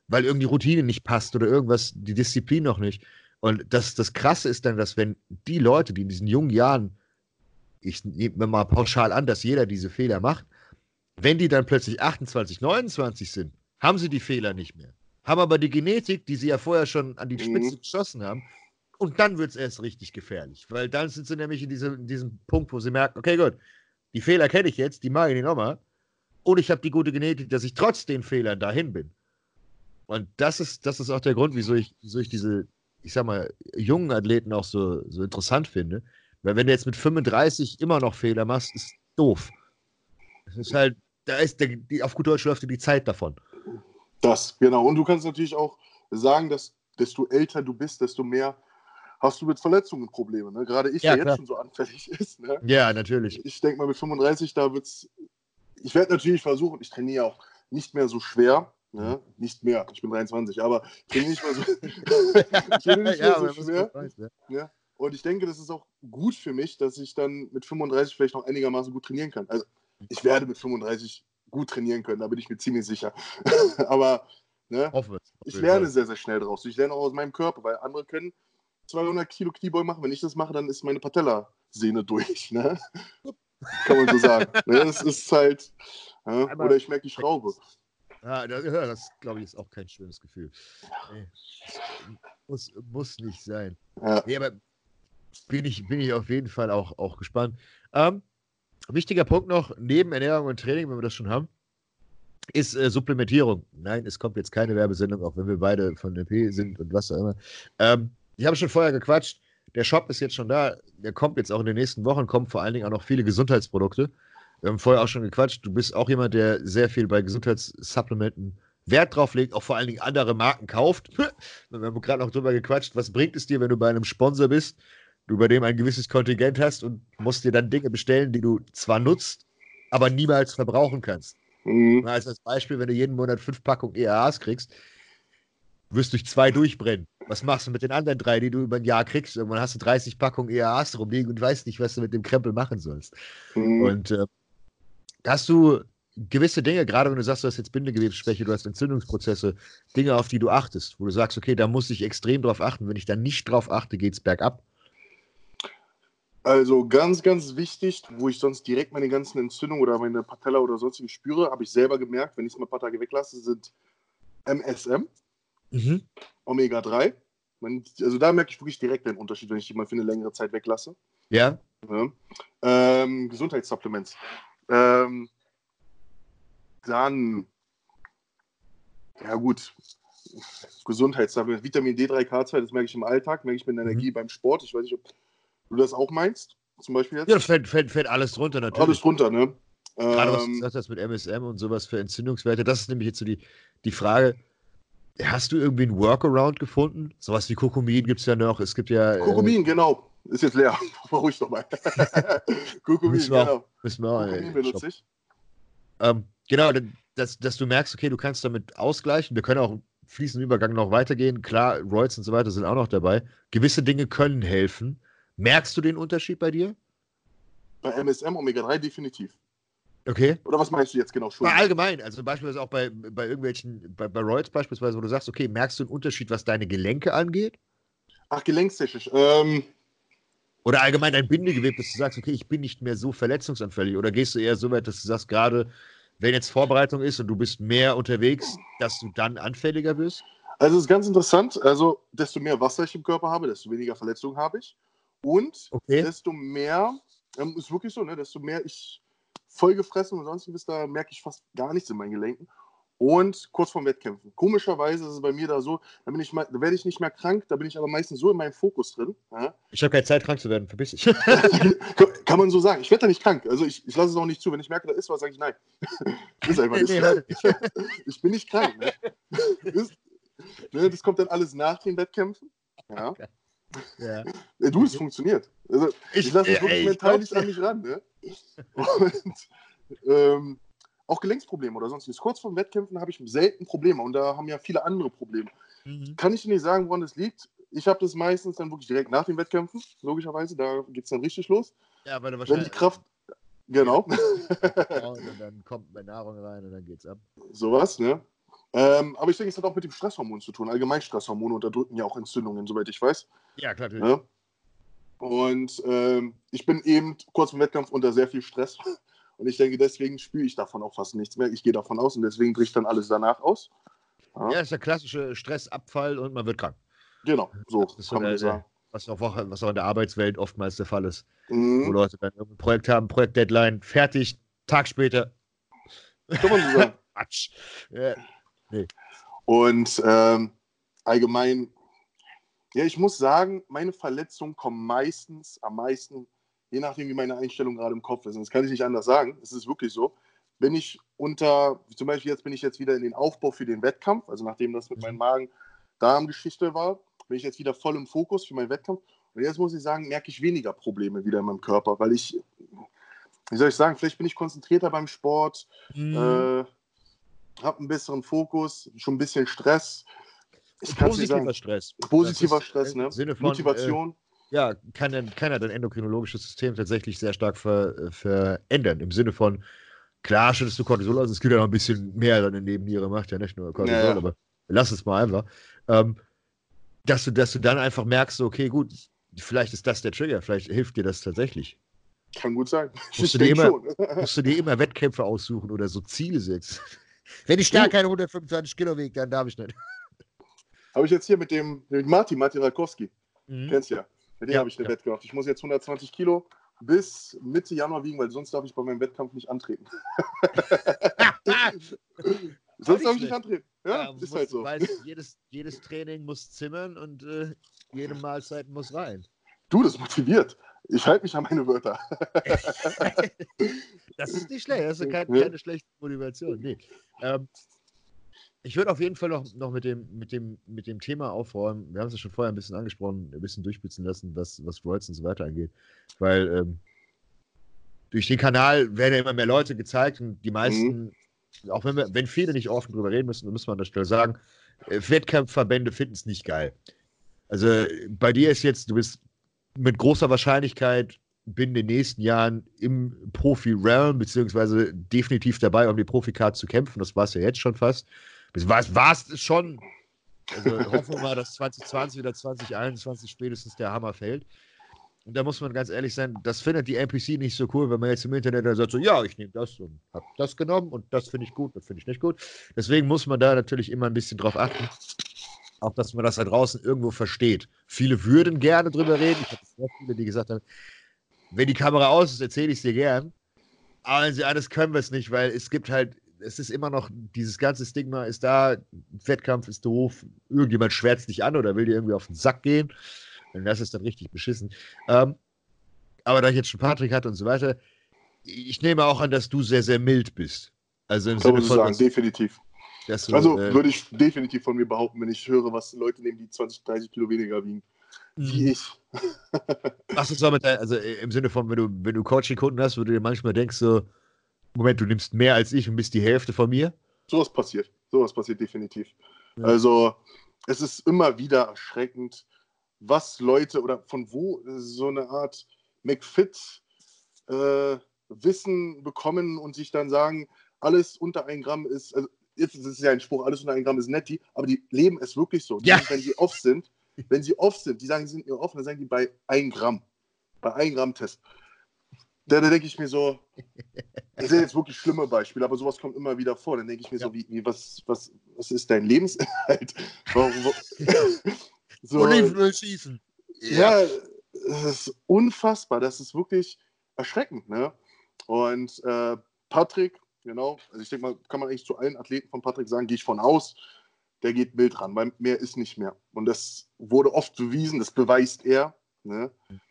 weil irgendwie Routine nicht passt oder irgendwas, die Disziplin noch nicht. Und das, das Krasse ist dann, dass wenn die Leute, die in diesen jungen Jahren, ich nehme mal pauschal an, dass jeder diese Fehler macht, wenn die dann plötzlich achtundzwanzig, neunundzwanzig sind, haben sie die Fehler nicht mehr. Haben aber die Genetik, die sie ja vorher schon an die Spitze Mhm. geschossen haben. Und dann wird es erst richtig gefährlich. Weil dann sind sie nämlich in diesem, in diesem Punkt, wo sie merken, okay, gut, die Fehler kenne ich jetzt, die mache ich nicht nochmal. Und ich habe die gute Genetik, dass ich trotz den Fehlern dahin bin. Und das ist, das ist auch der Grund, wieso ich, wieso ich diese, ich sag mal, jungen Athleten auch so, so interessant finde. Weil wenn du jetzt mit fünfunddreißig immer noch Fehler machst, ist doof. Das ist halt, da ist der, die, auf gut Deutsch läuft dir die Zeit davon. Das, genau. Und du kannst natürlich auch sagen, dass desto älter du bist, desto mehr hast du mit Verletzungen Probleme. Ne? Gerade ich, Ja, der jetzt klar. schon so anfällig ist. Ne? Ja, natürlich. Ich denke mal, mit fünfunddreißig, da wird es. Ich werde natürlich versuchen, ich trainiere auch nicht mehr so schwer. Ne? Nicht mehr, ich bin dreiundzwanzig, aber ich trainiere nicht mehr so, ich trainiere nicht Ja, mehr so aber muss man schwer. weiß, ne? Ne? Und ich denke, das ist auch gut für mich, dass ich dann mit fünfunddreißig vielleicht noch einigermaßen gut trainieren kann. Also ich werde mit fünfunddreißig gut trainieren können, da bin ich mir ziemlich sicher. Aber ne, Hoffe es. auf ich jeden lerne Fall. sehr, sehr schnell draus. Ich lerne auch aus meinem Körper, weil andere können zweihundert Kilo Kniebeugen machen. Wenn ich das mache, dann ist meine Patellasehne durch. Ne? Kann man so sagen. Ne? Das ist halt, ja, Einmal oder ich merke die Schraube. Ja, das, ja, das glaube ich, ist auch kein schönes Gefühl. Nee, das muss, muss nicht sein. Ja. Nee, aber bin ich, bin ich auf jeden Fall auch, auch gespannt. Ähm, wichtiger Punkt noch, neben Ernährung und Training, wenn wir das schon haben, ist äh, Supplementierung. Nein, es kommt jetzt keine Werbesendung, auch wenn wir beide von der P sind und was auch immer. Ähm, ich habe schon vorher gequatscht, der Shop ist jetzt schon da, der kommt jetzt auch in den nächsten Wochen, kommen vor allen Dingen auch noch viele Gesundheitsprodukte. Wir haben vorher auch schon gequatscht, du bist auch jemand, der sehr viel bei Gesundheitssupplementen Wert drauf legt, auch vor allen Dingen andere Marken kauft. Wir haben gerade noch drüber gequatscht, was bringt es dir, wenn du bei einem Sponsor bist, du bei dem ein gewisses Kontingent hast und musst dir dann Dinge bestellen, die du zwar nutzt, aber niemals verbrauchen kannst. Mhm. Also als Beispiel, wenn du jeden Monat fünf Packungen E A As kriegst, wirst du durch zwei durchbrennen. Was machst du mit den anderen drei, die du über ein Jahr kriegst? Irgendwann hast du dreißig Packungen E A As rumliegen und weißt nicht, was du mit dem Krempel machen sollst. Mhm. Und äh, hast du gewisse Dinge, gerade wenn du sagst, du hast jetzt Bindegewebsschwäche, du hast Entzündungsprozesse, Dinge, auf die du achtest, wo du sagst, okay, da muss ich extrem drauf achten. Wenn ich da nicht drauf achte, geht es bergab. Also ganz, ganz wichtig, wo ich sonst direkt meine ganzen Entzündungen oder meine Patella oder sonstiges spüre, habe ich selber gemerkt, wenn ich es mal ein paar Tage weglasse, sind M S M, Mhm. Omega drei. Man, also da merke ich wirklich direkt den Unterschied, wenn ich die mal für eine längere Zeit weglasse. Ja? Ja. Ähm, Gesundheitssupplements. Ähm, dann, ja gut, Gesundheitssupplements. Vitamin D drei, K zwei, das merke ich im Alltag, merke ich mit Energie Mhm. beim Sport. Ich weiß nicht, ob du das auch meinst, zum Beispiel jetzt. Ja, das fällt, fällt, fällt alles drunter, Alles natürlich. drunter, ne? Gerade was du Ähm, gesagt hast mit M S M und sowas für Entzündungswerte, das ist nämlich jetzt so die, die Frage, hast du irgendwie einen Workaround gefunden? Sowas wie Kurkumin gibt es ja noch. Es gibt ja. Äh, Kurkumin, genau. Ist jetzt leer. War ruhig nochmal. Kurkumin, müssen wir auch, genau. müssen wir auch Kurkumin äh, benutze ich. ähm, genau, dass, dass du merkst, okay, du kannst damit ausgleichen. Wir können auch fließenden Übergang noch weitergehen. Klar, Roids und so weiter sind auch noch dabei. Gewisse Dinge können helfen. Merkst du den Unterschied bei dir? Bei M S M, Omega drei definitiv. Okay. Oder was meinst du jetzt genau? Bei Entschuldigung. allgemein, also beispielsweise auch bei, bei irgendwelchen, bei, bei Roids beispielsweise, wo du sagst, okay, merkst du einen Unterschied, was deine Gelenke angeht? Ach, gelenkstechnisch. Ähm, Oder allgemein dein Bindegewebe, dass du sagst, okay, ich bin nicht mehr so verletzungsanfällig? Oder gehst du eher so weit, dass du sagst, gerade wenn jetzt Vorbereitung ist und du bist mehr unterwegs, dass du dann anfälliger bist? also es ist ganz interessant. Also desto mehr Wasser ich im Körper habe, desto weniger Verletzungen habe ich. Und Okay. desto mehr, ähm, ist wirklich so, ne, desto mehr ich vollgefressen und sonstiges, da merke ich fast gar nichts in meinen Gelenken. Und kurz vorm Wettkämpfen. Komischerweise ist es bei mir da so, da, bin ich mal, da werde ich nicht mehr krank, da bin ich aber meistens so in meinem Fokus drin. Ja? Ich habe keine Zeit, krank zu werden, verpiss dich. Kann man so sagen. Ich werde da nicht krank. Also ich, ich lasse es auch nicht zu. Wenn ich merke, da ist was, sage ich nein. Ist einfach nee, nicht. nee, heute nicht. Ich bin nicht krank. Ne? Ist, ne, das kommt dann alles nach den Wettkämpfen. Ja. Ja. Ja, du, es funktioniert. Also, ich, Ich, lasse es äh, wirklich ich mental glaub's nicht an dir. mich ran. Ne? Und ähm, auch Gelenksprobleme oder sonstiges. Kurz vor den Wettkämpfen habe ich selten Probleme und da haben ja viele andere Probleme. Mhm. Kann ich dir nicht sagen, woran das liegt. Ich habe das meistens dann wirklich direkt nach den Wettkämpfen, logischerweise. Da geht es dann richtig los. Ja, weil du Wenn die wahrscheinlich. Kraft, genau. Und dann kommt mehr Nahrung rein und dann geht's ab. Sowas, ne? Ähm, aber ich denke, es hat auch mit dem Stresshormon zu tun. Allgemein Stresshormone unterdrücken ja auch Entzündungen, soweit ich weiß. Ja, klar. Natürlich. Ja? Und ähm, ich bin eben kurz vor dem Wettkampf unter sehr viel Stress. Und ich denke, deswegen spüre ich davon auch fast nichts mehr. Ich gehe davon aus und deswegen bricht dann alles danach aus. Ja, ja, ist der klassische Stressabfall und man wird krank. Genau, so das ist so kann man der, das sagen. Was auch, was auch in der Arbeitswelt oftmals der Fall ist. Mhm. Wo Leute dann ein Projekt haben, Projektdeadline, fertig, Tag später. Kann man so sagen. Quatsch. Ja. Nee. Und ähm, allgemein, ja, ich muss sagen, meine Verletzungen kommen meistens, am meisten, je nachdem, wie meine Einstellung gerade im Kopf ist. Und das kann ich nicht anders sagen. Es ist wirklich so. Bin ich unter, zum Beispiel jetzt bin ich jetzt wieder in den Aufbau für den Wettkampf, also nachdem das mit meinem Magen-Darm-Geschichte war, bin ich jetzt wieder voll im Fokus für meinen Wettkampf. Und jetzt muss ich sagen, merke ich weniger Probleme wieder in meinem Körper, weil ich, wie soll ich sagen, vielleicht bin ich konzentrierter beim Sport, mhm. äh, habe einen besseren Fokus, schon ein bisschen Stress. Ich positiver Stress. Positiver Stress, ne? Sinne von, Motivation. Äh, ja, kann dann, kann ja dein endokrinologisches System tatsächlich sehr stark ver, verändern. Im Sinne von, klar schüttest du Cortisol aus, es gibt ja noch ein bisschen mehr, deine Nebenniere macht ja nicht nur Cortisol, ja, ja. aber lass es mal einfach. Ähm, dass, du, dass du dann einfach merkst, so, okay, gut, vielleicht ist das der Trigger, vielleicht hilft dir das tatsächlich. Kann gut sein. Musst, du dir, immer, musst du dir immer Wettkämpfe aussuchen oder so Ziele setzen. Wenn ich da keine hundertfünfundzwanzig Kilo wiege, dann darf ich nicht. Habe ich jetzt hier mit dem mit Martin, Martin Rakowski. Mhm. Kennst du ja. Mit dem ja, habe ich eine ja. Wett gemacht. Ich muss jetzt hundertzwanzig Kilo bis Mitte Januar wiegen, weil sonst darf ich bei meinem Wettkampf nicht antreten. Sonst darf ich nicht antreten. Ja, ja ist musst, halt so. Weißt, jedes, jedes Training muss zimmern und äh, jede Mahlzeit muss rein. Du, das motiviert. Ich halte mich an meine Wörter. Das ist nicht schlecht. Das ist kein, keine schlechte Motivation. Nee. Ähm, ich würde auf jeden Fall noch, noch mit, dem, mit, dem, mit dem Thema aufräumen. Wir haben es ja schon vorher ein bisschen angesprochen, ein bisschen durchblitzen lassen, was, was Roids und so weiter angeht. Weil ähm, durch den Kanal werden ja immer mehr Leute gezeigt und die meisten, mhm. auch wenn, wir, wenn viele nicht offen drüber reden müssen, muss man an der Stelle sagen, Wettkampfverbände finden es nicht geil. Also bei dir ist jetzt, du bist mit großer Wahrscheinlichkeit binnen den nächsten Jahren im Profi-Realm, beziehungsweise definitiv dabei, um die Profikarte zu kämpfen. Das war es ja jetzt schon fast. War es schon. Also hoffen wir mal, dass zwanzig zwanzig oder zwanzig einundzwanzig spätestens der Hammer fällt. Und da muss man ganz ehrlich sein, das findet die N P C nicht so cool, wenn man jetzt im Internet dann sagt, so, ja, ich nehme das und habe das genommen und das finde ich gut, das finde ich nicht gut. Deswegen muss man da natürlich immer ein bisschen drauf achten, auch dass man das da draußen irgendwo versteht. Viele würden gerne drüber reden. Ich habe sehr viele, die gesagt haben, wenn die Kamera aus ist, erzähle ich es dir gern. Aber wenn sie alles können wir es nicht, weil es gibt halt, es ist immer noch, dieses ganze Stigma ist da, Wettkampf ist doof, irgendjemand schwärzt dich an oder will dir irgendwie auf den Sack gehen. Und das ist dann richtig beschissen. Ähm, aber da ich jetzt schon Patrick hatte und so weiter, ich nehme auch an, dass du sehr, sehr mild bist. Also im Sinne von, sagen, dass, definitiv. Dass du, also äh, würde ich definitiv von mir behaupten, wenn ich höre, was Leute nehmen, die zwanzig, dreißig Kilo weniger wiegen. Wie ich. Machst du es mit dein, also im Sinne von, wenn du, wenn du Coaching-Kunden hast, wo du dir manchmal denkst, so, Moment, du nimmst mehr als ich und bist die Hälfte von mir? Sowas passiert. Sowas passiert definitiv. Ja. Also, es ist immer wieder erschreckend, was Leute oder von wo so eine Art McFit äh, Wissen bekommen und sich dann sagen, alles unter ein Gramm ist, also das ist ja ein Spruch, alles unter ein Gramm ist netti, aber die leben es wirklich so. Ja. Die, wenn sie off sind, wenn sie off sind, die sagen, sie sind off, dann sagen die bei ein Gramm. Bei ein Gramm Test. Da, da denke ich mir so, das sind jetzt wirklich schlimme Beispiele, aber sowas kommt immer wieder vor. Dann denke ich mir ja. so, wie, wie, was, was, was ist dein Lebensinhalt? Warum, wo, so, Olivenöl schießen. Ja, ja, das ist unfassbar. Das ist wirklich erschreckend. Ne? Und äh, Patrick, genau, also ich denke mal, kann man eigentlich zu allen Athleten von Patrick sagen, gehe ich von aus, der geht wild ran, weil mehr ist nicht mehr. Und das wurde oft bewiesen, das beweist er. Ne?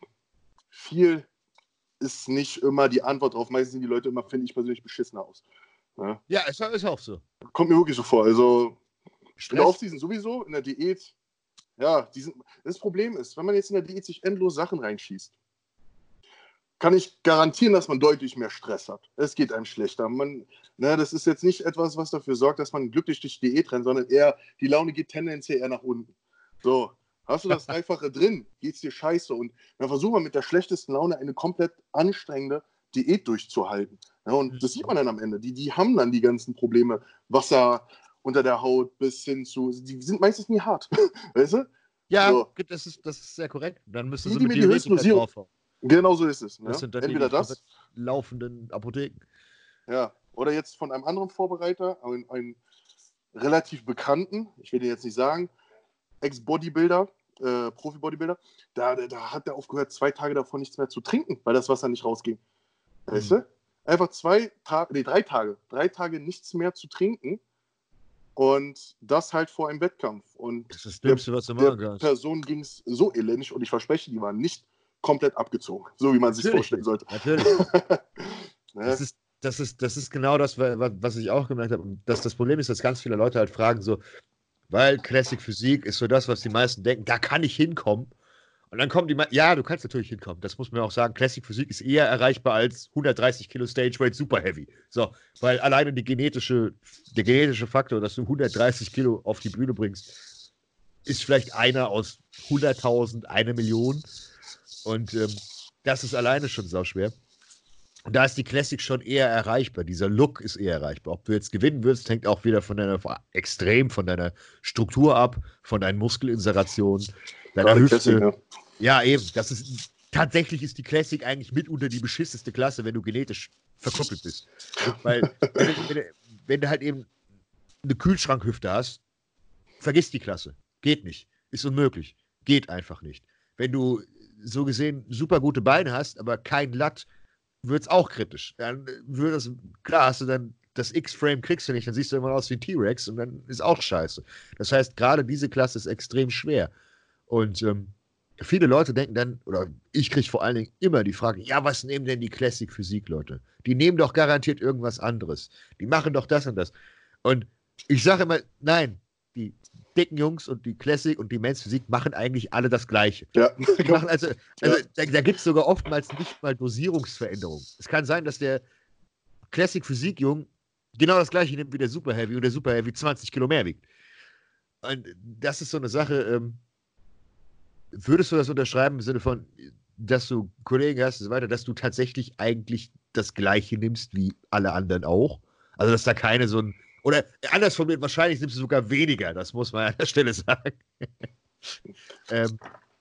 Viel ist nicht immer die Antwort drauf. Meistens sind die Leute immer, finde ich persönlich, beschissener aus. Ne? Ja, ist, ist auch so. Kommt mir wirklich so vor. Also Stress. In der Offseason sowieso, in der Diät, ja, diesen, das Problem ist, wenn man jetzt in der Diät sich endlos Sachen reinschießt, kann ich garantieren, dass man deutlich mehr Stress hat. Es geht einem schlechter. Man, ne, das ist jetzt nicht etwas, was dafür sorgt, dass man glücklich durch die Diät rennt, sondern eher, die Laune geht tendenziell eher nach unten. So, hast du das Dreifache drin, geht's dir scheiße. Und dann versuchen wir mit der schlechtesten Laune eine komplett anstrengende Diät durchzuhalten. Ja, und das sieht man dann am Ende. Die, die haben dann die ganzen Probleme, Wasser unter der Haut bis hin zu, die sind meistens nie hart, weißt du? Ja, so. das, ist, das ist sehr korrekt. Dann müsste Die, so die eine mir die Diuretika Höchstdosierung, draufhauen. genau so ist es. Ne? Das sind dann Entweder die das, laufenden Apotheken. ja, oder jetzt von einem anderen Vorbereiter, einem, einem relativ bekannten, ich will dir jetzt nicht sagen, Ex-Bodybuilder, äh, Profi-Bodybuilder, da, da, da hat er aufgehört, zwei Tage davon nichts mehr zu trinken, weil das Wasser nicht rausging. Weißt Mhm. du? Einfach zwei Tage, nee, drei Tage, drei Tage nichts mehr zu trinken und das halt vor einem Wettkampf. Und Das ist das der, Schlimmste, was du der machen kannst. Person ging es so elendig und ich verspreche, die waren nicht komplett abgezogen, so wie man sich Natürlich vorstellen nicht. sollte. Natürlich. Ne? Das ist, das, ist, das ist genau das, wa- wa- was ich auch gemerkt habe. Dass das Problem ist, dass ganz viele Leute halt fragen, so, weil Classic Physik ist so das, was die meisten denken, da kann ich hinkommen. Und dann kommen die, me- ja, du kannst natürlich hinkommen. Das muss man auch sagen. Classic Physik ist eher erreichbar als hundertdreißig Kilo Stage Weight Super Heavy. So, weil alleine die genetische, der genetische Faktor, dass du hundertdreißig Kilo auf die Bühne bringst, ist vielleicht einer aus hunderttausend, eine Million. Und ähm, das ist alleine schon sauschwer. Und da ist die Classic schon eher erreichbar. Dieser Look ist eher erreichbar. Ob du jetzt gewinnen willst, hängt auch wieder von deiner, extrem von deiner Struktur ab, von deinen Muskelinserationen, deiner Gerade Hüfte. Classic, ne? Ja, eben. Das ist, tatsächlich ist die Classic eigentlich mitunter die beschisseste Klasse, wenn du genetisch verkrüppelt bist. Weil, wenn du, wenn, du, wenn du halt eben eine Kühlschrankhüfte hast, vergiss die Klasse. Geht nicht. Ist unmöglich. Geht einfach nicht. Wenn du so gesehen super gute Beine hast, aber kein Latt, wird es auch kritisch. Dann wird es, klar, hast du dann das X-Frame kriegst du nicht, dann siehst du immer aus wie ein T-Rex und dann ist auch scheiße. Das heißt, gerade diese Klasse ist extrem schwer. Und ähm, viele Leute denken dann, oder ich kriege vor allen Dingen immer die Frage, ja, was nehmen denn die Classic Physik, Leute? Die nehmen doch garantiert irgendwas anderes. Die machen doch das und das. Und ich sage immer, nein, die dicken Jungs und die Classic und die Men's Physik machen eigentlich alle das Gleiche. Ja. Die machen also, also Ja. da, da gibt es sogar oftmals nicht mal Dosierungsveränderungen. Es kann sein, dass der Classic Physik-Jung genau das gleiche nimmt wie der Super Heavy und der Super Heavy zwanzig Kilo mehr wiegt. Und das ist so eine Sache, ähm, würdest du das unterschreiben im Sinne von, dass du Kollegen hast und so weiter, dass du tatsächlich eigentlich das Gleiche nimmst wie alle anderen auch? Also, dass da keine so ein, oder anders formuliert, wahrscheinlich nimmst du sogar weniger, das muss man an der Stelle sagen. ähm,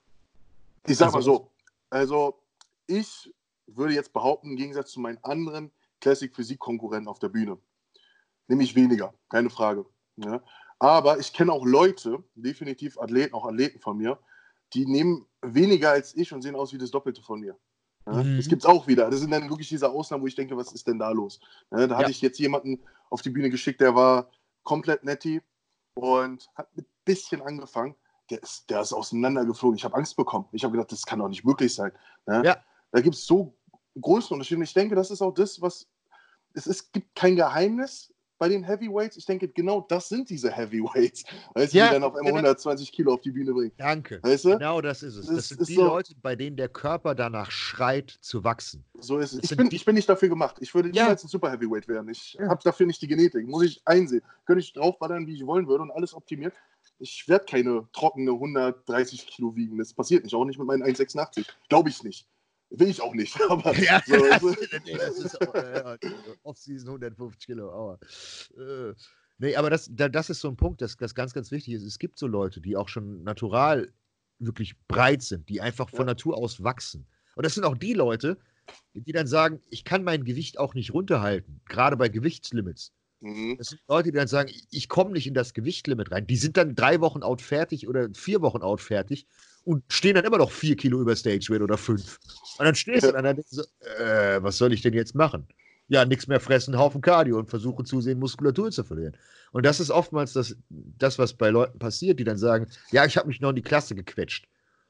Ich sag mal also, so, also ich würde jetzt behaupten, im Gegensatz zu meinen anderen Classic-Physik-Konkurrenten auf der Bühne, nehme ich weniger, keine Frage. Ja. Aber ich kenne auch Leute, definitiv Athleten, auch Athleten von mir, die nehmen weniger als ich und sehen aus wie das Doppelte von mir. Ja. Mhm. Das gibt es auch wieder. Das sind dann wirklich diese Ausnahmen, wo ich denke, was ist denn da los? Ja, da hatte Ja. ich jetzt jemanden auf die Bühne geschickt, der war komplett netti und hat mit ein bisschen angefangen. Der ist, der ist auseinandergeflogen. Ich habe Angst bekommen. Ich habe gedacht, das kann doch nicht möglich sein. Ne? Ja. Da gibt es so große Unterschiede. Und ich denke, das ist auch das, was. Es ist, gibt kein Geheimnis bei den Heavyweights. Ich denke, genau das sind diese Heavyweights. Weißt du, Ja, die dann auf einmal genau. hundertzweitig Kilo auf die Bühne bringen. Danke. Weißt du? Genau das ist es. Das Das sind ist die so- Leute, bei denen der Körper danach schreit, zu wachsen. So ist es. Das Ich sind bin, die- ich bin nicht dafür gemacht. Ich würde Ja. niemals ein Super Heavyweight werden. Ich Ja. habe dafür nicht die Genetik. Muss ich einsehen. Könnte ich draufballern, wie ich wollen würde und alles optimieren. Ich werde keine trockene hundertdreißig Kilo wiegen. Das passiert nicht. Auch nicht mit meinen eins Komma sechsundachtzig. Glaube ich nicht. Will ich auch nicht. Aber Ja, so, das, so, nee, das ist äh, Off-Season hundertfünfzig Kilo. Aua. Äh, nee, aber das, da, das ist so ein Punkt, das, das ganz, ganz wichtig ist. Es gibt so Leute, die auch schon natural wirklich breit sind, die einfach von Ja. Natur aus wachsen. Und das sind auch die Leute, die dann sagen, ich kann mein Gewicht auch nicht runterhalten, gerade bei Gewichtslimits. mhm. Das sind Leute, die dann sagen, ich komme nicht in das Gewichtlimit rein. Die sind dann drei Wochen out fertig oder vier Wochen out fertig und stehen dann immer noch vier Kilo über Stage Weight oder fünf. Und dann stehst du Ja. dann und denkst so, äh, was soll ich denn jetzt machen? Ja, nichts mehr fressen, Haufen Cardio und versuchen zusehen, Muskulatur zu verlieren. Und das ist oftmals das, das was bei Leuten passiert, die dann sagen, ja, ich habe mich noch in die Klasse gequetscht.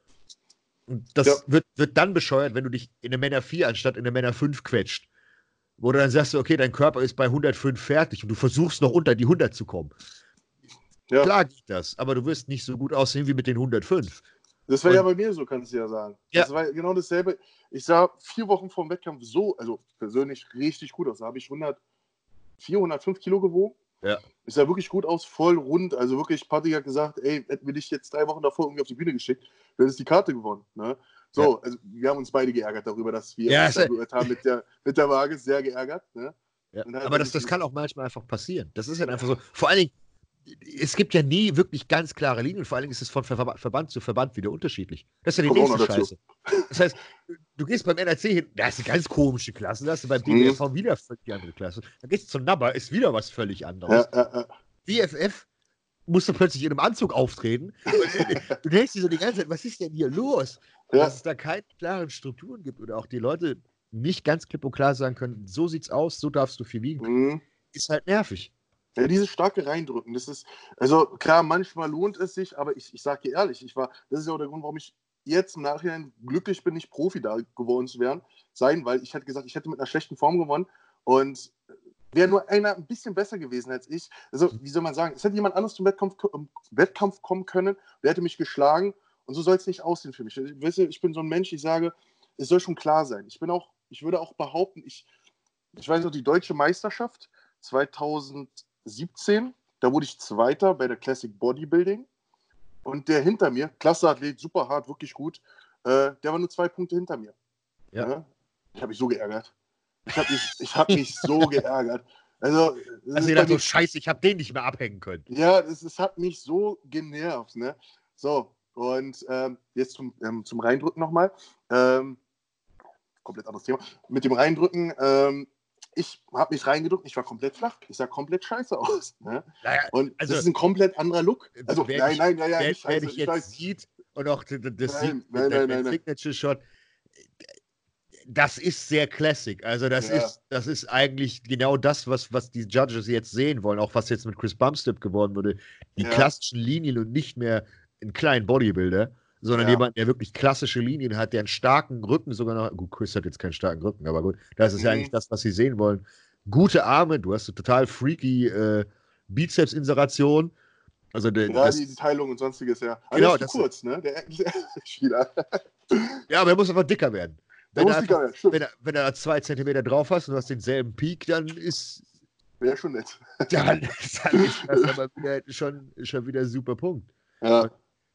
Und das Ja. wird, wird dann bescheuert, wenn du dich in eine Männer vier anstatt in eine Männer fünf quetscht. Wo du dann sagst, okay, dein Körper ist bei hundertfünf fertig und du versuchst noch unter die hundert zu kommen. Ja. Klar geht das, aber du wirst nicht so gut aussehen wie mit den hundertfünf. Das war ja Und- bei mir so, kannst du ja sagen. Ja. Das war genau dasselbe. Ich sah vier Wochen vor dem Wettkampf so, also persönlich richtig gut aus. Da habe ich hundertvier, hundertfünf Kilo gewogen. Ja. Ich sah wirklich gut aus, voll rund. Also wirklich, Patti hat gesagt, ey, hätten wir dich jetzt drei Wochen davor irgendwie auf die Bühne geschickt, du hättest die Karte gewonnen. Ne? So, Ja. also wir haben uns beide geärgert darüber, dass wir Ja, uns ist- da geirrt haben mit der, mit der Waage, sehr geärgert. Ne? Ja. Und halt Aber das, wirklich das kann auch manchmal einfach passieren. Das ist halt einfach so. Vor allen Dingen, es gibt ja nie wirklich ganz klare Linien. Vor allen Dingen ist es von Ver Verband zu Verband wieder unterschiedlich. Das ist ja die Kommt auch nächste noch dazu. Scheiße. Das heißt, du gehst beim N R C hin, da ist eine ganz komische Klasse, da hast du beim Mhm. D B F V wieder eine völlig andere Klasse. Dann gehst du zum N A B A, ist wieder was völlig anderes. Ja, ja, ja. V F F musst du plötzlich in einem Anzug auftreten. Du denkst dir so die ganze Zeit, was ist denn hier los? Ja. Dass es da keine klaren Strukturen gibt oder auch die Leute nicht ganz klipp und klar sagen können, so sieht's aus, so darfst du viel wiegen, Mhm. ist halt nervig. Ja, dieses starke Reindrücken, das ist, also klar, manchmal lohnt es sich, aber ich, ich sage dir ehrlich, ich war, das ist ja auch der Grund, warum ich jetzt im Nachhinein glücklich bin, nicht Profi da geworden zu werden, sein, weil ich hätte gesagt, ich hätte mit einer schlechten Form gewonnen und wäre nur einer ein bisschen besser gewesen als ich. Also, wie soll man sagen, es hätte jemand anderes zum Wettkampf, ähm, Wettkampf kommen können, der hätte mich geschlagen und so soll es nicht aussehen für mich. Ich, weißt du, ich bin so ein Mensch, ich sage, es soll schon klar sein. Ich bin auch, ich würde auch behaupten, ich, ich weiß noch, die deutsche Meisterschaft zweitausendsiebzehn, da wurde ich Zweiter bei der Classic Bodybuilding und der hinter mir, klasse Athlet, super hart, wirklich gut, äh, der war nur zwei Punkte hinter mir. Ja. Ja? Ich habe mich so geärgert. Ich habe mich, ich hab mich so geärgert. Also, das Also ist ihr bei dachte, mir- oh, scheiße, ich habe den nicht mehr abhängen können. ja, das, das hat mich so genervt. Ne? So, und ähm, jetzt zum, ähm, zum Reindrücken nochmal. Ähm, komplett anderes Thema. Mit dem Reindrücken, ähm, ich habe mich reingedrückt, ich war komplett flach. Ich sah komplett scheiße aus. Ne? Naja, Und also- das ist ein komplett anderer Look. Also, wer nein, dich- nein, ja, ja, wer, nicht wer scheiße. dich Ich jetzt weiß, sieht und auch das, das Nein, sieht, nein, der, nein, der nein, nein. Signature-Shot, das ist sehr Classic. Also das, Ja. ist, das ist eigentlich genau das, was, was die Judges jetzt sehen wollen, auch was jetzt mit Chris Bumstead geworden wurde. Die Ja. klassischen Linien und nicht mehr einen kleinen Bodybuilder, sondern Ja. jemand, der wirklich klassische Linien hat, der einen starken Rücken sogar noch. Gut, Chris hat jetzt keinen starken Rücken, aber gut, das ist ja Mhm. eigentlich das, was sie sehen wollen. Gute Arme, du hast eine total freaky äh, Bizeps-Inseration. Also der, Ja, das, die, die Teilung und sonstiges, ja. Aber Genau, der ist das- zu kurz, ne? Der, der Spieler. ja, aber er muss einfach dicker werden. Der Wenn muss er, dicker einfach, werden, stimmt. wenn, er, wenn er zwei Zentimeter drauf hast und du hast denselben Peak, dann ist, Wäre schon nett. dann, dann ist das aber wieder, schon, schon wieder ein super Punkt. Ja.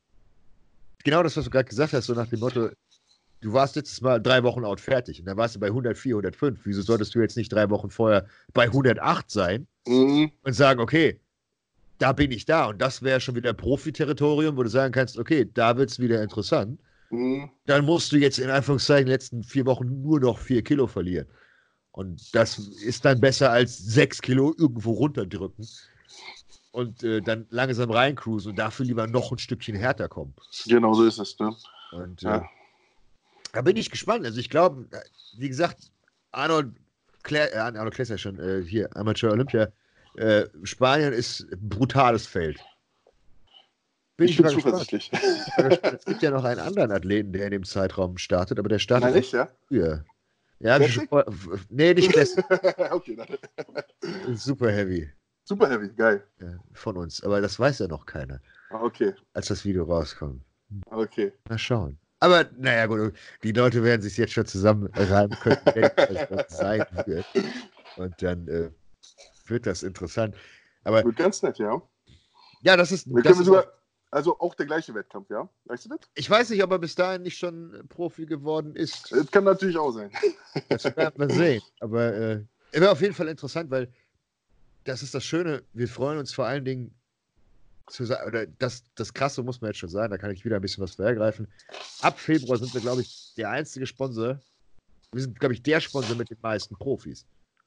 Genau das, was du gerade gesagt hast, so nach dem Motto, du warst letztes Mal drei Wochen out fertig und dann warst du bei hundertvier, hundertfünf. Wieso solltest du jetzt nicht drei Wochen vorher bei hundertacht sein Mhm. und sagen, okay, da bin ich da und das wäre schon wieder Profiterritorium, wo du sagen kannst, okay, da wird es wieder interessant. Mhm. Dann musst du jetzt in Anführungszeichen in den letzten vier Wochen nur noch vier Kilo verlieren. Und das ist dann besser als sechs Kilo irgendwo runterdrücken und äh, dann langsam reincruisen und dafür lieber noch ein Stückchen härter kommen. Genau so ist es, ne? Und äh, Ja. da bin ich gespannt. Also ich glaube, wie gesagt, Arnold Claire, äh, Arnold Claire ist ja schon äh, hier, Amateur Olympia, äh, Spanien ist ein brutales Feld. Bin Ich bin mal gespannt. zuversichtlich. Es gibt ja noch einen anderen Athleten, der in dem Zeitraum startet, aber der startet Nein, nicht, ja? früher. Ja, hab ich schon Classic? vor, nee, nicht Classic. Okay, dann. Super Heavy Super heavy, geil. ja, von uns. Aber das weiß ja noch keiner, Ah, Okay, als das Video rauskommt. okay. Mal schauen. Aber naja, gut, die Leute werden sich jetzt schon zusammenreimen können, wer das sein wird. Und dann äh, wird das interessant. Aber Wird ganz nett, ja. ja, das ist. Wir Das können ist sogar, auch, also auch der gleiche Wettkampf, ja? Weißt du das? ich weiß nicht, ob er bis dahin nicht schon Profi geworden ist. Das kann natürlich auch sein. Das werden wir sehen. Aber äh, es wäre auf jeden Fall interessant, weil das ist das Schöne. Wir freuen uns vor allen Dingen zu sagen, oder das, das Krasse muss man jetzt schon sagen, da kann ich wieder ein bisschen was vorhergreifen. Ab Februar sind wir, glaube ich, der einzige Sponsor. Wir sind, glaube ich, der Sponsor mit den meisten Profis.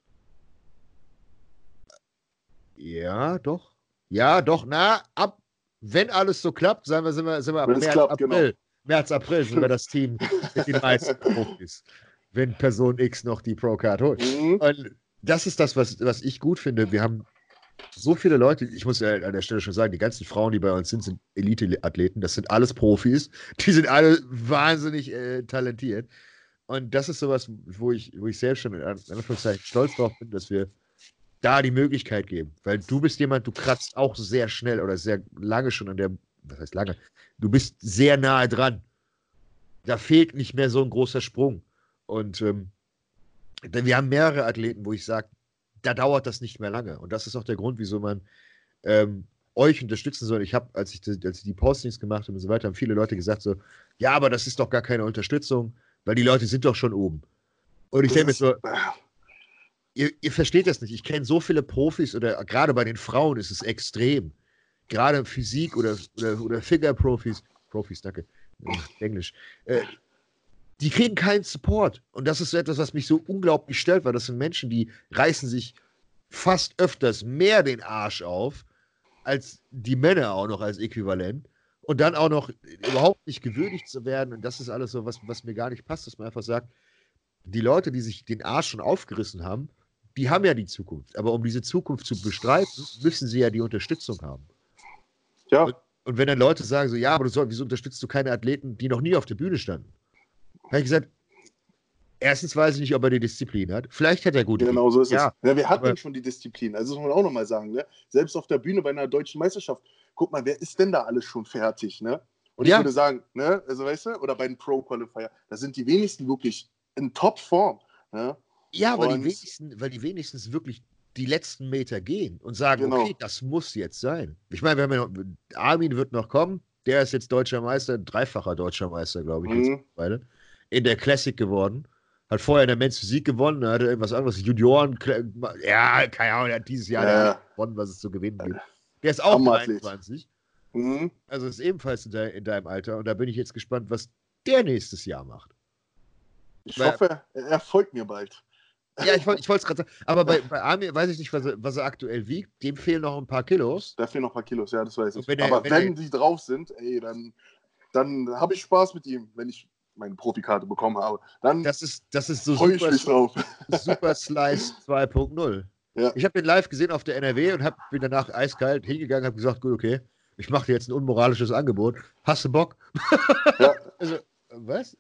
Ja, doch. Ja, doch. Na, ab, wenn alles so klappt, sagen wir, sind wir, sind wir ab Wenn es März, klappt, April. genau. März, April sind wir das Team mit den meisten Profis. Wenn Person X noch die Pro-Card holt. Mhm. Und das ist das, was, was ich gut finde. Wir haben so viele Leute, ich muss ja an der Stelle schon sagen, die ganzen Frauen, die bei uns sind, sind Elite-Athleten. Das sind alles Profis. Die sind alle wahnsinnig äh, talentiert. Und das ist sowas, wo ich, wo ich selbst schon in Anführungszeichen stolz drauf bin, dass wir da die Möglichkeit geben. Weil du bist jemand, du kratzt auch sehr schnell oder sehr lange schon an der, was heißt lange? Du bist sehr nahe dran. Da fehlt nicht mehr so ein großer Sprung. Und ähm, wir haben mehrere Athleten, wo ich sage, da dauert das nicht mehr lange. Und das ist auch der Grund, wieso man ähm, euch unterstützen soll. Ich habe, als ich, die, als ich die Postings gemacht habe und so weiter, haben viele Leute gesagt so, ja, aber das ist doch gar keine Unterstützung, weil die Leute sind doch schon oben. Und ich denke mir so, ihr, ihr versteht das nicht. Ich kenne so viele Profis oder gerade bei den Frauen ist es extrem. gerade Physik- oder, oder, oder Figure-Profis, Profis, danke, Englisch, äh, die kriegen keinen Support. Und das ist so etwas, was mich so unglaublich stört, weil das sind Menschen, die reißen sich fast öfters mehr den Arsch auf, als die Männer auch noch als Äquivalent. Und dann auch noch überhaupt nicht gewürdigt zu werden. Und das ist alles so, was, was mir gar nicht passt, dass man einfach sagt, die Leute, die sich den Arsch schon aufgerissen haben, die haben ja die Zukunft. Aber um diese Zukunft zu bestreiten, müssen sie ja die Unterstützung haben. Ja. Und, und wenn dann Leute sagen so, ja, aber du soll, wieso unterstützt du keine Athleten, die noch nie auf der Bühne standen? Habe ich gesagt, erstens weiß ich nicht, ob er die Disziplin hat. Vielleicht hat er gute Genau so ist ja, es. Ja, wir hatten aber, schon die Disziplin. Also das muss man auch nochmal sagen. Ne? Selbst auf der Bühne bei einer deutschen Meisterschaft. Guck mal, wer ist denn da alles schon fertig? Ne? Und ja. ich würde sagen, ne, also weißt du, oder bei den Pro-Qualifier, da sind die wenigsten wirklich in Top-Form. Ne? Ja, weil Und, die, wenigsten, weil die wenigstens wirklich die letzten Meter gehen und sagen, genau. okay, das muss jetzt sein. Ich meine, wir haben ja noch, Armin wird noch kommen, der ist jetzt deutscher Meister, dreifacher deutscher Meister, glaube ich, Mhm. jetzt in der Classic geworden. Hat vorher in der Men's Physik gewonnen, hatte irgendwas anderes, Junioren, ja, keine Ahnung, der hat dieses Jahr Ja. der gewonnen, was es zu gewinnen gibt. Der ist auch Hammer-Athlet. dreiundzwanzig. Mhm. Also ist ebenfalls in, de in deinem Alter und da bin ich jetzt gespannt, was der nächstes Jahr macht. Ich Weil, hoffe, er folgt mir bald. Ja, ich, wollt, ich wollte es gerade sagen. Aber bei, bei Amir weiß ich nicht, was er, was er aktuell wiegt. Dem fehlen noch ein paar Kilos. Da fehlen noch ein paar Kilos, ja, das weiß ich. Wenn er, Aber wenn, wenn er, die drauf sind, ey, dann, dann habe ich Spaß mit ihm, wenn ich meine Profikarte bekommen habe. Dann das ist, das ist so freue ich super, mich drauf. Super Slice zwei Punkt null. Ja. Ich habe den live gesehen auf der N R W und hab, bin danach eiskalt hingegangen und habe gesagt, gut, okay, ich mache dir jetzt ein unmoralisches Angebot. Hast du Bock? Ja. Also, was?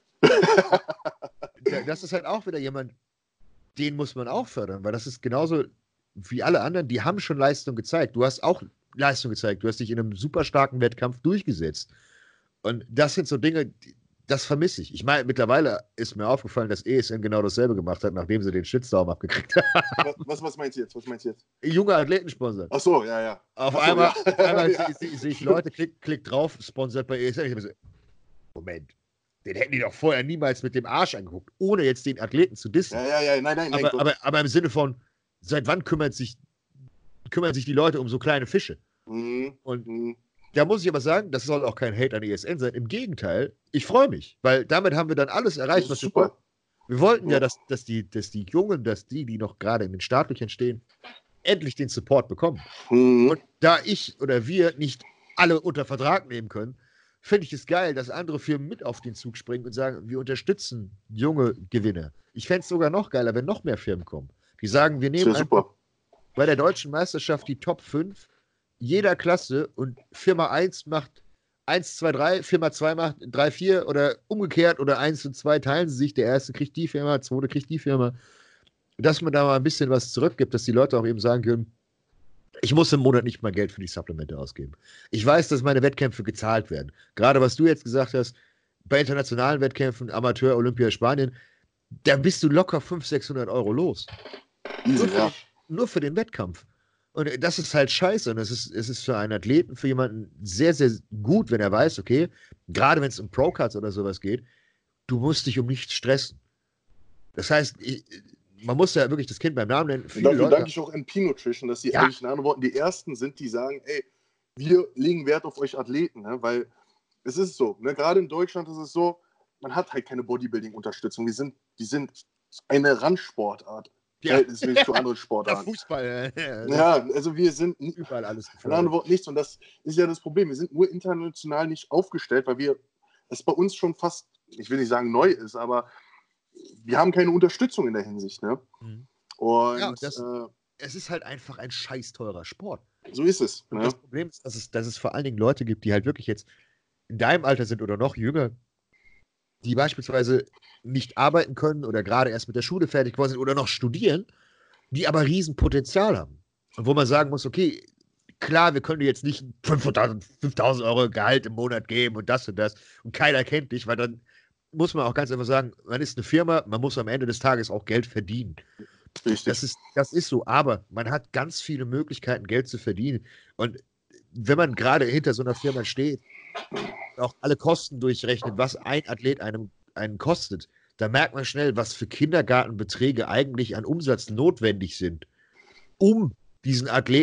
Das ist halt auch wieder jemand, den muss man auch fördern, weil das ist genauso wie alle anderen, die haben schon Leistung gezeigt. Du hast auch Leistung gezeigt. Du hast dich in einem super starken Wettkampf durchgesetzt. Und das sind so Dinge, das vermisse ich. Ich meine, mittlerweile ist mir aufgefallen, dass E S N genau dasselbe gemacht hat, nachdem sie den Shitstorm abgekriegt haben. Was, was meinst du jetzt? Was meinst du jetzt? Junge Athletensponsor. Ach so, ja, ja. Auf so, einmal, ja. auf einmal ja. sehe seh, seh ich Leute, klick, klick drauf, sponsert bei E S N. Ich so, Moment, den hätten die doch vorher niemals mit dem Arsch angeguckt, ohne jetzt den Athleten zu dissen. Ja, ja, ja, nein, nein, nein. Aber, aber, aber im Sinne von, seit wann kümmert sich, kümmern sich die Leute um so kleine Fische? Mhm. Und mhm. da muss ich aber sagen, das soll auch kein Hate an E S N sein. Im Gegenteil, ich freue mich, weil damit haben wir dann alles erreicht, was wir super. wollten. Wir wollten ja, Ja. dass, dass, die, dass die Jungen, dass die, die noch gerade in den Startlöchern stehen, endlich den Support bekommen. Mhm. Und da ich oder wir nicht alle unter Vertrag nehmen können, finde ich es geil, dass andere Firmen mit auf den Zug springen und sagen, wir unterstützen junge Gewinner. Ich fände es sogar noch geiler, wenn noch mehr Firmen kommen. Die sagen, wir Das nehmen wäre einfach super. bei der deutschen Meisterschaft die Top fünf jeder Klasse und Firma eins macht eins, zwei, drei, Firma zwei macht drei, vier oder umgekehrt oder eins und zwei teilen sie sich. Der erste kriegt die Firma, der zweite kriegt die Firma. Dass man da mal ein bisschen was zurückgibt, dass die Leute auch eben sagen können, ich muss im Monat nicht mal Geld für die Supplemente ausgeben. Ich weiß, dass meine Wettkämpfe gezahlt werden. Gerade was du jetzt gesagt hast, bei internationalen Wettkämpfen, Amateur, Olympia, Spanien, da bist du locker fünfhundert, sechshundert Euro los. Easy, Nur für, ja. den, nur für den Wettkampf. Und das ist halt scheiße. Und es ist, es ist für einen Athleten, für jemanden sehr, sehr gut, wenn er weiß, okay, gerade wenn es um Pro-Cuts oder sowas geht, du musst dich um nichts stressen. Das heißt, ich, man muss ja wirklich das Kind beim Namen nennen. Und Viele dafür Leute, danke ich auch N P Nutrition, dass sie Ja. eigentlich in anderen Worten die Ersten sind, die sagen, ey, wir legen Wert auf euch Athleten, ne? Weil es ist so, ne? Gerade in Deutschland ist es so, man hat halt keine Bodybuilding-Unterstützung. Die sind, die sind eine Randsportart, Ja. verhältnismäßig zu anderen der Sportarten. Fußball, äh, Ja, also wir sind in überall alles anderen gefördert. Worten nichts. Und das ist ja das Problem. Wir sind nur international nicht aufgestellt, weil wir, es bei uns schon fast, ich will nicht sagen neu ist, aber wir haben keine Unterstützung in der Hinsicht. Ne? Mhm. Und Ja, und das- äh, Es ist halt einfach ein scheiß teurer Sport. so ist es. Und Ne? das Problem ist, dass es, dass es vor allen Dingen Leute gibt, die halt wirklich jetzt in deinem Alter sind oder noch jünger, die beispielsweise nicht arbeiten können oder gerade erst mit der Schule fertig geworden sind oder noch studieren, die aber Riesenpotenzial haben. Und wo man sagen muss, okay, klar, wir können dir jetzt nicht fünftausend Euro Gehalt im Monat geben und das und das und keiner kennt dich, weil dann muss man auch ganz einfach sagen, man ist eine Firma, man muss am Ende des Tages auch Geld verdienen. Richtig. Das ist, das ist so, aber man hat ganz viele Möglichkeiten, Geld zu verdienen. Und wenn man gerade hinter so einer Firma steht, auch alle Kosten durchrechnet, was ein Athlet einem, einen kostet, da merkt man schnell, was für Kindergartenbeträge eigentlich an Umsatz notwendig sind, um diesen Athleten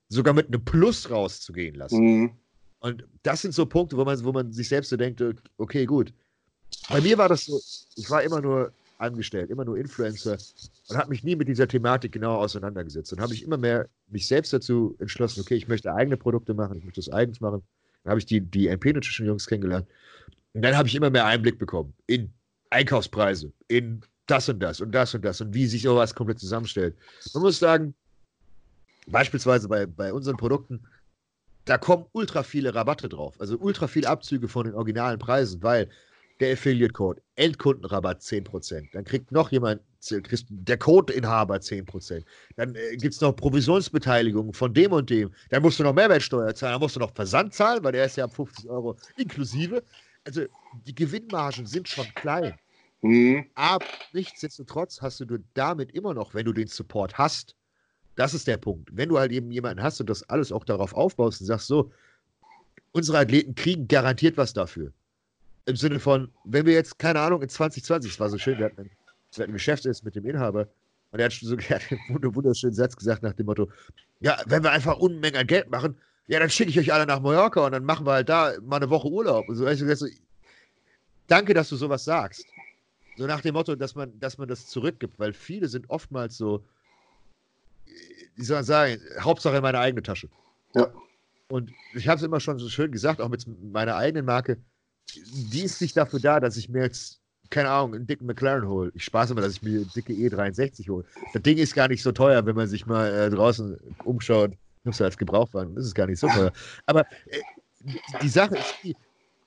sogar mit einem Plus rauszugehen lassen. Mhm. Und das sind so Punkte, wo man, wo man sich selbst so denkt, okay, gut. Bei mir war das so, ich war immer nur angestellt, immer nur Influencer und habe mich nie mit dieser Thematik genau auseinandergesetzt. Und habe ich immer mehr mich selbst dazu entschlossen, okay, ich möchte eigene Produkte machen, ich möchte das eigens machen. Dann habe ich die, die N P Nutrition Jungs kennengelernt. Und dann habe ich immer mehr Einblick bekommen in Einkaufspreise, in das und das und das und das und wie sich sowas komplett zusammenstellt. Man muss sagen, beispielsweise bei, bei unseren Produkten, da kommen ultra viele Rabatte drauf, also ultra viele Abzüge von den originalen Preisen, weil der Affiliate-Code, Endkundenrabatt zehn Prozent, dann kriegt noch jemand, kriegt der Codeinhaber zehn Prozent, dann äh, gibt es noch Provisionsbeteiligung von dem und dem, dann musst du noch Mehrwertsteuer zahlen, dann musst du noch Versand zahlen, weil der ist ja ab fünfzig Euro inklusive. Also die Gewinnmargen sind schon klein. Mhm. Aber nichtsdestotrotz hast du damit immer noch, wenn du den Support hast, das ist der Punkt. Wenn du halt eben jemanden hast und das alles auch darauf aufbaust und sagst so, unsere Athleten kriegen garantiert was dafür. Im Sinne von, wenn wir jetzt, keine Ahnung, in zwanzig zwanzig, es war so schön, wir hatten ein, wir hatten ein Geschäft ist mit dem Inhaber und er hat so er hat einen wunderschönen Satz gesagt nach dem Motto, ja, wenn wir einfach Unmengen an Geld machen, ja, dann schicke ich euch alle nach Mallorca und dann machen wir halt da mal eine Woche Urlaub. Und so, also, so, danke, dass du sowas sagst. So nach dem Motto, dass man, dass man das zurückgibt, weil viele sind oftmals so, wie soll man sagen, Hauptsache in meine eigene Tasche. Ja. Und ich habe es immer schon so schön gesagt, auch mit meiner eigenen Marke, die ist nicht dafür da, dass ich mir jetzt, keine Ahnung, einen dicken McLaren hole. Ich spaße immer, dass ich mir eine dicke E dreiundsechzig hole. Das Ding ist gar nicht so teuer, wenn man sich mal äh, draußen umschaut. Nimmst du als Gebrauchwagen, das ist gar nicht so teuer. Aber äh, die Sache ist die,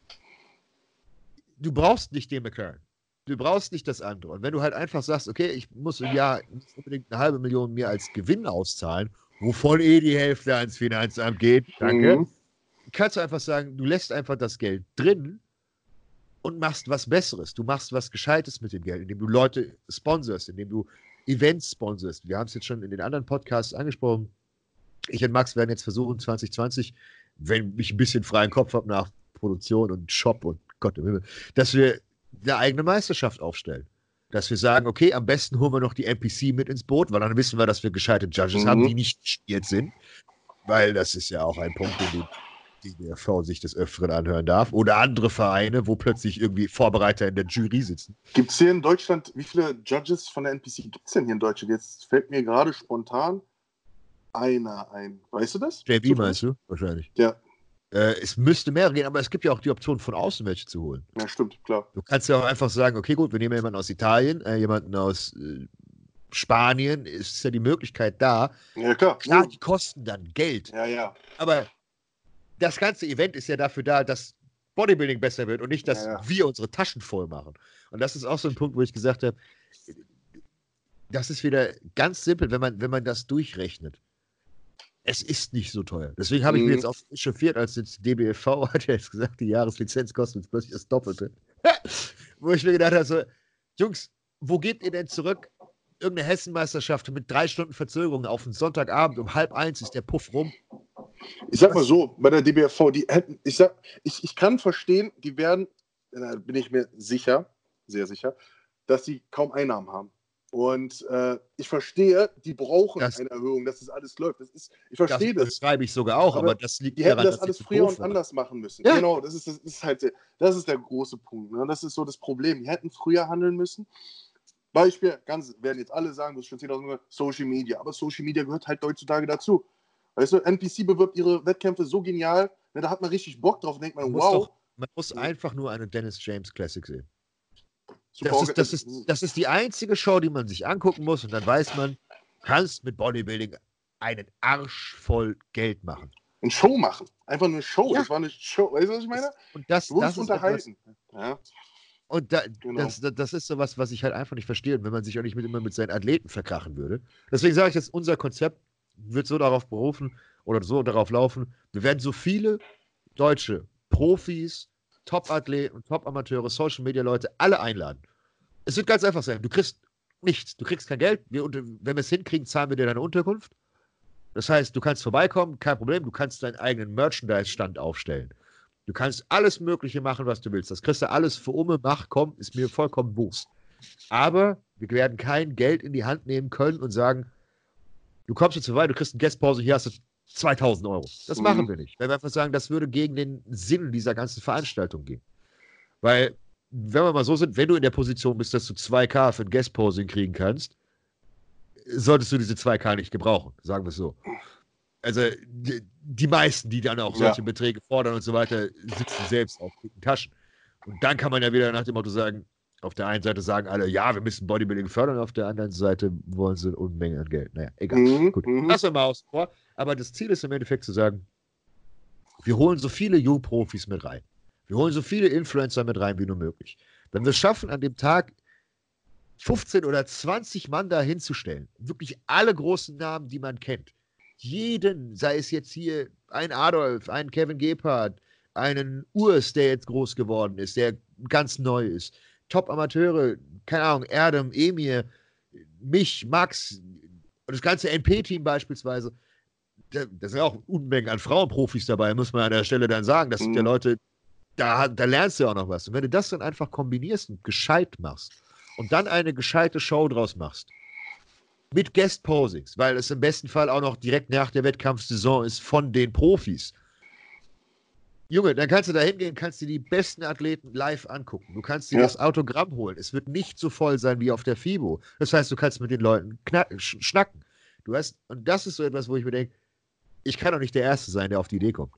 du brauchst nicht den McLaren. Du brauchst nicht das andere. Und wenn du halt einfach sagst, okay, ich muss im Jahr nicht unbedingt eine halbe Million mir als Gewinn auszahlen, wovon eh die Hälfte ans Finanzamt geht, danke, Mhm. kannst du einfach sagen, du lässt einfach das Geld drin und machst was Besseres. Du machst was Gescheites mit dem Geld, indem du Leute sponsorst, indem du Events sponsorst. Wir haben es jetzt schon in den anderen Podcasts angesprochen. Ich und Max werden jetzt versuchen, zwanzig zwanzig, wenn ich ein bisschen freien Kopf habe nach Produktion und Shop und Gott im Himmel, dass wir eine eigene Meisterschaft aufstellen. Dass wir sagen, okay, am besten holen wir noch die N P C mit ins Boot, weil dann wissen wir, dass wir gescheite Judges Mhm. haben, die nicht gespielt sind. Weil das ist ja auch ein Punkt, den die D B F V sich des Öfteren anhören darf. Oder andere Vereine, wo plötzlich irgendwie Vorbereiter in der Jury sitzen. Gibt es hier in Deutschland, wie viele Judges von der N P C gibt es denn hier in Deutschland? Jetzt fällt mir gerade spontan einer ein. Weißt du das? J B meinst du? Wahrscheinlich. Ja. Äh, es müsste mehr gehen, aber es gibt ja auch die Option, von außen welche zu holen. Ja, stimmt, klar. Du kannst ja auch einfach sagen, okay, gut, wir nehmen jemanden aus Italien, äh, jemanden aus äh, Spanien, ist ja die Möglichkeit da. Ja, klar. Klar, die kosten dann Geld. Ja, ja. Aber das ganze Event ist ja dafür da, dass Bodybuilding besser wird und nicht, dass Ja, ja. wir unsere Taschen voll machen. Und das ist auch so ein Punkt, wo ich gesagt habe, das ist wieder ganz simpel, wenn man, wenn man das durchrechnet. Es ist nicht so teuer. Deswegen habe ich Mhm. mich jetzt auch chauffiert, als jetzt D B F V hat ja jetzt gesagt, die Jahreslizenz kostet jetzt plötzlich das Doppelte. Wo ich mir gedacht habe, so, Jungs, wo geht ihr denn zurück? Irgendeine Hessenmeisterschaft mit drei Stunden Verzögerung auf einen Sonntagabend um halb eins ist der Puff rum. Ich sag mal so, bei der D B F V, die hätten, ich sag, ich, ich kann verstehen, die werden, da bin ich mir sicher, sehr sicher, dass sie kaum Einnahmen haben. Und äh, ich verstehe, die brauchen Das- eine Erhöhung, dass das alles läuft. Das ist, ich Das verstehe das. schreibe ich sogar auch, Aber aber das liegt Die hätten daran, das dass alles sie zu früher doof und waren. anders machen müssen. Ja. Genau, das ist, das ist halt der, das ist der große Punkt. Ne? Das ist so das Problem. Die hätten früher handeln müssen. Beispiel, ganz, werden jetzt alle sagen, das ist schon zehntausend Mal, Social Media. Aber Social Media gehört halt heutzutage dazu. Weißt du, N P C bewirbt ihre Wettkämpfe so genial, ne, da hat man richtig Bock drauf und denkt man, Man muss, wow. doch, man muss einfach nur eine Dennis James Classic sehen. super Das ist, das, orga- ist, das ist die einzige Show, die man sich angucken muss und dann weiß man, du kannst mit Bodybuilding einen Arsch voll Geld machen. eine Show machen. Einfach eine Show. Ja. Das war eine Show. Weißt du, was ich meine? Und das, Du das wurdest ist etwas, unterhalten. Ja, und da, Genau. das, das, das ist sowas, was ich halt einfach nicht verstehe, wenn man sich auch nicht mit, immer mit seinen Athleten verkrachen würde. Deswegen sage ich jetzt, unser Konzept wird so darauf berufen oder so darauf laufen, wir werden so viele deutsche Profis, Top-Athleten, Top-Amateure, Social-Media-Leute alle einladen. Es wird ganz einfach sein, du kriegst nichts, du kriegst kein Geld, wir, unter- wenn wir es hinkriegen, zahlen wir dir deine Unterkunft. Das heißt, du kannst vorbeikommen, kein Problem, du kannst deinen eigenen Merchandise-Stand aufstellen. Du kannst alles Mögliche machen, was du willst. Das kriegst du alles für Umme, mach, komm, ist mir vollkommen Wurst. Aber wir werden kein Geld in die Hand nehmen können und sagen, du kommst jetzt vorbei, du kriegst eine Guestpause, hier hast du zweitausend Euro. Das Mhm. machen wir nicht. Weil wir einfach sagen, das würde gegen den Sinn dieser ganzen Veranstaltung gehen. Weil, wenn wir mal so sind, wenn du in der Position bist, dass du zwei K für ein Guest-Posing kriegen kannst, solltest du diese zwei K nicht gebrauchen, sagen wir es so. Also die, die meisten, die dann auch solche Ja. Beträge fordern und so weiter, sitzen selbst auf dicken Taschen. Und dann kann man ja wieder nach dem Motto sagen, auf der einen Seite sagen alle, ja, wir müssen Bodybuilding fördern, auf der anderen Seite wollen sie eine Unmenge an Geld. Naja, egal. Mhm. Gut, Mhm. lassen wir mal außen vor. Aber das Ziel ist im Endeffekt zu sagen, wir holen so viele Jungprofis mit rein. Wir holen so viele Influencer mit rein wie nur möglich. Wenn wir es schaffen, an dem Tag fünfzehn oder zwanzig Mann da hinzustellen, wirklich alle großen Namen, die man kennt, jeden, sei es jetzt hier ein Adolf, ein Kevin Gebhardt, einen Urs, der jetzt groß geworden ist, der ganz neu ist, Top-Amateure, keine Ahnung, Erdem, Emir, mich, Max und das ganze N P-Team beispielsweise, da, da sind ja auch Unmengen an Frauenprofis dabei, muss man an der Stelle dann sagen. Das sind ja Mhm. Leute, da, da lernst du auch noch was. Und wenn du das dann einfach kombinierst und gescheit machst und dann eine gescheite Show draus machst, mit Guest-Posings, weil es im besten Fall auch noch direkt nach der Wettkampfsaison ist von den Profis. Junge, dann kannst du da hingehen, kannst dir die besten Athleten live angucken. Du kannst dir Ja. das Autogramm holen. Es wird nicht so voll sein wie auf der FIBO. Das heißt, du kannst mit den Leuten knack, sch schnacken. Du hast, und das ist so etwas, wo ich mir denke, ich kann doch nicht der Erste sein, der auf die Idee kommt.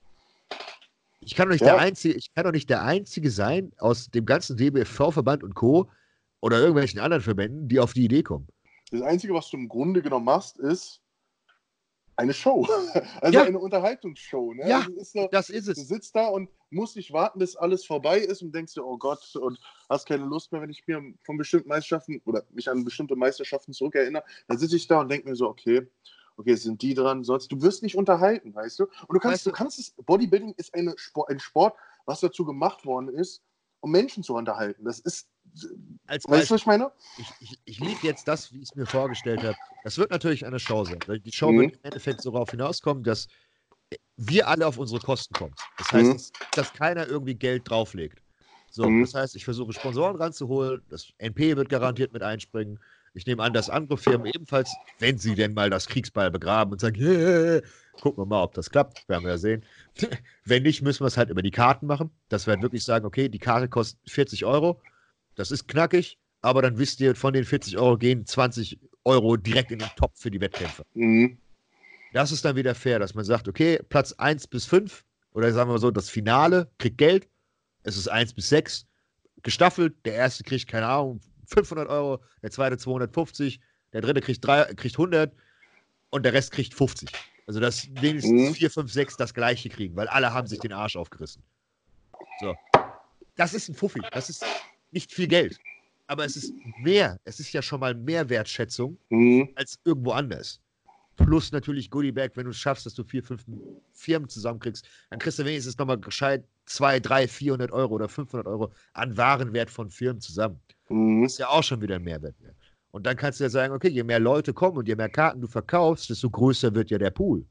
Ich kann doch nicht, Ja. der, Einzige, ich kann doch nicht der Einzige sein aus dem ganzen D B F V-Verband und Co. oder irgendwelchen anderen Verbänden, die auf die Idee kommen. Das Einzige, was du im Grunde genommen machst, ist eine Show. Also Ja. eine Unterhaltungsshow. Ne? Ja, Also es ist so, das ist du es. sitzt da und musst nicht warten, bis alles vorbei ist und denkst dir, oh Gott, und hast keine Lust mehr, wenn ich mir von bestimmten Meisterschaften oder mich an bestimmte Meisterschaften zurückerinnere. Dann sitze ich da und denke mir so, okay, okay, sind die dran, sonst du wirst nicht unterhalten, weißt du? Und du kannst, Weißt du- du kannst es, Bodybuilding ist eine Sport, ein Sport, was dazu gemacht worden ist, um Menschen zu unterhalten. Das ist, Als weißt du, was ich meine? ich, ich, ich liebe jetzt das, wie ich es mir vorgestellt habe. Das wird natürlich eine Show sein. Weil die Show Mhm. wird im Endeffekt so darauf hinauskommen, dass wir alle auf unsere Kosten kommen. Das heißt, Mhm. dass, dass keiner irgendwie Geld drauflegt. So, Mhm. das heißt, ich versuche Sponsoren ranzuholen. Das N P wird garantiert mit einspringen. Ich nehme an, dass andere Firmen ebenfalls, wenn sie denn mal das Kriegsbeil begraben und sagen, yeah, gucken wir mal, ob das klappt, werden wir ja sehen. Wenn nicht, müssen wir es halt über die Karten machen. Dass wir halt wirklich sagen, okay, die Karte kostet vierzig Euro. Das ist knackig, aber dann wisst ihr, von den vierzig Euro gehen zwanzig Euro direkt in den Topf für die Wettkämpfe. Mhm. Das ist dann wieder fair, dass man sagt, okay, Platz eins bis fünf oder sagen wir so, das Finale kriegt Geld. Es ist eins bis sechs gestaffelt. Der erste kriegt, keine Ahnung, fünfhundert Euro, der zweite zweihundertfünfzig, der dritte kriegt, drei, kriegt hundert und der Rest kriegt fünfzig. Also, dass wenigstens Mhm. vier, fünf, sechs das Gleiche kriegen, weil alle haben sich den Arsch aufgerissen. So. Das ist ein Fuffi. Das ist nicht viel Geld. Aber es ist mehr. Es ist ja schon mal mehr Wertschätzung Mhm. als irgendwo anders. Plus natürlich Goodiebag, wenn du es schaffst, dass du vier, fünf Firmen zusammenkriegst, dann kriegst du wenigstens nochmal gescheit zwei, drei, vierhundert Euro oder fünfhundert Euro an Warenwert von Firmen zusammen. Mhm. Das ist ja auch schon wieder ein Mehrwert mehr. Und dann kannst du ja sagen, okay, je mehr Leute kommen und je mehr Karten du verkaufst, desto größer wird ja der Pool.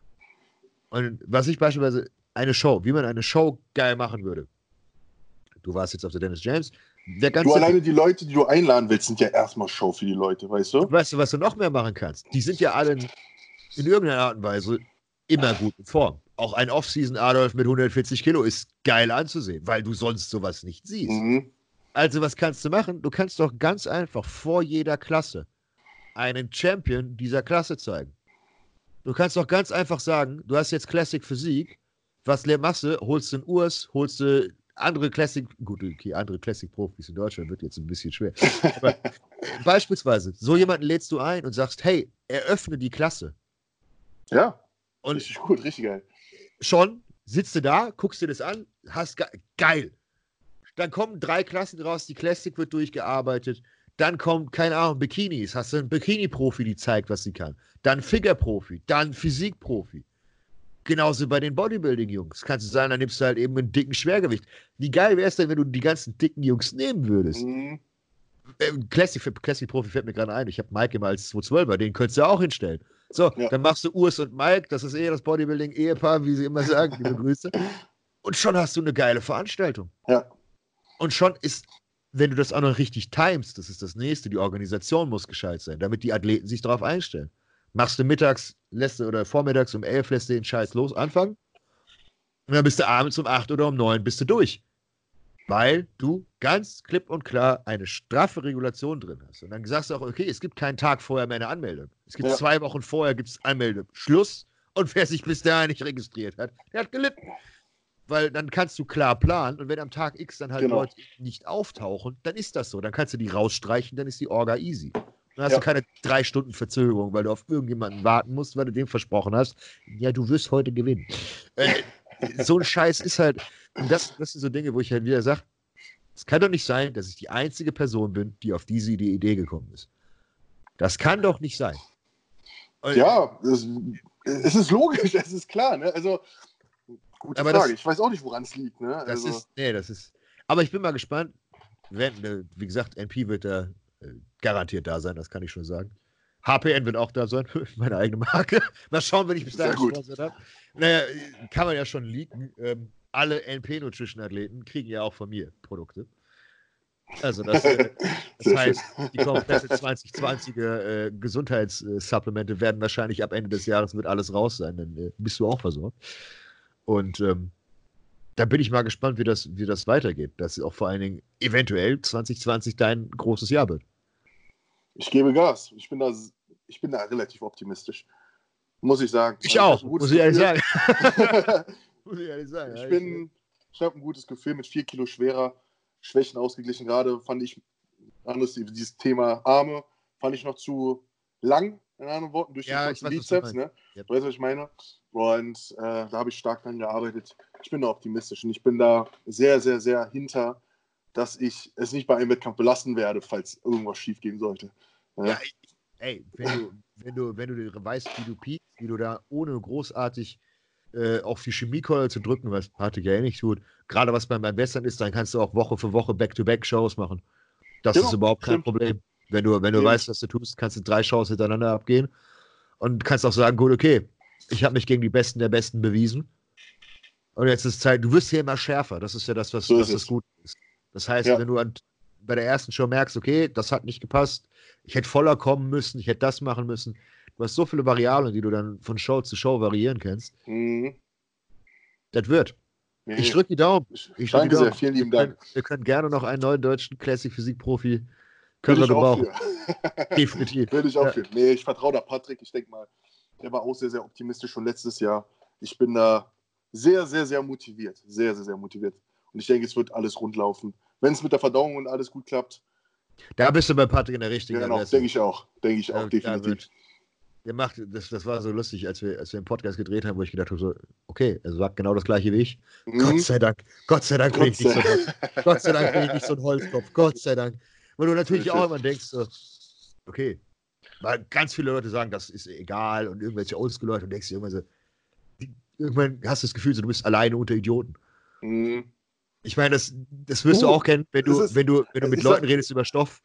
Und was ich beispielsweise eine Show, wie man eine Show geil machen würde. Du warst jetzt auf der Dennis James. Der ganze Du alleine die Leute, die du einladen willst, sind ja erstmal Show für die Leute, weißt du? Und weißt du, was du noch mehr machen kannst? Die sind ja alle in, in irgendeiner Art und Weise immer gut in Form. Auch ein Off-Season-Adolf mit hundertvierzig Kilo ist geil anzusehen, weil du sonst sowas nicht siehst. Mhm. Also was kannst du machen? Du kannst doch ganz einfach vor jeder Klasse einen Champion dieser Klasse zeigen. Du kannst doch ganz einfach sagen, du hast jetzt Classic Physik, was machst du? Holst du einen Urs, holst du andere Classic, gut, okay, andere Classic-Profis in Deutschland wird jetzt ein bisschen schwer. Aber äh, beispielsweise, so jemanden lädst du ein und sagst, hey, eröffne die Klasse. Ja, Und richtig gut, richtig geil. schon sitzt du da, guckst dir das an, hast ge geil. Dann kommen drei Klassen raus, die Classic wird durchgearbeitet. Dann kommt, keine Ahnung, Bikinis. Hast du einen Bikini-Profi, die zeigt, was sie kann. Dann Figure-Profi, dann Physik-Profi. Genauso bei den Bodybuilding-Jungs. Kannst du sagen, dann nimmst du halt eben einen dicken Schwergewicht. Wie geil wäre es denn, wenn du die ganzen dicken Jungs nehmen würdest? Mhm. Äh, Classic, Classic-Profi fällt mir gerade ein. Ich habe Mike immer als zweihundertzwölfer, den könntest du auch hinstellen. So, Ja. dann machst du Urs und Mike, das ist eher das Bodybuilding-Ehepaar, wie sie immer sagen, liebe Grüße. Und schon hast du eine geile Veranstaltung. Ja. Und schon ist, wenn du das auch noch richtig timest, das ist das nächste, die Organisation muss gescheit sein, damit die Athleten sich darauf einstellen. Machst du mittags lässt du, oder vormittags um elf lässt du den Scheiß los anfangen. Und dann bist du abends um acht oder um neun bist du durch. Weil du ganz klipp und klar eine straffe Regulation drin hast. Und dann sagst du auch, okay, es gibt keinen Tag vorher mehr eine Anmeldung. Es gibt Ja. zwei Wochen vorher gibt es Anmeldeschluss. Und wer sich bis dahin nicht registriert hat, der hat gelitten. Weil dann kannst du klar planen. Und wenn am Tag X dann halt Genau. Leute nicht auftauchen, dann ist das so. Dann kannst du die rausstreichen, dann ist die Orga easy. Dann hast Ja. du keine drei Stunden Verzögerung, weil du auf irgendjemanden warten musst, weil du dem versprochen hast, ja, du wirst heute gewinnen. Äh, so ein Scheiß ist halt, und das, das sind so Dinge, wo ich halt wieder sage, es kann doch nicht sein, dass ich die einzige Person bin, die auf diese Idee gekommen ist. Das kann doch nicht sein. Und, Ja, es, es ist logisch, es ist klar. Ne? Also, gute Aber Frage. das- ich weiß auch nicht, woran es liegt. Ne? Das Also, ist, nee, das ist, aber ich bin mal gespannt, wenn, äh, wie gesagt, N P wird da äh, garantiert da sein, das kann ich schon sagen. H P N wird auch da sein, meine eigene Marke. Mal schauen, wenn ich bis dahin Sehr gut. gesponsert habe. Naja, kann man ja schon leaken. Ähm, alle N P-Nutrition-Athleten kriegen ja auch von mir Produkte. Also das, äh, das Sehr heißt, schön. die komplette zwanzig zwanziger äh, Gesundheitssupplemente werden wahrscheinlich ab Ende des Jahres wird alles raus sein, dann äh, bist du auch versorgt. Und ähm, da bin ich mal gespannt, wie das, wie das weitergeht. Dass auch vor allen Dingen eventuell zwanzig zwanzig dein großes Jahr wird. Ich gebe Gas. Ich bin da, ich bin da relativ optimistisch. Muss ich sagen. Ich Also, auch, hab ein gutes muss ich ehrlich Gefühl. sagen. Muss ich ehrlich sagen. Ich ja, bin, ich habe ein gutes Gefühl mit vier Kilo schwerer, Schwächen ausgeglichen. Gerade fand ich, anders, dieses Thema Arme, fand ich noch zu lang, in anderen Worten, durch Ja, den ich kurzen weiß, was du Bizeps. meinst. Ne? Ja. Du weißt, was ich meine? Und äh, da habe ich stark dran gearbeitet. Ich bin da optimistisch und ich bin da sehr, sehr, sehr hinter, dass ich es nicht bei einem Wettkampf belassen werde, falls irgendwas schief gehen sollte. Ja? Ja, ey, wenn du, wenn du, wenn du weißt, wie du piekst, wie du da ohne großartig äh, auf die Chemiekeule zu drücken, was Patrick ja eh nicht tut, gerade was beim, beim Western ist, dann kannst du auch Woche für Woche Back-to-Back-Shows machen. Das Genau, ist überhaupt kein stimmt. Problem. Wenn du, wenn du Eben. weißt, was du tust, kannst du drei Shows hintereinander abgehen und kannst auch sagen, gut, okay, ich habe mich gegen die Besten der Besten bewiesen. Und jetzt ist Zeit, du wirst hier immer schärfer. Das ist ja das, was So das, ist das es. Gute ist. Das heißt, Ja. wenn du an, bei der ersten Show merkst, okay, das hat nicht gepasst, ich hätte voller kommen müssen, ich hätte das machen müssen. Du hast so viele Variablen, die du dann von Show zu Show variieren kannst. Mhm. Das wird. Nee, Ich drücke die Daumen. ich- Ich drück Danke die Daumen. sehr, vielen lieben wir können, Dank. Wir können gerne noch einen neuen deutschen Classic-Physik-Profi Würde können wir ich auch gebrauchen. für. Definitiv. Würde ich auch Ja. für. Nee, ich vertraue da Patrick. Ich denke mal, der war auch sehr, sehr optimistisch schon letztes Jahr. Ich bin da sehr, sehr, sehr motiviert. Sehr, sehr, sehr motiviert. Und ich denke, es wird alles rundlaufen. Wenn es mit der Verdauung und alles gut klappt, Da bist du bei Patrick in der richtigen genau, Adresse. denke ich auch. Denke ich Ja, auch, da definitiv. wird- Der macht, das, das war so lustig, als wir, als wir einen Podcast gedreht haben, wo ich gedacht habe, so, okay, er sagt genau das gleiche wie ich. Mhm. Gott sei Dank, Gott sei Dank bin Gott ich nicht so ein sei- Holz, Gott sei Dank bin ich nicht so ein Holzkopf, Gott sei Dank. Weil du natürlich Sehr auch schön. immer denkst, so, okay, weil ganz viele Leute sagen, das ist egal und irgendwelche Oldschool-Leute und denkst dir irgendwann so, die, irgendwann hast du das Gefühl, so, du bist alleine unter Idioten. Mhm. Ich meine, das, das wirst du Uh, auch kennen, wenn du, das ist- wenn du, wenn du mit ich Leuten sag- redest über Stoff.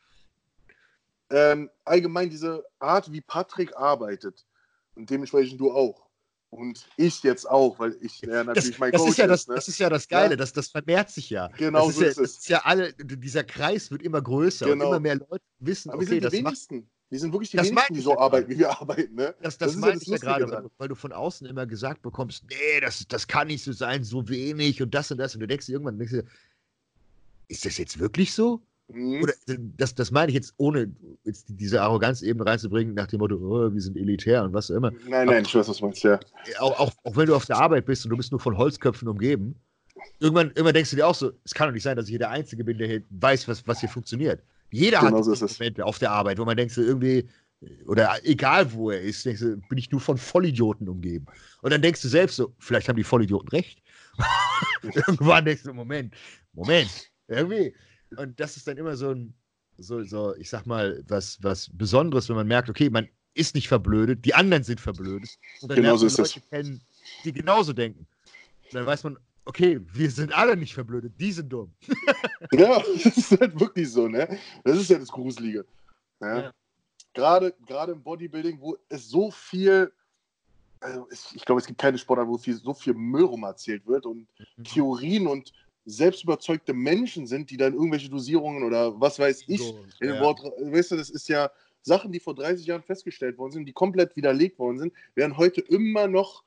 Ähm, allgemein diese Art, wie Patrick arbeitet und dementsprechend du auch. Und ich jetzt auch, weil ich ja, Das, natürlich mein das, Coach ist ja das, ist. Ne? das ist ja das Geile, Ja. das, das vermehrt sich ja. Genau das ist so ja, ist es. Das ist ja alle, dieser Kreis wird immer größer Genau. und immer mehr Leute wissen, Aber wir okay, sind die das macht, wenigsten. Wir sind wirklich die Das wenigsten, meinte die ich so ja arbeiten, gerade. wie wir arbeiten. Ne? das, das, Das ist ja meinte das ich ja Lustige gerade, weil dran. du, weil du von außen immer gesagt bekommst, nee, das, das kann nicht so sein, so wenig und das und das. Und du denkst dir irgendwann, denkst dir, ist das jetzt wirklich so? Mhm. Oder das, das meine ich jetzt, ohne jetzt diese Arroganzebene reinzubringen, nach dem Motto, oh, wir sind elitär und was auch immer. Nein, nein, ich weiß, was du meinst, ja. Auch, auch, auch wenn du auf der Arbeit bist und du bist nur von Holzköpfen umgeben, irgendwann, irgendwann denkst du dir auch so, es kann doch nicht sein, dass ich hier der Einzige bin, der hier weiß, was, was hier funktioniert. Jeder Genau hat so diese ist es. Momente auf der Arbeit, wo man denkt so irgendwie, oder egal wo er ist, denkst du, bin ich nur von Vollidioten umgeben. Und dann denkst du selbst so, vielleicht haben die Vollidioten recht. Irgendwann denkst du, Moment, Moment, irgendwie. Und das ist dann immer so ein, so, so, ich sag mal, was, was Besonderes, wenn man merkt, okay, man ist nicht verblödet, die anderen sind verblödet. Und dann Genau lernt so man ist es. Leute kennen, die genauso denken. Und dann weiß man, okay, wir sind alle nicht verblödet, die sind dumm. Ja, das ist halt wirklich so, ne? Das ist ja das Gruselige. Ja? Ja. Gerade, gerade im Bodybuilding, wo es so viel, also es, ich glaube, es gibt keine Sportart, wo viel, so viel Müll rum erzählt wird und Theorien und selbstüberzeugte Menschen sind, die dann irgendwelche Dosierungen oder was weiß ich, So, in dem ja. Wort, weißt du, das ist ja Sachen, die vor dreißig Jahren festgestellt worden sind, die komplett widerlegt worden sind, werden heute immer noch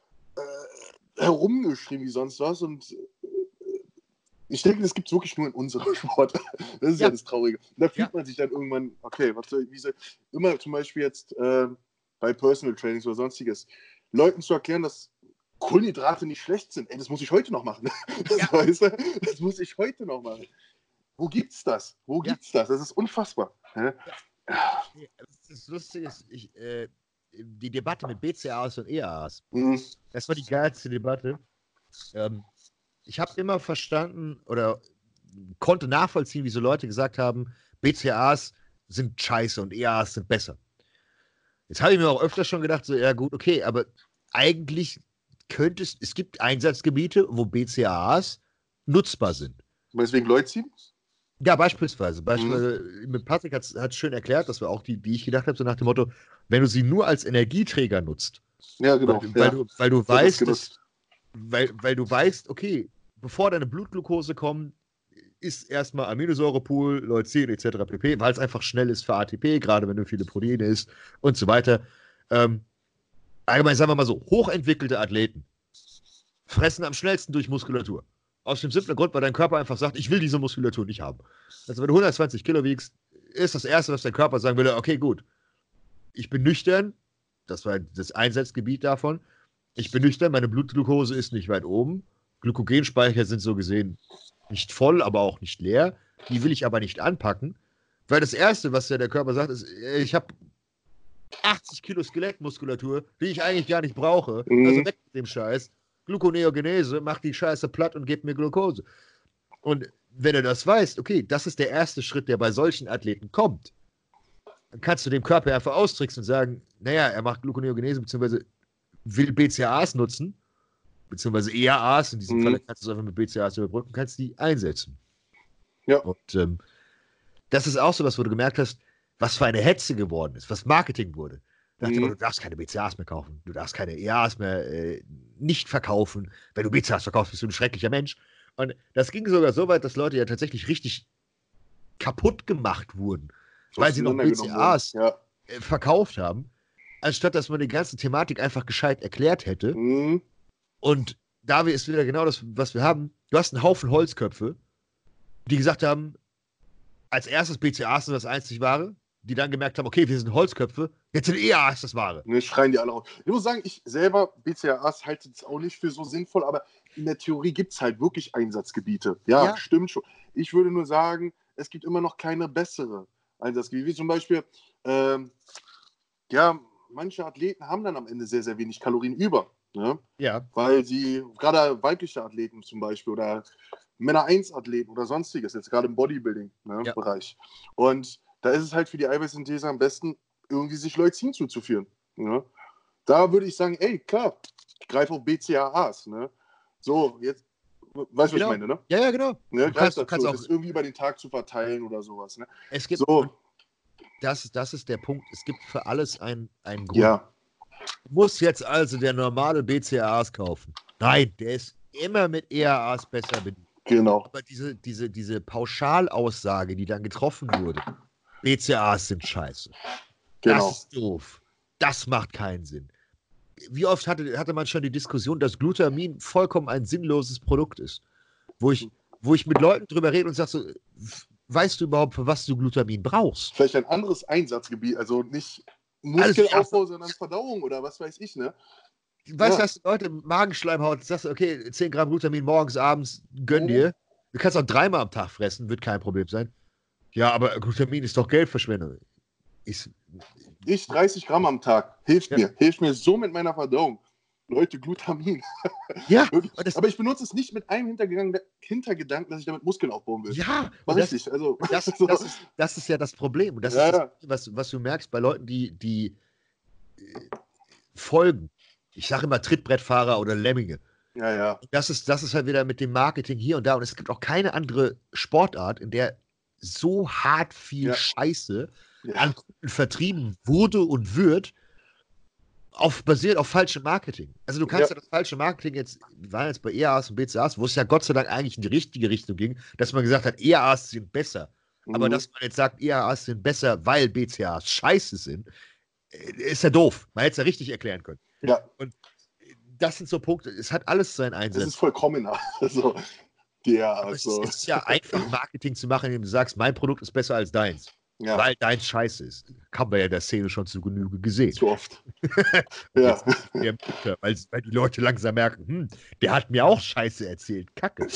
äh, herumgeschrieben wie sonst was. Und äh, ich denke, das gibt es wirklich nur in unserem Sport. Das ist ja, ja das Traurige. Und da fühlt ja. man sich dann irgendwann, okay, was soll, wie soll, immer zum Beispiel jetzt äh, bei Personal Trainings oder sonstiges, Leuten zu erklären, dass Kohlenhydrate nicht schlecht sind. Ey, das muss ich heute noch machen. Das, ja. weißt du? Das muss ich heute noch machen. Wo gibt's das? Wo ja. gibt's das? Das ist unfassbar. Ja. Ja. Das Lustige ist, ich, äh, die Debatte mit B C A As und E A As, mhm. das war die geilste Debatte. Ähm, ich habe immer verstanden oder konnte nachvollziehen, wie so Leute gesagt haben, B C A As sind scheiße und E A As sind besser. Jetzt habe ich mir auch öfter schon gedacht, so, ja gut, okay, aber eigentlich könnte es, es gibt Einsatzgebiete, wo B C A As nutzbar sind. Deswegen Leucin? Ja, beispielsweise. Beispielsweise mhm. mit Patrick hat es schön erklärt, das war auch die, die ich gedacht habe, so nach dem Motto, wenn du sie nur als Energieträger nutzt, ja, genau. weil, weil, ja. Du, weil du weißt, das dass, weil, weil du weißt, okay, bevor deine Blutglucose kommt, ist erstmal Aminosäurepool, Leucin et cetera pp., weil es einfach schnell ist für A T P, gerade wenn du viele Proteine isst und so weiter. Ähm, allgemein sagen wir mal so, hochentwickelte Athleten fressen am schnellsten durch Muskulatur. Aus dem simplen Grund, weil dein Körper einfach sagt, ich will diese Muskulatur nicht haben. Also wenn du hundertzwanzig Kilo wiegst, ist das Erste, was dein Körper sagen will, okay, gut, ich bin nüchtern, das war das Einsatzgebiet davon, ich bin nüchtern, meine Blutglucose ist nicht weit oben, Glykogenspeicher sind so gesehen nicht voll, aber auch nicht leer, die will ich aber nicht anpacken, weil das Erste, was ja der Körper sagt, ist, ich habe achtzig Kilo Skelettmuskulatur, die ich eigentlich gar nicht brauche, mhm. also weg mit dem Scheiß. Gluconeogenese, macht die Scheiße platt und gibt mir Glucose. Und wenn du das weißt, okay, das ist der erste Schritt, der bei solchen Athleten kommt, dann kannst du dem Körper einfach austricksen und sagen, naja, er macht Gluconeogenese, beziehungsweise will B C A As nutzen, beziehungsweise E A As, in diesem mhm. Fall kannst du es einfach mit B C A As überbrücken, kannst die einsetzen. Ja. Und ähm, das ist auch so was, wo du gemerkt hast, was für eine Hetze geworden ist, was Marketing wurde. Nach dem Motto, du darfst keine B C A As mehr kaufen, du darfst keine E A As mehr äh, nicht verkaufen. Wenn du B C A As verkaufst, bist du ein schrecklicher Mensch. Und das ging sogar so weit, dass Leute ja tatsächlich richtig kaputt gemacht wurden, so weil sie noch B C A As ja. äh, verkauft haben, anstatt dass man die ganze Thematik einfach gescheit erklärt hätte. Mhm. Und da ist wieder genau das, was wir haben. Du hast einen Haufen Holzköpfe, die gesagt haben, als erstes B C A As sind das einzig Wahre, die dann gemerkt haben, okay, wir sind Holzköpfe, jetzt sind E A As das Wahre. Ne, schreien die alle aus. Ich muss sagen, ich selber, B C A As halte es auch nicht für so sinnvoll, aber in der Theorie gibt es halt wirklich Einsatzgebiete. Ja, ja, stimmt schon. Ich würde nur sagen, es gibt immer noch keine bessere Einsatzgebiete. Wie zum Beispiel, ähm, ja, manche Athleten haben dann am Ende sehr, sehr wenig Kalorien über. Ne? Ja. Weil sie, gerade weibliche Athleten zum Beispiel oder Männer eins Athleten oder sonstiges, jetzt gerade im Bodybuilding-Bereich. Ne, ja. Und da ist es halt für die Eiweißsynthese am besten, irgendwie sich Leucin zuzuführen. Ne? Da würde ich sagen, ey, klar, ich greife auf B C A As. Ne? So, jetzt, weißt du, genau. was ich meine, ne? Ja, ja, genau. Ne? Du kannst, du kannst auch das irgendwie über den Tag zu verteilen oder sowas. Ne? Es gibt, so. das, das ist der Punkt, es gibt für alles einen, einen Grund. Ja. Du musst jetzt also der normale B C A As kaufen. Nein, der ist immer mit E A As besser bedient. Genau. Aber diese, diese, diese Pauschalaussage, die dann getroffen wurde, B C A As sind scheiße. Genau. Das ist doof. Das macht keinen Sinn. Wie oft hatte, hatte man schon die Diskussion, dass Glutamin vollkommen ein sinnloses Produkt ist? Wo ich, wo ich mit Leuten drüber rede und sage so, weißt du überhaupt, für was du Glutamin brauchst? Vielleicht ein anderes Einsatzgebiet, also nicht Muskelaufbau, also, sondern Verdauung oder was weiß ich, ne? Weißt du, ja. dass Leute Magenschleimhaut, sagst du, okay, zehn Gramm Glutamin morgens, abends, gönn oh. dir. Du kannst auch dreimal am Tag fressen, wird kein Problem sein. Ja, aber Glutamin ist doch Geldverschwendung. Ich, ich dreißig Gramm am Tag. Hilft ja. mir. Hilft mir so mit meiner Verdauung. Leute, Glutamin. Ja. Aber ich benutze es nicht mit einem Hintergedanken, Hintergedanken, dass ich damit Muskeln aufbauen will. Ja. Mach das, ich also, das, so. das, ist, das ist ja das Problem. Und das ja, ist das, ja. was, was du merkst bei Leuten, die, die äh, folgen. Ich sage immer Trittbrettfahrer oder Lemminge. Ja, ja. Das ist, das ist halt wieder mit dem Marketing hier und da. Und es gibt auch keine andere Sportart, in der so hart viel ja. Scheiße ja. an Kunden vertrieben wurde und wird, auf, basiert auf falschem Marketing. Also du kannst ja, ja das falsche Marketing jetzt, wir waren jetzt bei E A As und B C A As, wo es ja Gott sei Dank eigentlich in die richtige Richtung ging, dass man gesagt hat, E A As sind besser. Aber Mhm. dass man jetzt sagt, I A As sind besser, weil B C A As scheiße sind, äh, ist ja doof. Man hätte es ja richtig erklären können. Ja, Und das sind so Punkte, es hat alles seinen es Einsatz. ist vollkommener. Also, die Aber es, also, es ist ja einfach, Marketing zu machen, indem du sagst, mein Produkt ist besser als deins. ja, Weil deins scheiße ist. Haben wir ja in der Szene schon zu Genüge gesehen. zu oft. Und Ja. jetzt der Mutter, weil, weil die Leute langsam merken, hm, der hat mir auch Scheiße erzählt. Kacke.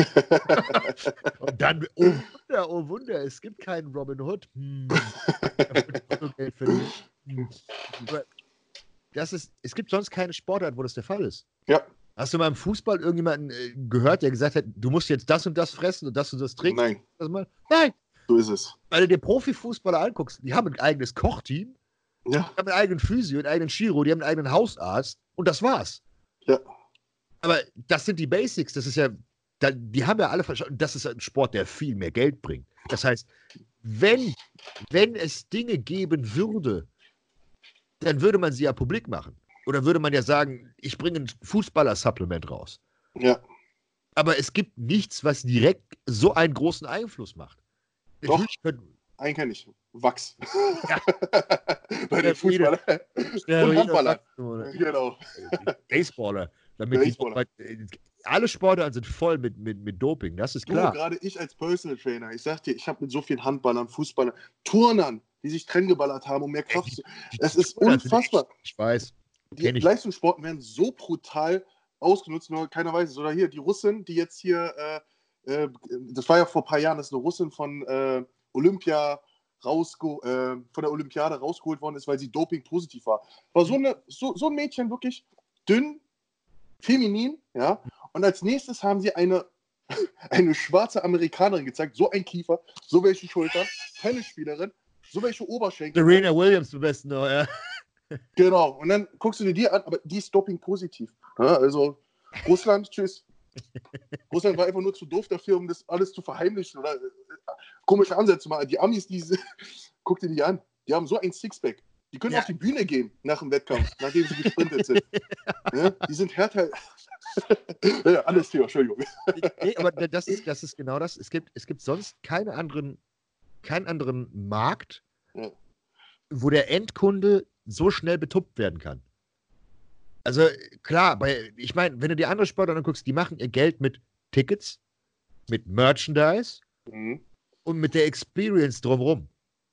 Und dann, oh Wunder, oh Wunder, es gibt keinen Robin Hood. Hm, da wird auch nur Geld verdienen. Hm. Aber das ist, es gibt sonst keine Sportart, wo das der Fall ist. Ja, Hast du mal im Fußball irgendjemanden äh, gehört, der gesagt hat, du musst jetzt das und das fressen und das und das trinken? nein, Das mal? Nein, so ist es. weil du dir Profifußballer anguckst, die haben ein eigenes Kochteam, Ja, die haben einen eigenen Physio, einen eigenen Chiro, die haben einen eigenen Hausarzt und das war's. ja, Aber das sind die Basics, das ist ja, da, die haben ja alle verstanden, das ist ein Sport, der viel mehr Geld bringt. Das heißt, wenn, wenn es Dinge geben würde, dann würde man sie ja publik machen. Oder würde man ja sagen, ich bringe ein Fußballer-Supplement raus. ja. Aber es gibt nichts, was direkt so einen großen Einfluss macht. Doch. Natürlich können, Einen kenne ich. Wachs. Ja. Bei den Fußballern. Und Handballer. Genau. Baseballer. Damit Baseballer. Die, alle Sportarten sind voll mit, mit, mit Doping, das ist Du, klar. gerade ich als Personal Trainer, ich sag dir, ich habe mit so vielen Handballern, Fußballern, Turnern, die sich trennen geballert haben, um mehr Kraft zu. Es ist unfassbar. Ich weiß. Die ich. Leistungssporten werden so brutal ausgenutzt, nur keiner weiß es. Oder hier, die Russin, die jetzt hier, äh, äh, das war ja vor ein paar Jahren, das ist eine Russin von äh, Olympia rausge äh, von der Olympiade rausgeholt worden ist, weil sie Doping positiv war. War so, eine, so, so ein Mädchen, wirklich dünn, feminin, ja. Und als nächstes haben sie eine, eine schwarze Amerikanerin gezeigt, so ein Kiefer, so welche Schultern, Tennisspielerin, so welche Oberschenkel. Serena Williams am besten noch, ja. Genau, und dann guckst du dir die an, aber die ist Doping-positiv. Ja, also Russland, tschüss. Russland war einfach nur zu doof dafür, um das alles zu verheimlichen oder äh, komische Ansätze machen. Die Amis, die, guck dir die an, die haben so ein Sixpack. Die können Ja. auf die Bühne gehen nach dem Wettkampf, nachdem sie gesprintet sind. Ja, die sind härter. Ja, alles Thema, Entschuldigung. Nee, aber das ist, das ist genau das. Es gibt, es gibt sonst keine anderen, keinen anderen Markt, Ja. wo der Endkunde so schnell betuppt werden kann. Also klar, bei, ich meine, wenn du die andere Sportarten anguckst, die machen ihr Geld mit Tickets, mit Merchandise Mhm. und mit der Experience drumherum.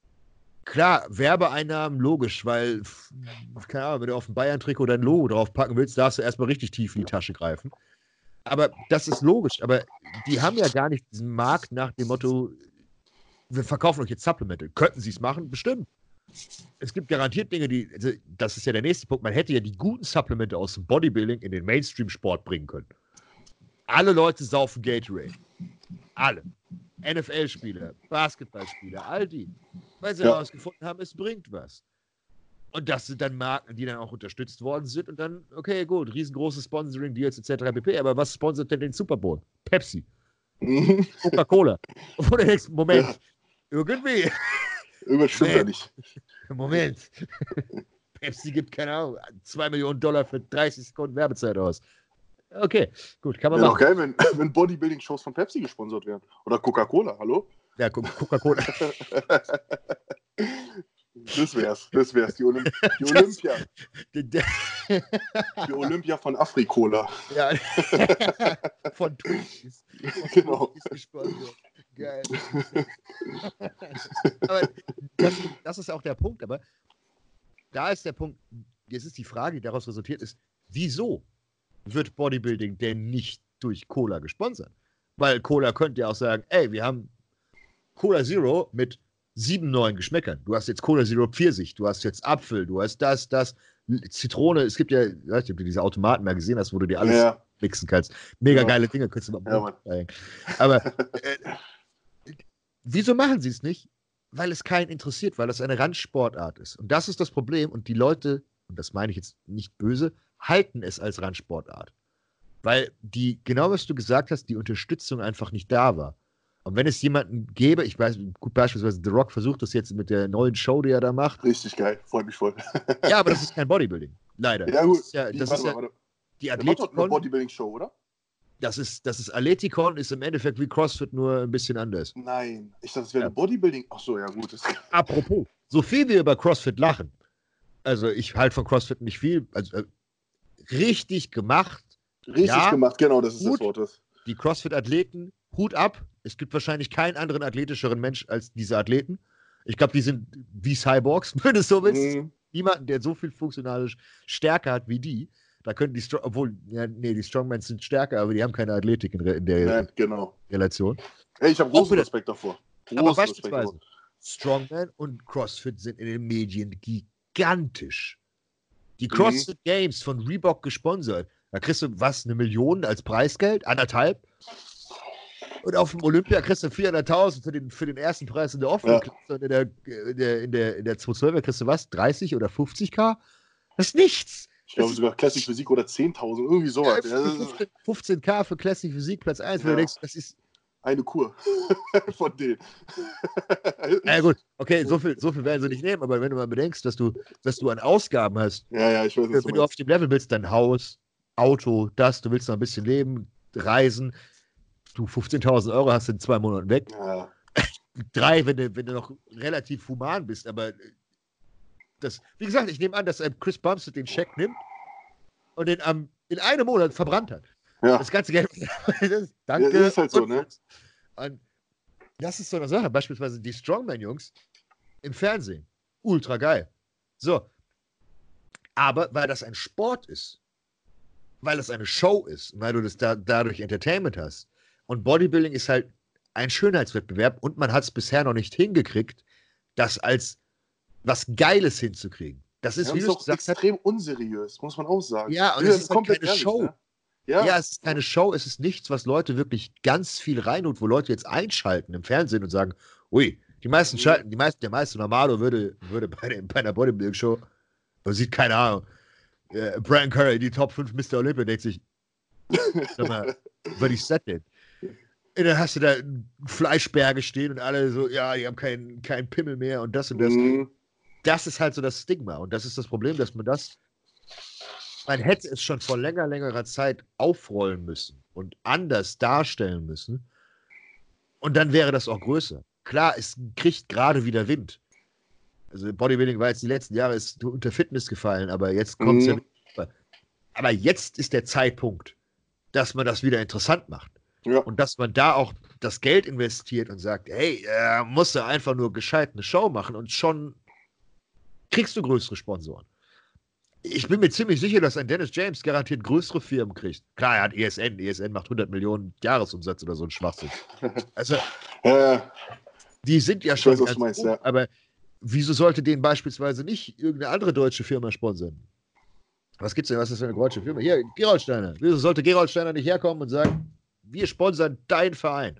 Klar, Werbeeinnahmen logisch, weil, f- keine Ahnung, wenn du auf dem Bayern-Trikot dein Logo draufpacken willst, darfst du erstmal richtig tief in die Tasche greifen. Aber das ist logisch, aber die haben ja gar nicht diesen Markt nach dem Motto, wir verkaufen euch jetzt Supplemente. Könnten sie es machen? Bestimmt. Es gibt garantiert Dinge, die, also das ist ja der nächste Punkt, man hätte ja die guten Supplemente aus dem Bodybuilding in den Mainstream-Sport bringen können. Alle Leute saufen Gatorade. Alle. N F L-Spieler, Basketballspieler, all die. Weil sie Ja. herausgefunden haben, es bringt was. Und das sind dann Marken, die dann auch unterstützt worden sind und dann, okay, gut, riesengroße Sponsoring-Deals et cetera pp. Aber was sponsert denn den Super Bowl? Pepsi, Mhm. Coca-Cola. Und du denkst, Moment, Ja. irgendwie, Irgendwas stimmt Nee. da nicht. Moment. Pepsi gibt, keine Ahnung, zwei Millionen Dollar für dreißig Sekunden Werbezeit aus. Okay, gut, kann man Wäre doch machen. geil, wenn, wenn Bodybuilding-Shows von Pepsi gesponsert werden. Oder Coca-Cola, hallo? Ja, Co- Coca-Cola. Das wär's, das wär's, die, Olymp die Olympia. Die Olympia von Afrikola. Ja. Von Twinkies. Von Genau. Twinkies gesponsert. Geil. Aber das, das ist auch der Punkt. Aber da ist der Punkt, jetzt ist die Frage, die daraus resultiert ist, wieso wird Bodybuilding denn nicht durch Cola gesponsert? Weil Cola könnte ja auch sagen, ey, wir haben Cola Zero mit sieben neuen Geschmäckern. Du hast jetzt Cola Zero Pfirsich, du hast jetzt Apfel, du hast das, das, Zitrone. Es gibt ja, ich weiß nicht, ob du diese Automaten mal gesehen hast, wo du dir alles Ja, mixen kannst. Mega Ja. geile Dinge, könntest du mal Ja, Mann. zeigen. Aber äh, wieso machen sie es nicht? Weil es keinen interessiert, weil das eine Randsportart ist. Und das ist das Problem. Und die Leute, und das meine ich jetzt nicht böse, halten es als Randsportart. Weil die, genau was du gesagt hast, die Unterstützung einfach nicht da war. Und wenn es jemanden gäbe, ich weiß, gut, beispielsweise The Rock versucht das jetzt mit der neuen Show, die er da macht. richtig geil, freut mich voll. Ja, aber das ist kein Bodybuilding. Leider. Ja, gut. Das ist ja, Die, das warte ist mal, ja warte. die Der macht doch eine Athletikon. Bodybuilding-Show, oder? Das ist, das ist Athletikon, ist im Endeffekt wie CrossFit, nur ein bisschen anders. Nein, ich dachte, das wäre Ja. Bodybuilding. Ach so, ja gut. Das Apropos, so viel wir über CrossFit lachen, also ich halte von CrossFit nicht viel, also äh, richtig gemacht. richtig ja, gemacht, genau, das ist gut. das Wort. Das. Die CrossFit-Athleten, Hut ab. Es gibt wahrscheinlich keinen anderen athletischeren Mensch als diese Athleten. Ich glaube, die sind wie Cyborgs, wenn du es so willst. Mhm. Niemanden, der so viel funktionalisch Stärke hat wie die. Da können die, Stro obwohl, ja, nee, die Strongmans sind stärker, aber die haben keine Athletik in, in der Nein, genau. Relation. Ey, ich habe großen Respekt davor. Großen aber Respekt beispielsweise, davor. Strongman und CrossFit sind in den Medien gigantisch. Die CrossFit mhm. Games von Reebok gesponsert. Da kriegst du was, eine Million als Preisgeld? Anderthalb? Und auf dem Olympia kriegst du vierhunderttausend für den, für den ersten Preis in der offenen Klasse. Ja. Und in der, in der, in der, in der zweihundertzwölfer kriegst du was? dreißig oder fünfzig K? Das ist nichts. Ich glaube sogar Classic Physik oder zehntausend, irgendwie sowas. Ja, fünfzehn K für Classic Physik, Platz eins, ja. Wo du denkst, das ist eine Kur von denen. Ja gut, okay, so viel, so viel werden sie nicht nehmen, aber wenn du mal bedenkst, dass du, dass du an Ausgaben hast, ja, ja, ich weiß, was wenn du, du auf dem Level bist, dein Haus, Auto, das, du willst noch ein bisschen leben, reisen, du fünfzehntausend Euro hast in zwei Monaten weg. Ja. Drei, wenn du, wenn du noch relativ human bist, aber das, wie gesagt, ich nehme an, dass ein Chris Bumstead den Scheck nimmt und den am, in einem Monat verbrannt hat. Ja. Das ganze Geld. das, danke. Ja, das ist halt so, ne? Und das ist so eine Sache. Beispielsweise die Strongman-Jungs im Fernsehen. Ultra geil. So. Aber weil das ein Sport ist, weil das eine Show ist, weil du das da, dadurch Entertainment hast. Und Bodybuilding ist halt ein Schönheitswettbewerb und man hat es bisher noch nicht hingekriegt, das als was Geiles hinzukriegen. Das ist, ja, wie das du ist auch gesagt extrem hast, unseriös, muss man auch sagen. Ja, und ja, es ist halt keine ehrlich, Show. Ne? Ja. ja, es ist keine Show, es ist nichts, was Leute wirklich ganz viel reinholt, wo Leute jetzt einschalten im Fernsehen und sagen, ui, die meisten Mhm. schalten, die meisten, der meiste Normalo würde, würde bei, dem, bei einer Bodybuilding-Show, man sieht, keine Ahnung, äh, Brian Curry, die Top fünf Mister Olympia, denkt sich, sag mal, was ist das denn? Und dann hast du da Fleischberge stehen und alle so, ja, die haben keinen kein Pimmel mehr und das und das. Mhm. Das ist halt so das Stigma und das ist das Problem, dass man das, man hätte es schon vor länger, längerer Zeit aufrollen müssen und anders darstellen müssen und dann wäre das auch größer. Klar, es kriegt gerade wieder Wind. Also Bodybuilding war jetzt die letzten Jahre ist unter Fitness gefallen, aber jetzt kommt es Mhm. ja wieder. Aber jetzt ist der Zeitpunkt, dass man das wieder interessant macht. Ja. Und dass man da auch das Geld investiert und sagt, hey, äh, musst du einfach nur gescheit eine Show machen und schon kriegst du größere Sponsoren. Ich bin mir ziemlich sicher, dass ein Dennis James garantiert größere Firmen kriegt. Klar, er hat E S N. E S N macht hundert Millionen Jahresumsatz oder so ein Schwachsinn. Also, Äh, die sind ja ich schon weiß, was ganz du meinst, gut, ja. aber wieso sollte den beispielsweise nicht irgendeine andere deutsche Firma sponsern? Was gibt's denn, was ist das für eine deutsche Firma? Hier, Gerold Steiner. Wieso sollte Gerold Steiner nicht herkommen und sagen, wir sponsern deinen Verein?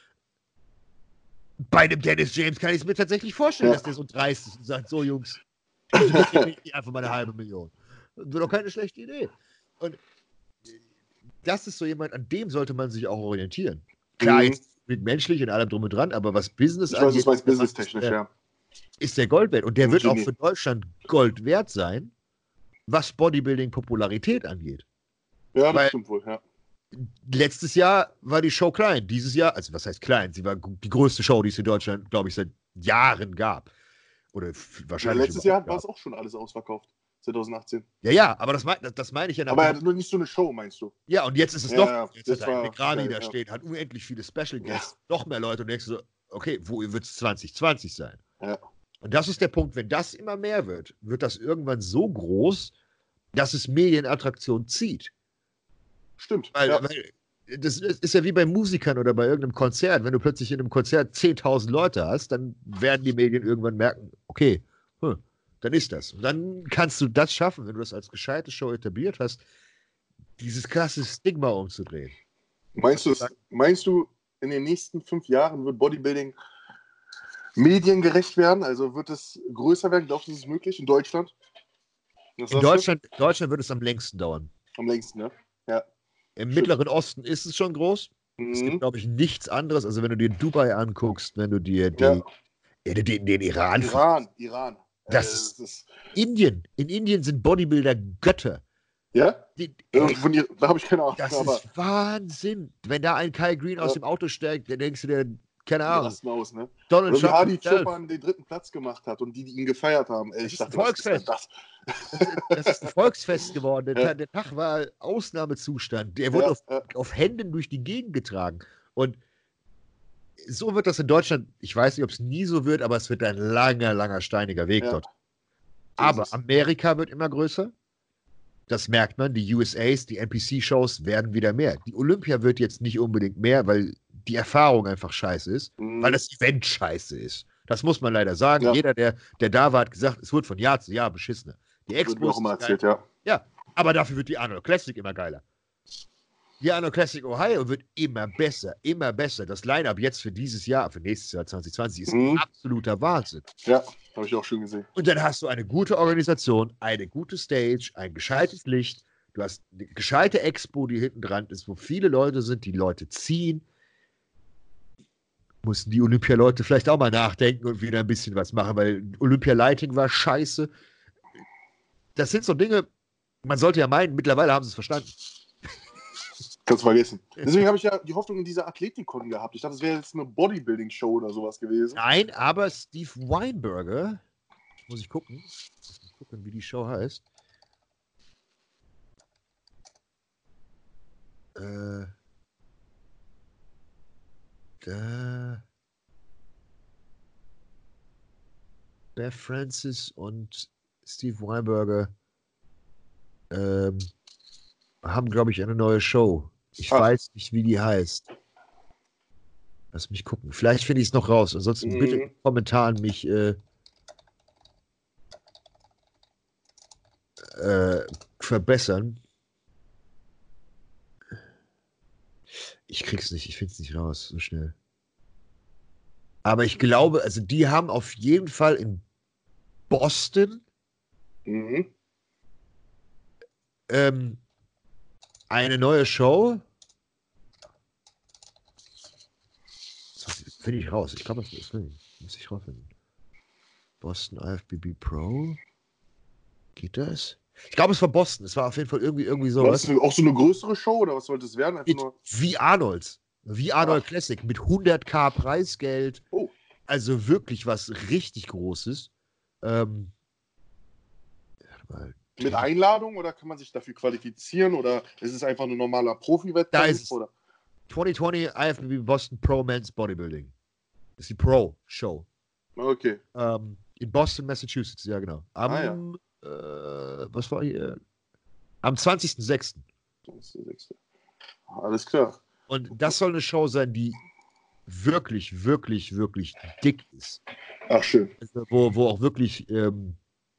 Bei dem Dennis James kann ich es mir tatsächlich vorstellen, Ja. dass der so dreist ist und sagt, so Jungs, ich gebe einfach mal eine halbe Million. Das wäre doch keine schlechte Idee. Und das ist so jemand, an dem sollte man sich auch orientieren. Klar, Mhm. jetzt mit menschlich und allem drum und dran, aber was Business Ich weiß, was angeht, du meinst, ist der- businesstechnisch, ja. ist der Gold wert. Und der Ein wird auch Genie. für Deutschland Gold wert sein, was Bodybuilding-Popularität angeht. Ja, das Weil- stimmt wohl, ja. Letztes Jahr war die Show klein. Dieses Jahr, also was heißt klein? Sie war die größte Show, die es in Deutschland, glaube ich, seit Jahren gab. Oder f- ja wahrscheinlich. letztes Jahr überhaupt war gab. es auch schon alles ausverkauft. zwanzig achtzehn. Ja, ja, aber das, mein, das, das meine ich ja. Aber nach- ja, nur nicht so eine Show, meinst du? ja, und jetzt ist es Ja, noch. ja, Jetzt das hat er war einen Negrani geil, da ja. stehen, hat unendlich viele Special Ja. Guests, noch mehr Leute und denkst du so, okay, wo wird es zwanzig zwanzig sein? Ja. Und das ist der Punkt, wenn das immer mehr wird, wird das irgendwann so groß, dass es Medienattraktion zieht. Stimmt. Weil, ja. weil das ist ist ja wie bei Musikern oder bei irgendeinem Konzert. Wenn du plötzlich in einem Konzert zehntausend Leute hast, dann werden die Medien irgendwann merken, okay, hm, dann ist das. Und dann kannst du das schaffen, wenn du das als gescheite Show etabliert hast, dieses krasse Stigma umzudrehen. Meinst du, es- meinst du, in den nächsten fünf Jahren wird Bodybuilding mediengerecht werden? Also wird es größer werden? Glaubst du, das ist möglich in Deutschland? Was In sagst du? Deutschland, Deutschland wird es am längsten dauern. Am längsten, ne? Ja. Im Stimmt. Mittleren Osten ist es schon groß. Es gibt, Mhm. glaube ich, nichts anderes. Also wenn du dir Dubai anguckst, wenn du dir die, Ja. ja, den, den Iran, Iran, Iran. Das Äh, ist- das ist Indien. In Indien sind Bodybuilder Götter. Ja? Die, Äh, ey, von ihr, da habe ich keine Ahnung. das aber ist Wahnsinn. Wenn da ein Kyle Green aus Ja. dem Auto steigt, dann denkst du dir, keine die Ahnung, rasten aus, ne? Donald Oder wie Trump Hardy himself. Chopin den dritten Platz gemacht hat und die, die ihn gefeiert haben. Ey, Das ich ist ein dachte, was ist denn Volksfest. das? Das ist ein Volksfest geworden. Der, Ja. Tag, der Tag war Ausnahmezustand. Der wurde Ja, auf, ja. auf Händen durch die Gegend getragen. Und so wird das in Deutschland, ich weiß nicht, ob es nie so wird, aber es wird ein langer, langer, steiniger Weg Ja. dort. So ist Aber es. Amerika wird immer größer. Das merkt man. Die U S As, die N P C-Shows werden wieder mehr. Die Olympia wird jetzt nicht unbedingt mehr, weil die Erfahrung einfach scheiße ist, Mhm. weil das Event scheiße ist. Das muss man leider sagen. Ja. Jeder, der, der da war, hat gesagt, es wird von Jahr zu Jahr beschissener. Die Wird Expo mir auch ist immer nicht geil. erzählt, ja. Ja, aber dafür wird die Arnold Classic immer geiler. Die Arnold Classic Ohio wird immer besser, immer besser. Das Line-Up jetzt für dieses Jahr, für nächstes Jahr zwanzig zwanzig, ist Mhm. absoluter Wahnsinn. Ja, habe ich auch schon gesehen. Und dann hast du eine gute Organisation, eine gute Stage, ein gescheites Licht. Du hast eine gescheite Expo, die hinten dran ist, wo viele Leute sind, die Leute ziehen. Mussten die Olympia-Leute vielleicht auch mal nachdenken und wieder ein bisschen was machen, weil Olympia-Lighting war scheiße. Das sind so Dinge, man sollte ja meinen, mittlerweile haben sie es verstanden. Kannst du vergessen. Deswegen habe ich ja die Hoffnung in dieser Athletikon gehabt. Ich dachte, es wäre jetzt eine Bodybuilding-Show oder sowas gewesen. Nein, aber Steve Weinberger, muss ich gucken, muss ich gucken, wie die Show heißt. Äh, da. Beth Francis und Steve Weinberger ähm, haben, glaube ich, eine neue Show. Ich Ach. weiß nicht, wie die heißt. Lass mich gucken. Vielleicht finde ich es noch raus. Ansonsten Mhm. bitte in den Kommentaren mich äh, äh, verbessern. Ich krieg's nicht, ich finde es nicht raus, so schnell. Aber ich glaube, also die haben auf jeden Fall in Boston Mhm. ähm, eine neue Show. Finde ich raus. Ich glaube, das ist muss ich rausfinden. Boston I F B B Pro. Geht das? Ich glaube, es war Boston. Es war auf jeden Fall irgendwie, irgendwie War das sowas. eine- auch so eine größere Show oder was sollte es werden? Einfach Mit, nur. wie Arnolds. Wie Arnold Ach. Classic. Mit hunderttausend Preisgeld. Oh. Also wirklich was richtig Großes. Ähm, warte mal. Mit Einladung oder kann man sich dafür qualifizieren oder ist es einfach ein normaler Profi-Wettkampf? Da ist es. Oder? zwanzig zwanzig I F B B Boston Pro Men's Bodybuilding. Das ist die Pro-Show. Okay. Ähm, in Boston, Massachusetts, ja genau. Am, Ah, ja. Äh, was war hier? Am zwanzigsten sechsten Das ist der sechste. Alles klar. Und das soll eine Show sein, die wirklich, wirklich, wirklich dick ist. Ach, schön. Also, wo, wo auch wirklich ähm,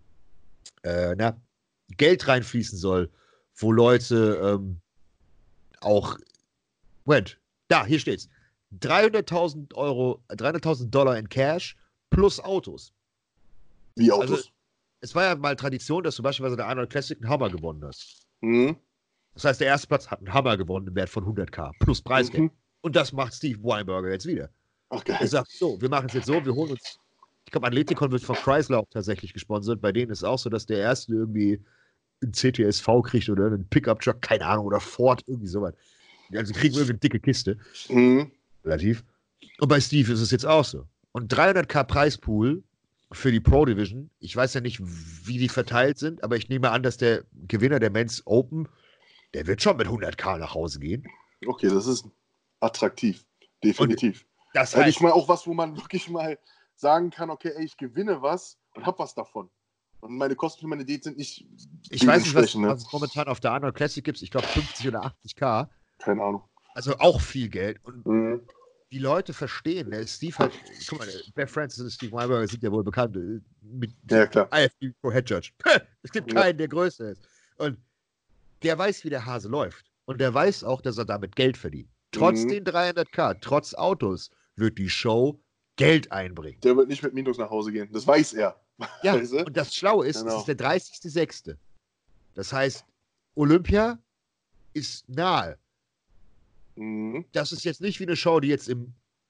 äh, na, Geld reinfließen soll, wo Leute ähm, auch Moment, da, hier steht's. dreihunderttausend Euro, dreihunderttausend Dollar in Cash plus Autos. Wie Autos? Also, es war ja mal Tradition, dass zum Beispiel der Arnold Classic einen Hammer gewonnen hat. mhm. Das heißt, der erste Platz hat einen Hammer gewonnen im Wert von hunderttausend plus Preisgeld. Mhm. Und das macht Steve Weinberger jetzt wieder. Ach, Er geil. sagt, so, wir machen es jetzt so, wir holen uns, ich glaube, Athletikon wird von Chrysler auch tatsächlich gesponsert. Bei denen ist es auch so, dass der Erste irgendwie einen C T S V kriegt oder einen Pickup-Truck, keine Ahnung, oder Ford, irgendwie sowas. Also kriegen wir eine dicke Kiste. Mhm. Relativ. Und bei Steve ist es jetzt auch so. Und dreihunderttausend Preispool für die Pro Division. Ich weiß ja nicht, wie die verteilt sind, aber ich nehme an, dass der Gewinner der Men's Open, der wird schon mit hunderttausend nach Hause gehen. Okay, das ist attraktiv. Definitiv. Das Also heißt, ich mal auch was, wo man wirklich mal sagen kann, okay, ey, ich gewinne was und hab was davon. Und meine Kosten für meine Diät sind nicht ich weiß nicht, was, dementsprechend, ne? was es momentan auf der Arnold Classic gibt. Ich glaube fünfzig oder achtzig K. Keine Ahnung. Also auch viel Geld. Und Mhm. die Leute verstehen, der Steve hat, guck mal, Beth Francis und Steve Weinberger sind ja wohl bekannt äh, mit Ja, klar. I F B Pro Head Judge. Es gibt Ja. keinen, der größer ist. Und der weiß, wie der Hase läuft. Und der weiß auch, dass er damit Geld verdient. Trotz Mhm. den dreihunderttausend, trotz Autos, wird die Show Geld einbringen. Der wird nicht mit Minus nach Hause gehen. Das weiß er. Ja, Weißt du? und das Schlaue ist, Genau. es ist der dreißigste sechste Das heißt, Olympia ist nahe. Mhm. Das ist jetzt nicht wie eine Show, die jetzt im,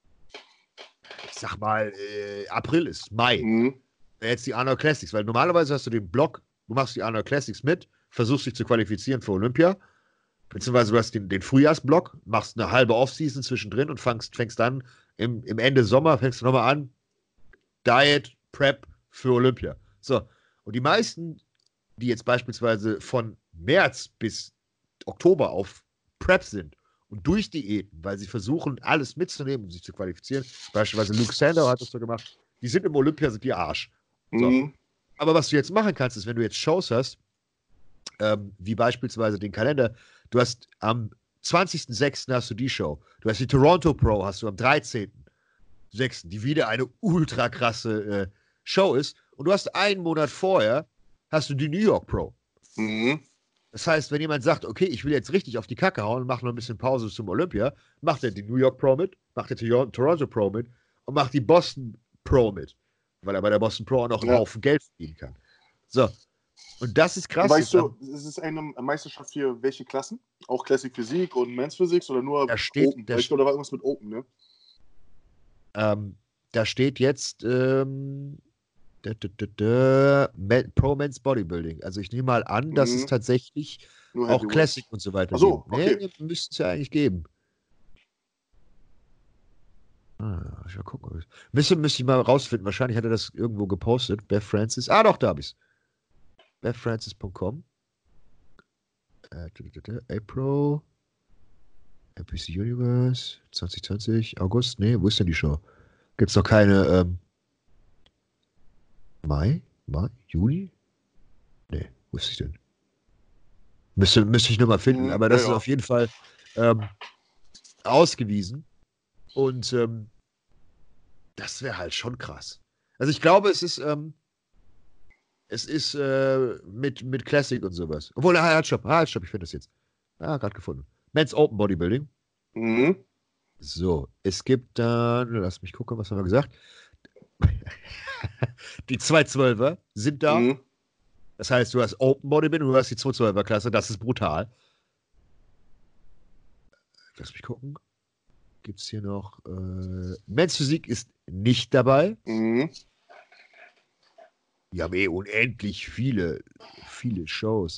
ich sag mal, äh, April ist, Mai. Mhm. Jetzt die Arnold Classics, weil normalerweise hast du den Block, du machst die Arnold Classics mit, versuchst dich zu qualifizieren für Olympia, beziehungsweise du hast den, den Frühjahrsblock, machst eine halbe Offseason zwischendrin und fängst, fängst dann im, im Ende Sommer, fängst du nochmal an, Diet, Prep für Olympia. So, und die meisten, die jetzt beispielsweise von März bis Oktober auf Prep sind und durchdiäten, weil sie versuchen, alles mitzunehmen, um sich zu qualifizieren, beispielsweise Luke Sandow hat das so gemacht, die sind im Olympia, sind die Arsch. So. Mhm. Aber was du jetzt machen kannst, ist, wenn du jetzt Shows hast, ähm, wie beispielsweise den Kalender, du hast am zwanzigsten sechsten hast du die Show, du hast die Toronto Pro, hast du am dreizehnten sechsten, die wieder eine ultra krasse äh, Show ist, und du hast einen Monat vorher, hast du die New York Pro. Mhm. Das heißt, wenn jemand sagt, okay, ich will jetzt richtig auf die Kacke hauen und mache noch ein bisschen Pause zum Olympia, macht er die New York Pro mit, macht er die Toronto Pro mit und macht die Boston Pro mit, weil er bei der Boston Pro auch noch einen Ja. Haufen Geld verdienen kann. So, und das ist krass. Weißt Jetzt du, ist es eine Meisterschaft für welche Klassen? Auch Classic Physik und Men's Physics oder nur Da steht- Open? da Weißt du, oder war irgendwas mit Open, ne? Ähm, da steht jetzt ähm, da, da, da, da, Me- Pro Men's Bodybuilding. Also ich nehme mal an, dass Mhm. es tatsächlich Nur auch Heavyweight. Classic und so weiter Ach so, gibt. okay. Nee, müsste es ja eigentlich geben. Ah, ich mal gucken. Müsste, müsste ich mal rausfinden. Wahrscheinlich hat er das irgendwo gepostet. Beth Francis. Ah, doch, da hab ich's. beth francis punkt com. Äh, da, da, da, April. N P C Universe. zwanzig zwanzig. August. Nee, wo ist denn die Show? Gibt's noch keine ähm, Mai? Mai? Juni? Nee, wo ist ich denn? Müsste, müsste ich nur mal finden, Mhm, aber das ja, ist ja. auf jeden Fall ähm, ausgewiesen. Und ähm, das wäre halt schon krass. Also ich glaube, es ist, ähm, es ist äh, mit, mit Classic und sowas. Obwohl, ah, halt, stopp, ah, halt, stopp, ich finde das jetzt. Ah, gerade gefunden. Men's Open Bodybuilding. Mhm. So, es gibt dann, lass mich gucken, was haben wir gesagt? Die zweihundertzwölfer sind da. Mhm. Das heißt, du hast Open Bodybuilding, du hast die zweihundertzwölfer Klasse, das ist brutal. Lass mich gucken. Gibt es hier noch. Äh, Men's Physik ist nicht dabei. Mhm. Wir haben eh unendlich viele, viele Shows.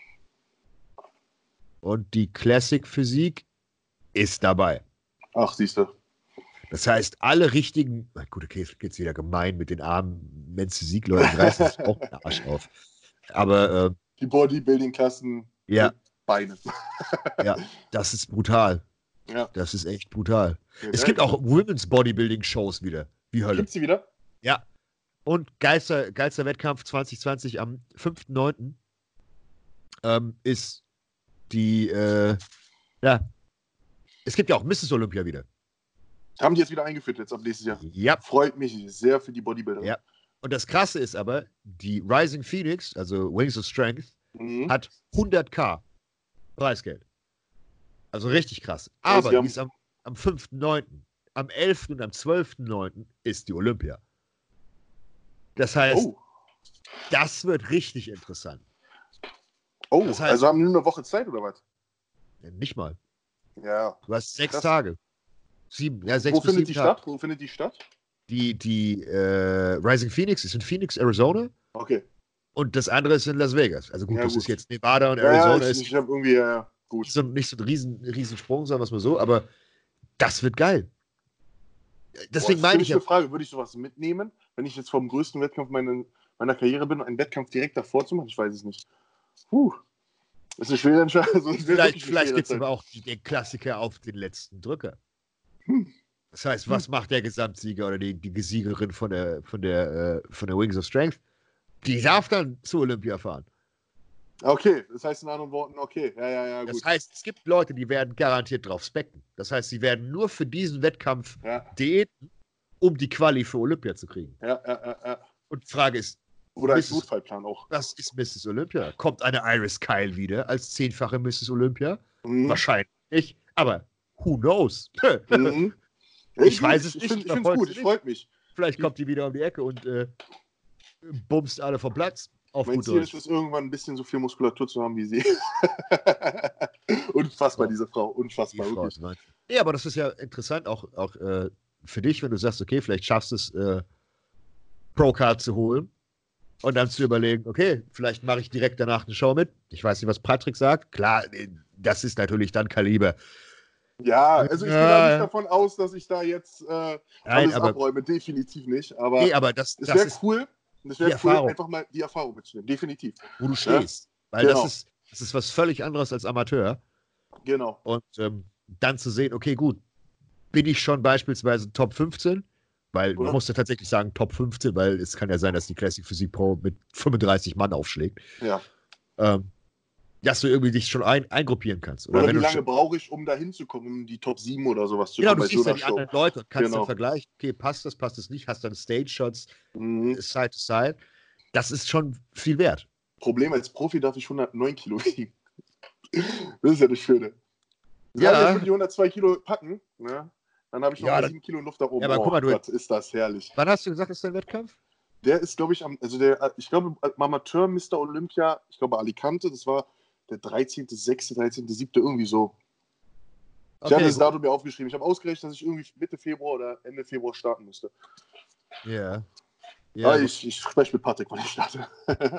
Und die Classic Physik ist dabei. Ach, siehst du. Das heißt, alle richtigen. Na gut, okay, jetzt geht's wieder gemein mit den armen Men's Physik-Leuten, reißen sich auch den Arsch auf. Aber äh, Die Bodybuilding-Klassen ja, mit Beinen. ja, das ist brutal. Ja. Das ist echt brutal. Ja, Es geil. gibt auch Women's Bodybuilding-Shows wieder. Wie Hölle. Gibt's die wieder? Ja. Und geilster, geilster Wettkampf zwanzig zwanzig am fünften neunten ähm, ist die, äh, ja, es gibt ja auch Misses Olympia wieder. Haben die jetzt wieder eingeführt, jetzt ab nächstes Jahr. Ja, Freut mich sehr für die Bodybuilder. ja. Und das Krasse ist aber, die Rising Phoenix, also Wings of Strength, Mhm. hat hunderttausend Preisgeld. Also richtig krass. Also Aber die haben- die ist am, am fünften neunten Am elften und am zwölften neunten ist die Olympia. Das heißt, Oh, das wird richtig interessant. oh Das heißt- also haben die nur eine Woche Zeit oder was? Nicht mal. Ja. Du hast sechs Krass. Tage. Sieben, ja, sechs Wo bis findet sieben die Tage. statt? Wo findet die statt? Die, die äh, Rising Phoenix ist in Phoenix, Arizona. Okay. Und das andere ist in Las Vegas. Also gut, Ja, das gut. ist jetzt Nevada und Ja, ja, Arizona. ich, ist ich habe irgendwie, ja, ja, gut. nicht so, nicht so ein riesen, riesen Sprung, sagen wir es mal so. Aber das wird geil. Deswegen Boah, meine jetzt ich ich ja, eine Frage, würde ich sowas mitnehmen, wenn ich jetzt vom größten Wettkampf meiner, meiner Karriere bin, einen Wettkampf direkt davor zu machen? Ich weiß es nicht. Puh. Das ist eine schwere Entscheidung. Also, das wäre vielleicht, wirklich eine vielleicht schwere gibt es Zeit. aber auch den Klassiker auf den letzten Drücker. Hm. Das heißt, was macht der Gesamtsieger oder die, die Siegerin von der, von, der, äh, von der Wings of Strength? Die darf dann zu Olympia fahren. Okay, das heißt in anderen Worten, okay, ja, ja, ja, Das gut. heißt, es gibt Leute, die werden garantiert drauf specken. Das heißt, sie werden nur für diesen Wettkampf Ja, diäten, um die Quali für Olympia zu kriegen. ja, ja, ja, ja. Und die Frage ist, Oder als Misses Notfallplan auch. was ist Misses Olympia? Kommt eine Iris Kyle wieder als zehnfache Misses Olympia? Mhm. Wahrscheinlich nicht, aber who knows? Mhm. Ich Ja, weiß gut, es ich nicht, find- ich Ich finde es verfolg's gut, ich nicht. freut mich. Vielleicht kommt die wieder um die Ecke und äh, bumst alle vom Platz. Auf Mein gut Ziel Deutsch. ist es, irgendwann ein bisschen so viel Muskulatur zu haben wie sie. Unfassbar, Ja. diese Frau. Die Unfassbar, Frau wirklich. ist neunzehn. Ja, aber das ist ja interessant, auch, auch äh, für dich, wenn du sagst, okay, vielleicht schaffst du es, äh, Pro-Card zu holen. Und dann zu überlegen, okay, vielleicht mache ich direkt danach eine Show mit. Ich weiß nicht, was Patrick sagt. Klar, das ist natürlich dann Kaliber. Ja, also ich gehe da nicht Ja, davon aus, dass ich da jetzt äh, nein, alles aber, abräume. Definitiv nicht. Aber nee, aber das, es das wäre ist cool, es die wäre cool, Erfahrung, einfach mal die Erfahrung mitzunehmen. Definitiv. wo du Ja, stehst. Weil genau, das ist, das ist was völlig anderes als Amateur. genau. Und ähm, dann zu sehen, okay, gut, bin ich schon beispielsweise Top fünfzehn? Weil man Ja. muss ja tatsächlich sagen Top fünfzehn, weil es kann ja sein, dass die Classic Physik Pro mit fünfunddreißig Mann aufschlägt. Ja. Ähm, dass du irgendwie dich schon ein, eingruppieren kannst. Oder, Oder wenn wie du lange schon, brauche ich, um da hinzukommen, um die Top sieben oder sowas zu genau, kommen du bei so siehst ja einer die Show. anderen Leute und kannst Genau. dann vergleichen, okay, passt das, passt das nicht, hast dann Stage-Shots, Mhm. Side to Side. Das ist schon viel wert. Problem, als Profi darf ich hundertneun Kilo wiegen. Das ist ja das Schöne. Sagen Ja. wir, ich würde die hundertzwei Kilo packen, ne? Dann habe ich noch Ja, mal dann- sieben Kilo Luft da oben. Ja, aber oh guck mal, du- Gott, ist das herrlich. Wann hast du gesagt, ist dein Wettkampf? Der ist, glaube ich, am, also der, ich glaube, am Amateur Mister Olympia, ich glaube Alicante, das war der dreizehnte sechste, dreizehnte siebte irgendwie so. Ich Okay, hatte das gut. Datum mir aufgeschrieben. Ich habe ausgerechnet, dass ich irgendwie Mitte Februar oder Ende Februar starten müsste. Ja. Ja, Aber gut. ich, ich spreche mit Patrick, wann ich starte.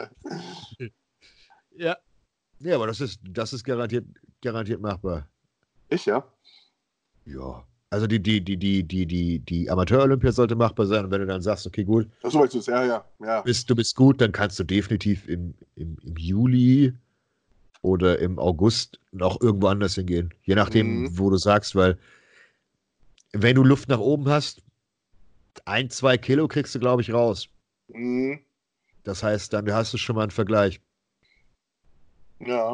ja. Ja, aber das ist, das ist garantiert, garantiert machbar. Ich, ja? Ja. Also die, die, die, die, die, die, die Amateur-Olympia sollte machbar sein. Und wenn du dann sagst, okay, gut, Ach, so weißt du es, ja, ja, ja. bist, du bist gut, dann kannst du definitiv im, im, im Juli oder im August noch irgendwo anders hingehen. Je nachdem, Mhm. wo du sagst, weil wenn du Luft nach oben hast, ein, zwei Kilo kriegst du, glaube ich, raus. Mhm. Das heißt, dann hast du schon mal einen Vergleich. Ja.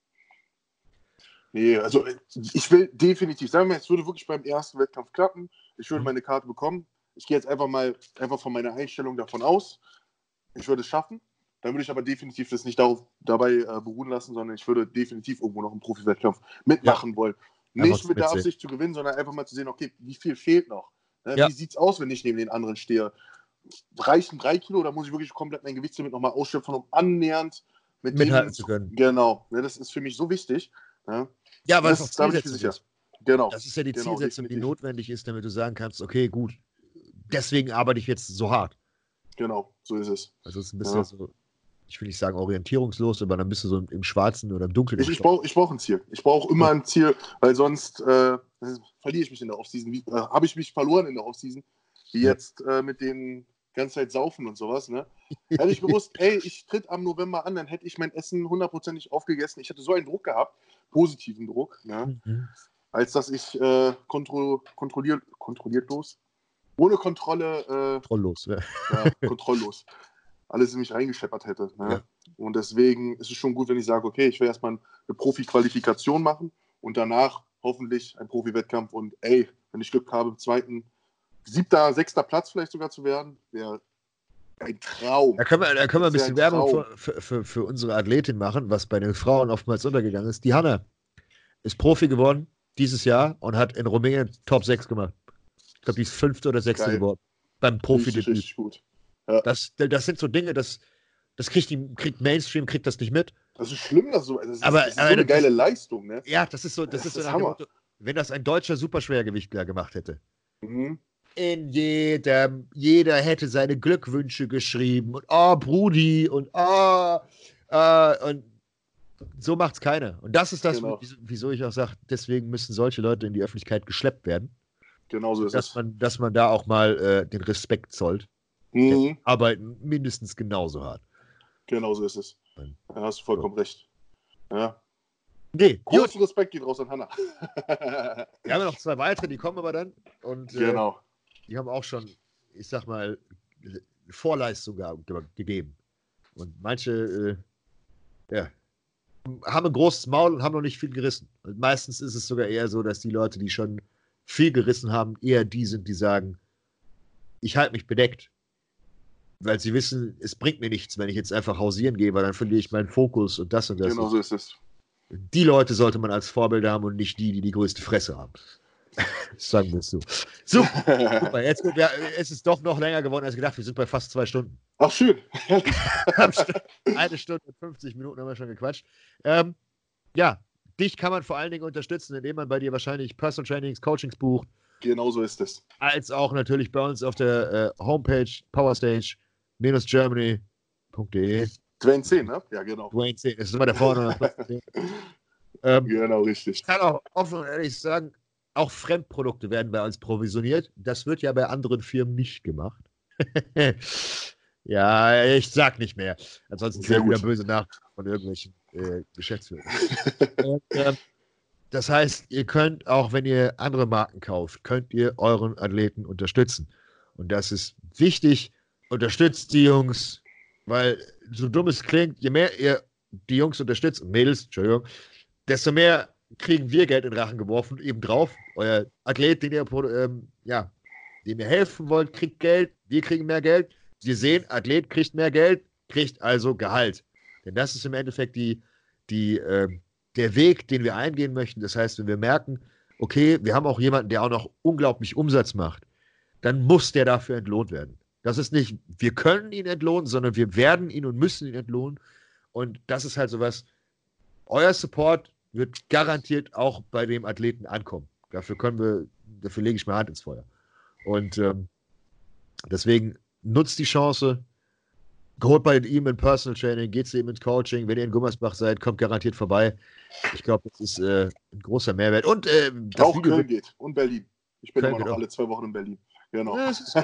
Nee, also ich will definitiv, sagen wir, es würde wirklich beim ersten Wettkampf klappen. Ich würde Mhm. meine Karte bekommen. Ich gehe jetzt einfach mal einfach von meiner Einstellung davon aus. Ich würde es schaffen. Dann würde ich aber definitiv das nicht darauf, dabei äh, beruhen lassen, sondern ich würde definitiv irgendwo noch einen Profi-Wettkampf mitmachen wollen. Einfach Nicht mit der mitsehen. Absicht zu gewinnen, sondern einfach mal zu sehen, okay, wie viel fehlt noch? Ne? Ja. Wie sieht es aus, wenn ich neben den anderen stehe? Reichen drei Kilo oder muss ich wirklich komplett mein Gewichtslimit nochmal ausschöpfen, um annähernd mit Mithalten denen zu können. Genau, ne, das ist für mich so wichtig. Ne? Ja, weil Das- es auch da bin ich mir Zielsetzung sicher. ist. Genau. Das ist ja die Genau, Zielsetzung, die definitiv. notwendig ist, damit du sagen kannst, okay, gut, deswegen arbeite ich jetzt so hart. Genau, so ist es. Also es ist ein bisschen Ja. so, ich will nicht sagen orientierungslos, aber dann bist du so im Schwarzen oder im Dunkeln. Ich, ich brauche ich brauch ein Ziel. Ich brauche immer ein Ziel, weil sonst äh, verliere ich mich in der Offseason. Wie- Äh, Habe ich mich verloren in der Offseason, wie Ja. jetzt äh, mit den ganze Zeit saufen und sowas. Ne? Hätte ich gewusst, ey, ich tritt am November an, dann hätte ich mein Essen hundertprozentig aufgegessen. Ich hätte so einen Druck gehabt, positiven Druck, ne? Mhm. als dass ich äh, kontro kontrolliert, kontrolliert los, ohne Kontrolle, äh, Trolllos. Ja. ja, kontrolllos, alles in mich reingescheppert hätte. Ne? Ja. Und deswegen ist es schon gut, wenn ich sage, okay, ich will erstmal eine Profi-Qualifikation machen und danach hoffentlich ein Profi-Wettkampf und ey, wenn ich Glück habe, im zweiten, siebter, sechster Platz vielleicht sogar zu werden, wäre ein Traum. Da können wir, da können wir ein Das wär bisschen ein Werbung Traum. für, für, für, für unsere Athletin machen, was bei den Frauen oftmals untergegangen ist. Die Hanna ist Profi geworden dieses Jahr und hat in Rumänien Top sechs gemacht. Ich glaube, die ist fünfte oder sechste Geil. geworden. Beim Richtig, Profi-Debüt. richtig gut. Ja. Das, das sind so Dinge, das, das kriegt, die, kriegt Mainstream, kriegt das nicht mit. Das ist schlimm, dass so, das ist, Aber- das ist aber so eine das- geile Leistung, ne? Ja, das ist so, das, Das ist so ist nach dem Hammer. Motto, wenn das ein deutscher Superschwergewichtler gemacht hätte. Mhm. In jedem, jeder hätte seine Glückwünsche geschrieben und oh, Brudi und oh, äh, und so macht's keiner. Und das ist das, Genau. wieso- wieso ich auch sage, deswegen müssen solche Leute in die Öffentlichkeit geschleppt werden, Genau so ist dass es. man, dass man da auch mal äh, den Respekt zollt. Mhm. Arbeiten mindestens genauso hart. Genau so ist es. Mann. Da hast du vollkommen recht. Ja. Nee, gut. Großen Respekt geht raus an Hanna. Wir haben ja noch zwei weitere, die kommen aber dann. Und äh, Genau. die haben auch schon, ich sag mal, Vorleistung ge ge gegeben. Und manche, äh, ja, haben ein großes Maul und haben noch nicht viel gerissen. Und meistens ist es sogar eher so, dass die Leute, die schon viel gerissen haben, eher die sind, die sagen, ich halte mich bedeckt. Weil sie wissen, es bringt mir nichts, wenn ich jetzt einfach hausieren gehe, weil dann verliere ich meinen Fokus und das und das. Genau so ist es. Die Leute sollte man als Vorbild haben und nicht die, die die größte Fresse haben. Sagen wir es so. So, guck mal, jetzt, ja, es ist doch noch länger geworden als gedacht. Wir sind bei fast zwei Stunden. Ach, schön. Eine Stunde und fünfzig Minuten haben wir schon gequatscht. Ähm, ja, dich kann man vor allen Dingen unterstützen, indem man bei dir wahrscheinlich Personal Trainings, Coachings bucht, Genau so ist es. als auch natürlich bei uns auf der äh, Homepage powerstage Germany De. Dwayne zehn, ne? Ja, genau. Dwayne zehn, das ist immer der Vorname. ähm, genau, richtig. Ich kann auch offen und ehrlich sagen, auch Fremdprodukte werden bei uns provisioniert. Das wird ja bei anderen Firmen nicht gemacht. Ja, ich sag nicht mehr. Ansonsten kriege ich wieder böse Nachrichten von irgendwelchen äh, Geschäftsführern. Und, ähm, das heißt, ihr könnt auch, wenn ihr andere Marken kauft, könnt ihr euren Athleten unterstützen. Und das ist wichtig. Unterstützt die Jungs, weil so dumm es klingt, je mehr ihr die Jungs unterstützt, Mädels, Entschuldigung, desto mehr kriegen wir Geld in den Rachen geworfen, eben drauf. Euer Athlet, den ihr, ähm, ja, dem ihr helfen wollt, kriegt Geld, wir kriegen mehr Geld. Sie sehen, Athlet kriegt mehr Geld, kriegt also Gehalt. Denn das ist im Endeffekt die, die, ähm, der Weg, den wir eingehen möchten. Das heißt, wenn wir merken, okay, wir haben auch jemanden, der auch noch unglaublich Umsatz macht, dann muss der dafür entlohnt werden. Das ist nicht, wir können ihn entlohnen, sondern wir werden ihn und müssen ihn entlohnen. Und das ist halt sowas, euer Support wird garantiert auch bei dem Athleten ankommen. Dafür können wir, dafür lege ich meine Hand ins Feuer. Und ähm, deswegen nutzt die Chance, holt bei ihm in Personal Training, geht zu ihm ins Coaching. Wenn ihr in Gummersbach seid, kommt garantiert vorbei. Ich glaube, das ist äh, ein großer Mehrwert. Und äh, das auch Video Köln geht und Berlin. Ich bin Köln immer noch geht alle zwei Wochen in Berlin. Genau. Ja, das ist,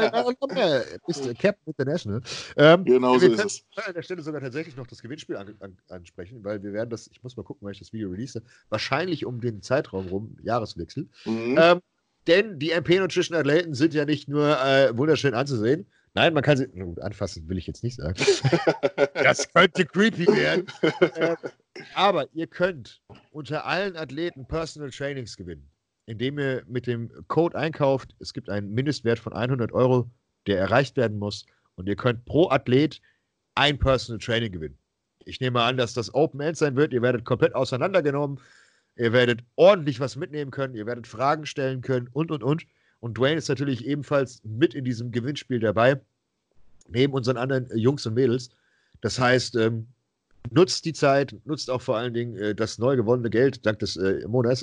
äh, ist äh, Captain International. Ähm, genau so ist es. An der Stelle sogar tatsächlich noch das Gewinnspiel an, an, ansprechen, weil wir werden das, ich muss mal gucken, weil ich das Video release, wahrscheinlich um den Zeitraum rum, Jahreswechsel. Mhm. Ähm, denn die M P Nutrition Athleten sind ja nicht nur äh, wunderschön anzusehen. Nein, man kann sie, gut, anfassen will ich jetzt nicht sagen. Das könnte creepy werden. ähm, aber ihr könnt unter allen Athleten Personal Trainings gewinnen, indem ihr mit dem Code einkauft. Es gibt einen Mindestwert von hundert Euro, der erreicht werden muss. Und ihr könnt pro Athlet ein Personal Training gewinnen. Ich nehme an, dass das Open End sein wird. Ihr werdet komplett auseinandergenommen. Ihr werdet ordentlich was mitnehmen können. Ihr werdet Fragen stellen können und, und, und. Und Dwayne ist natürlich ebenfalls mit in diesem Gewinnspiel dabei. Neben unseren anderen Jungs und Mädels. Das heißt, ähm, nutzt die Zeit, nutzt auch vor allen Dingen äh, das neu gewonnene Geld dank des äh, Monats,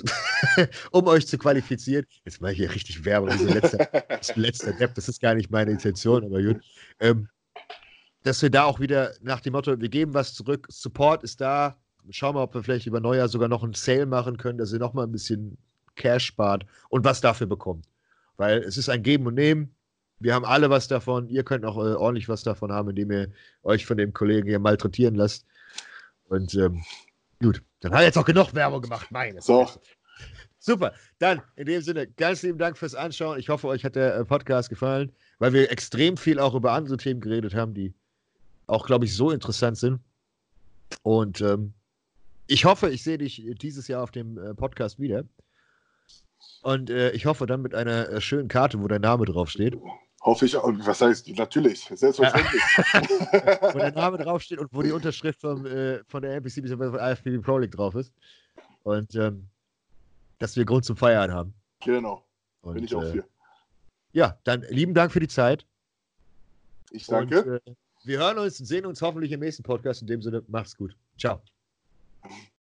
um euch zu qualifizieren. Jetzt mache ich hier richtig Werbung, wie so letzter, letzter Depp, das ist gar nicht meine Intention, aber gut. Ähm, dass wir da auch wieder nach dem Motto, wir geben was zurück, Support ist da, schauen wir, ob wir vielleicht über Neujahr sogar noch einen Sale machen können, dass ihr noch mal ein bisschen Cash spart und was dafür bekommt. Weil es ist ein Geben und Nehmen. Wir haben alle was davon. Ihr könnt auch äh, ordentlich was davon haben, indem ihr euch von dem Kollegen hier malträtieren lasst. Und ähm, gut, dann hat er jetzt auch genug Werbung gemacht. Meine so. Super. Dann in dem Sinne, ganz lieben Dank fürs Anschauen. Ich hoffe, euch hat der äh, Podcast gefallen, weil wir extrem viel auch über andere Themen geredet haben, die auch, glaube ich, so interessant sind. Und ähm, ich hoffe, ich sehe dich dieses Jahr auf dem äh, Podcast wieder. Und äh, ich hoffe dann mit einer äh, schönen Karte, wo dein Name draufsteht. Hoffe ich auch. Was heißt, natürlich, selbstverständlich. Wo der Name draufsteht und wo die Unterschrift vom, äh, von der N P C bzw. von I F B B Pro League drauf ist. Und ähm, dass wir Grund zum Feiern haben. Genau. Und, bin ich auch äh, für. Ja, dann lieben Dank für die Zeit. Ich danke. Und, äh, wir hören uns und sehen uns hoffentlich im nächsten Podcast. In dem Sinne, macht's gut. Ciao.